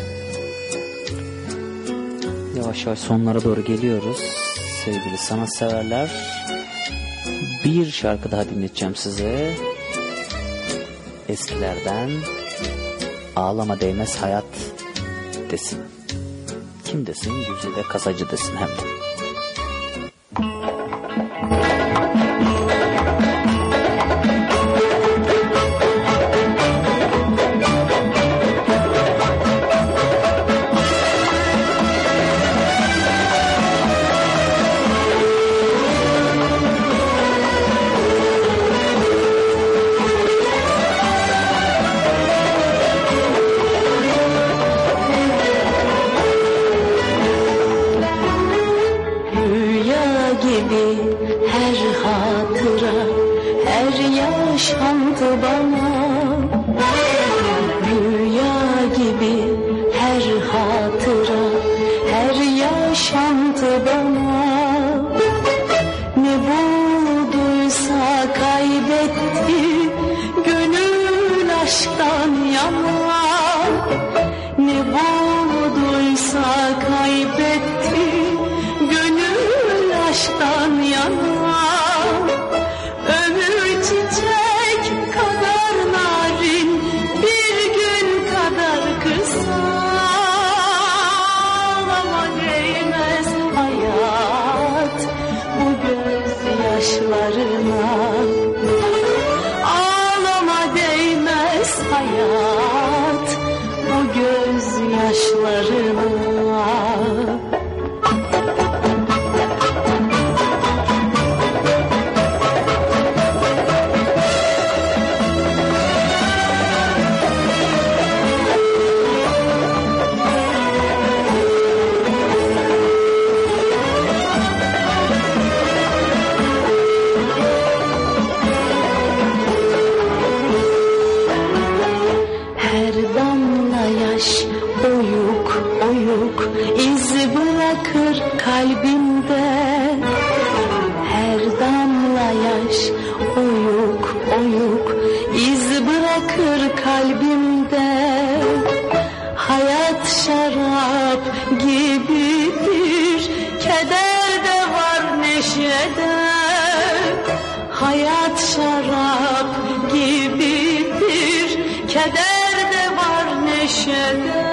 Yavaş yavaş sonlara doğru geliyoruz. Sevgili sanatseverler, bir şarkı daha dinleteceğim size. Eskilerden Ağlama değmez hayat desin. Kim desin? Güzide Kasacı desin hem de. Ne bulduysa kaybetti, candan yana. Ömür çiçek kadar narin, bir gün kadar kısa. Ama değmez hayat bu gözyaşlarına. Ağlama değmez hayat bu gözyaşlarına. Her damla yaş oyuk oyuk iz bırakır kalbimde. Her damla yaş oyuk oyuk iz bırakır kalbimde. Hayat şarap gibidir, keder de var neşede. Hayat şarap gibidir, keder de var neşede.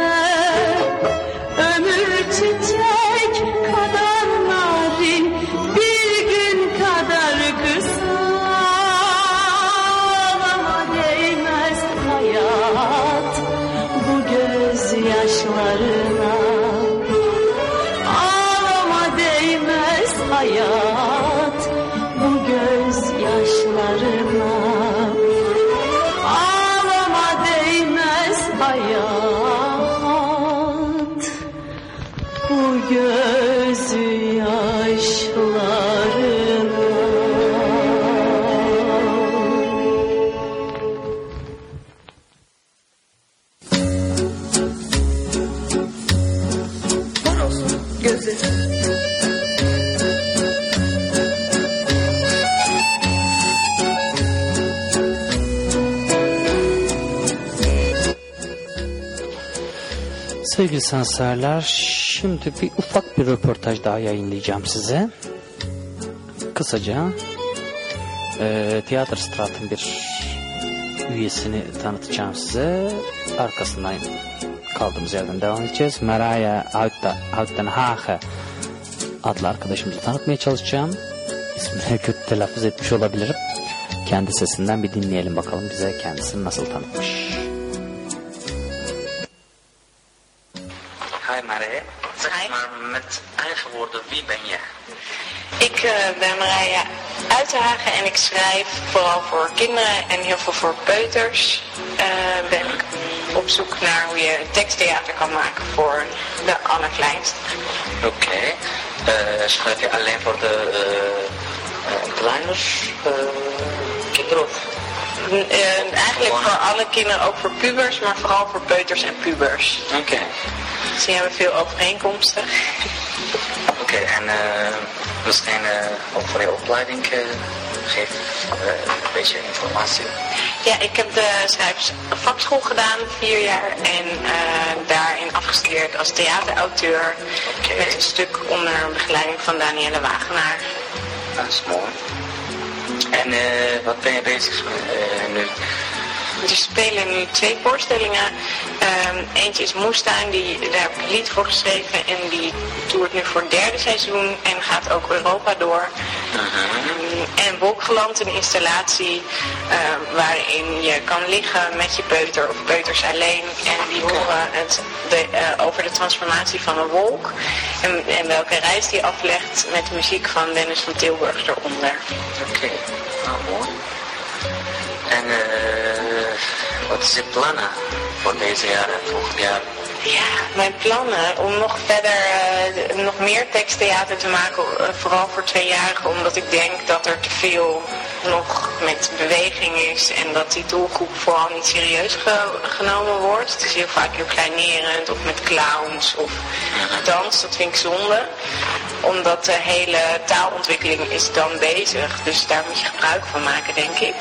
Ömür çiçek kadar narin, bir gün kadar kısa. Ama değmez hayat bu gözyaşlarına. Ağlama değmez hayat bu gözyaşlarına. Ağlama değmez hayat bu gözyaşlarına. Horozun gözü. Sevgili sanatseverler, şimdi ufak bir röportaj daha yayınlayacağım size. Kısaca Theaterstrat'ın bir üyesini tanıtacağım size. Arkasından kaldığımız yerden devam edeceğiz. Maraya Houtenhage adlı arkadaşımızı tanıtmaya çalışacağım. İsmini kötü telaffuz etmiş olabilirim. Kendi sesinden bir dinleyelim bakalım bize kendisini nasıl tanıtmış. Hi Marije, zeg maar met eigen woorden, wie ben je? Ik ben Marije Uitenhagen en ik schrijf vooral voor kinderen en heel veel voor peuters. Ben ik op zoek naar hoe je teksttheater kan maken voor de allerkleinste. Oké. Schrijf je alleen voor de kleine kinderen? Eigenlijk voor alle kinderen, ook voor pubers, maar vooral voor peuters en pubers. Oké. Dus die hebben veel overeenkomsten. Oké, en misschien ook voor je opleiding geef een beetje informatie. Ja, ik heb de schrijfvakschool gedaan, 4 jaar. En daarin afgestudeerd als theaterauteur. Met een stuk onder begeleiding van Danielle Wagenaar. Dat is mooi. En wat ben je bezig nu? Er spelen nu 2 voorstellingen. Eentje is Moestuin, daar heb ik een lied voor geschreven. En die toert nu voor het 3e seizoen en gaat ook Europa door. En Wolkgeland, een installatie waarin je kan liggen met je peuter of peuters alleen. En die horen over de transformatie van een wolk. En welke reis die aflegt met de muziek van Dennis van Tilburg eronder. Oké, mooi. En wat is je plannen voor deze jaar en volgend jaar? Ja, mijn plannen om nog verder, nog meer teksttheater te maken, vooral voor 2-jarigen, omdat ik denk dat er te veel nog met beweging is en dat die doelgroep vooral niet serieus genomen wordt. Het is heel vaak heel kleinerend of met clowns of dans, dat vind ik zonde. Omdat de hele taalontwikkeling is dan bezig, dus daar moet je gebruik van maken, denk ik.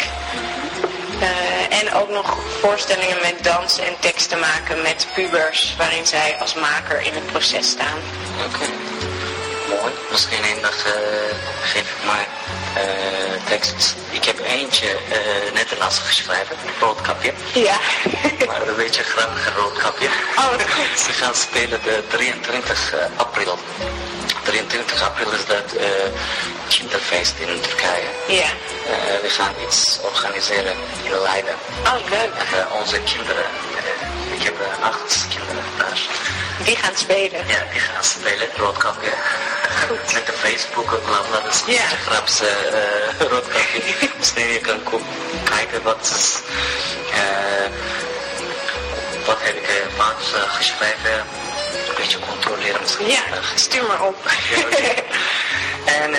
En ook nog voorstellingen met dans en teksten maken met pubers, waarin zij als maker in het proces staan. Oké. mooi. Misschien één dag geef ik maar tekst. Ik heb eentje Nederlands geschreven, Roodkapje. Ja. Maar een beetje grappig Roodkapje. Oh, dat goed. Ze gaan spelen de 23 april. 23 april is dat kinderfeest in Turkije. Ja. We gaan iets organiseren in Leiden. Oh, leuk. Onze kinderen, ik heb 8 kinderen daar. Die gaan spelen? Ja, die gaan spelen, Roodkapje. Goed. Met de Facebook, bla bla, dat is een beetje grappig, Roodkapje. Misschien je kan kijken wat heb ik vaak geschreven. Een beetje controleren misschien. Ja, stuur maar op. En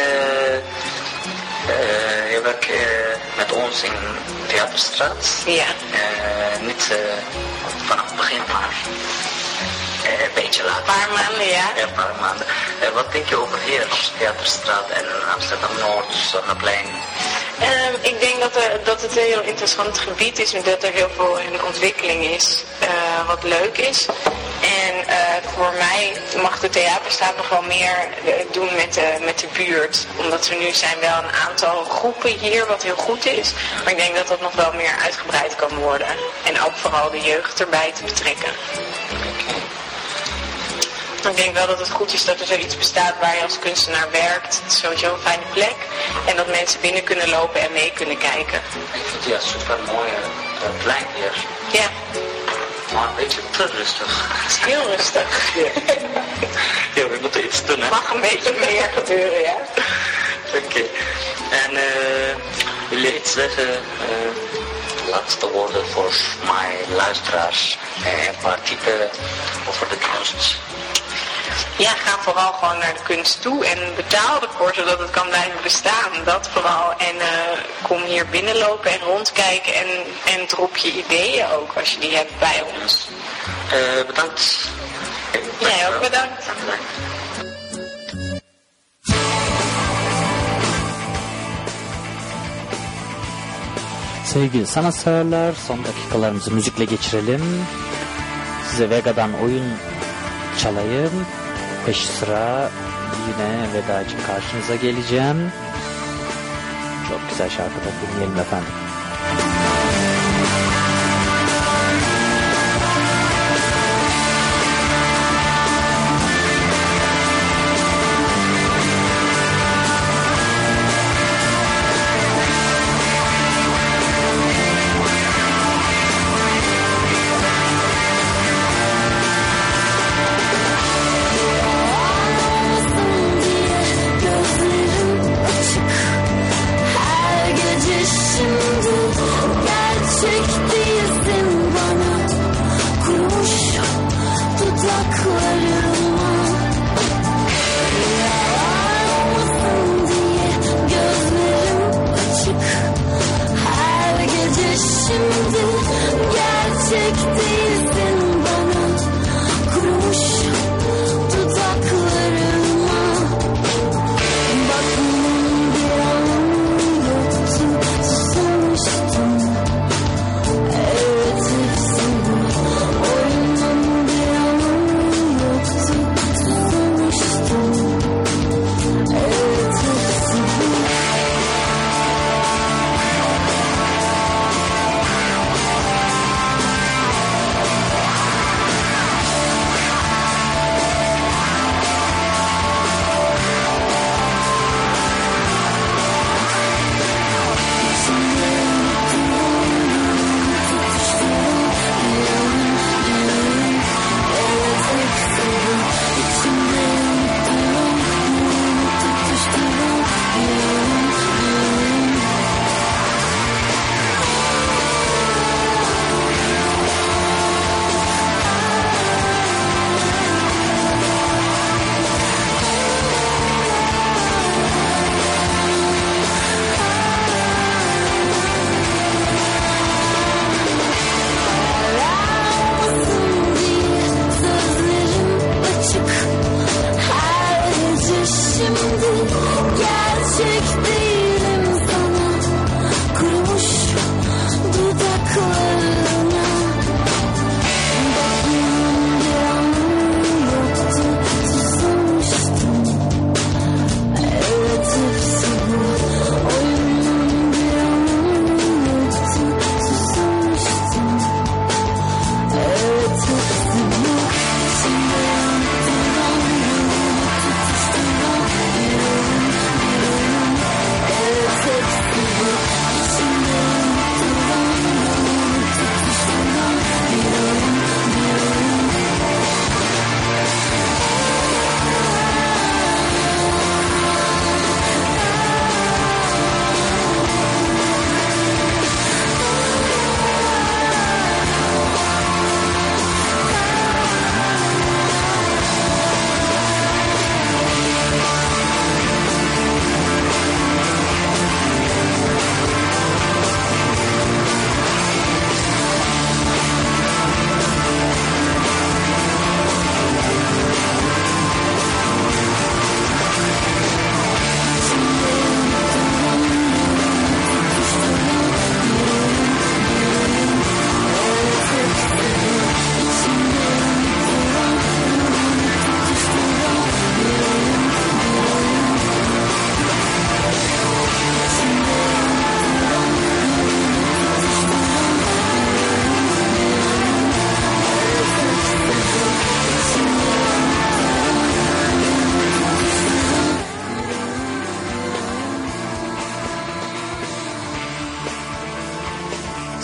je werkt met ons in Theaterstraat. Ja. Niet vanaf het begin, maar een beetje later. Een paar maanden, ja. Een paar maanden. Wat denk je over hier op Theaterstraat en Amsterdam-Noord, Zonneplein? Ik denk dat het een heel interessant gebied is en dat er heel veel in ontwikkeling is, wat leuk is. En voor mij mag de Theaterstraat nog wel meer doen met de buurt. Omdat er nu zijn wel een aantal groepen hier wat heel goed is. Maar ik denk dat dat nog wel meer uitgebreid kan worden. En ook vooral de jeugd erbij te betrekken. Ik denk wel dat het goed is dat er zoiets bestaat waar je als kunstenaar werkt. Het is sowieso een fijne plek. En dat mensen binnen kunnen lopen en mee kunnen kijken. Ik vind het ja super mooi plein hier. Ja. Maar een beetje te rustig. Het is heel rustig. Ja, we moeten iets doen, hè? Mag een beetje meer gebeuren, ja. Oké. En wil je iets zeggen? Laatste woorden voor mijn luisteraars. Een paar typen over de kunst. Ja, ga vooral gewoon naar de kunst toe en betaal ervoor zodat het kan blijven bestaan. Dat vooral. En kom hier binnenlopen en rondkijken en drop je ideeën ook als je die hebt bij ons. Bedankt. Jij ook bedankt. Sevgili sanatseverler, son dakikalarımızı müzikle geçirelim. Size Vega'dan oyun çalayım. Peş sıra yine veda için karşınıza geleceğim. Çok güzel şarkıda dinleyelim efendim. Gözlerim açık, her gece şimdi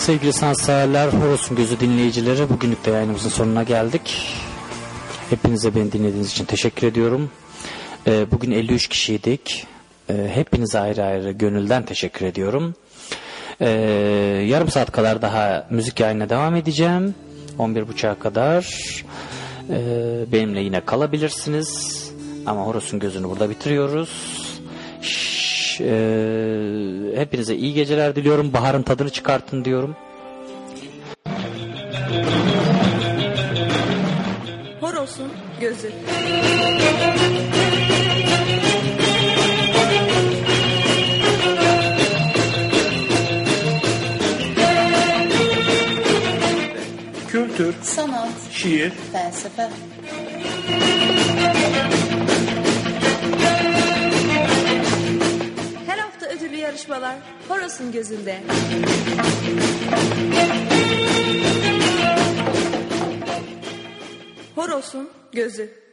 Sevgili sanatseverler, Horos'un Gözü dinleyicileri, bugünlük de yayınımızın sonuna geldik. Hepinize beni dinlediğiniz için teşekkür ediyorum. Bugün 53 kişiydik. Hepinize ayrı ayrı gönülden teşekkür ediyorum. Yarım saat kadar daha müzik yayınına devam edeceğim. 11.30'a kadar benimle yine kalabilirsiniz. Ama Horos'un Gözü'nü burada bitiriyoruz. Hepinize iyi geceler diliyorum. Baharın tadını çıkartın diyorum. Horos'un Gözü. Kültür, Sanat, şiir, felsefe. Her hafta ödüllü yarışmalar Horos'un Gözü'nde. Horos'un Gözü.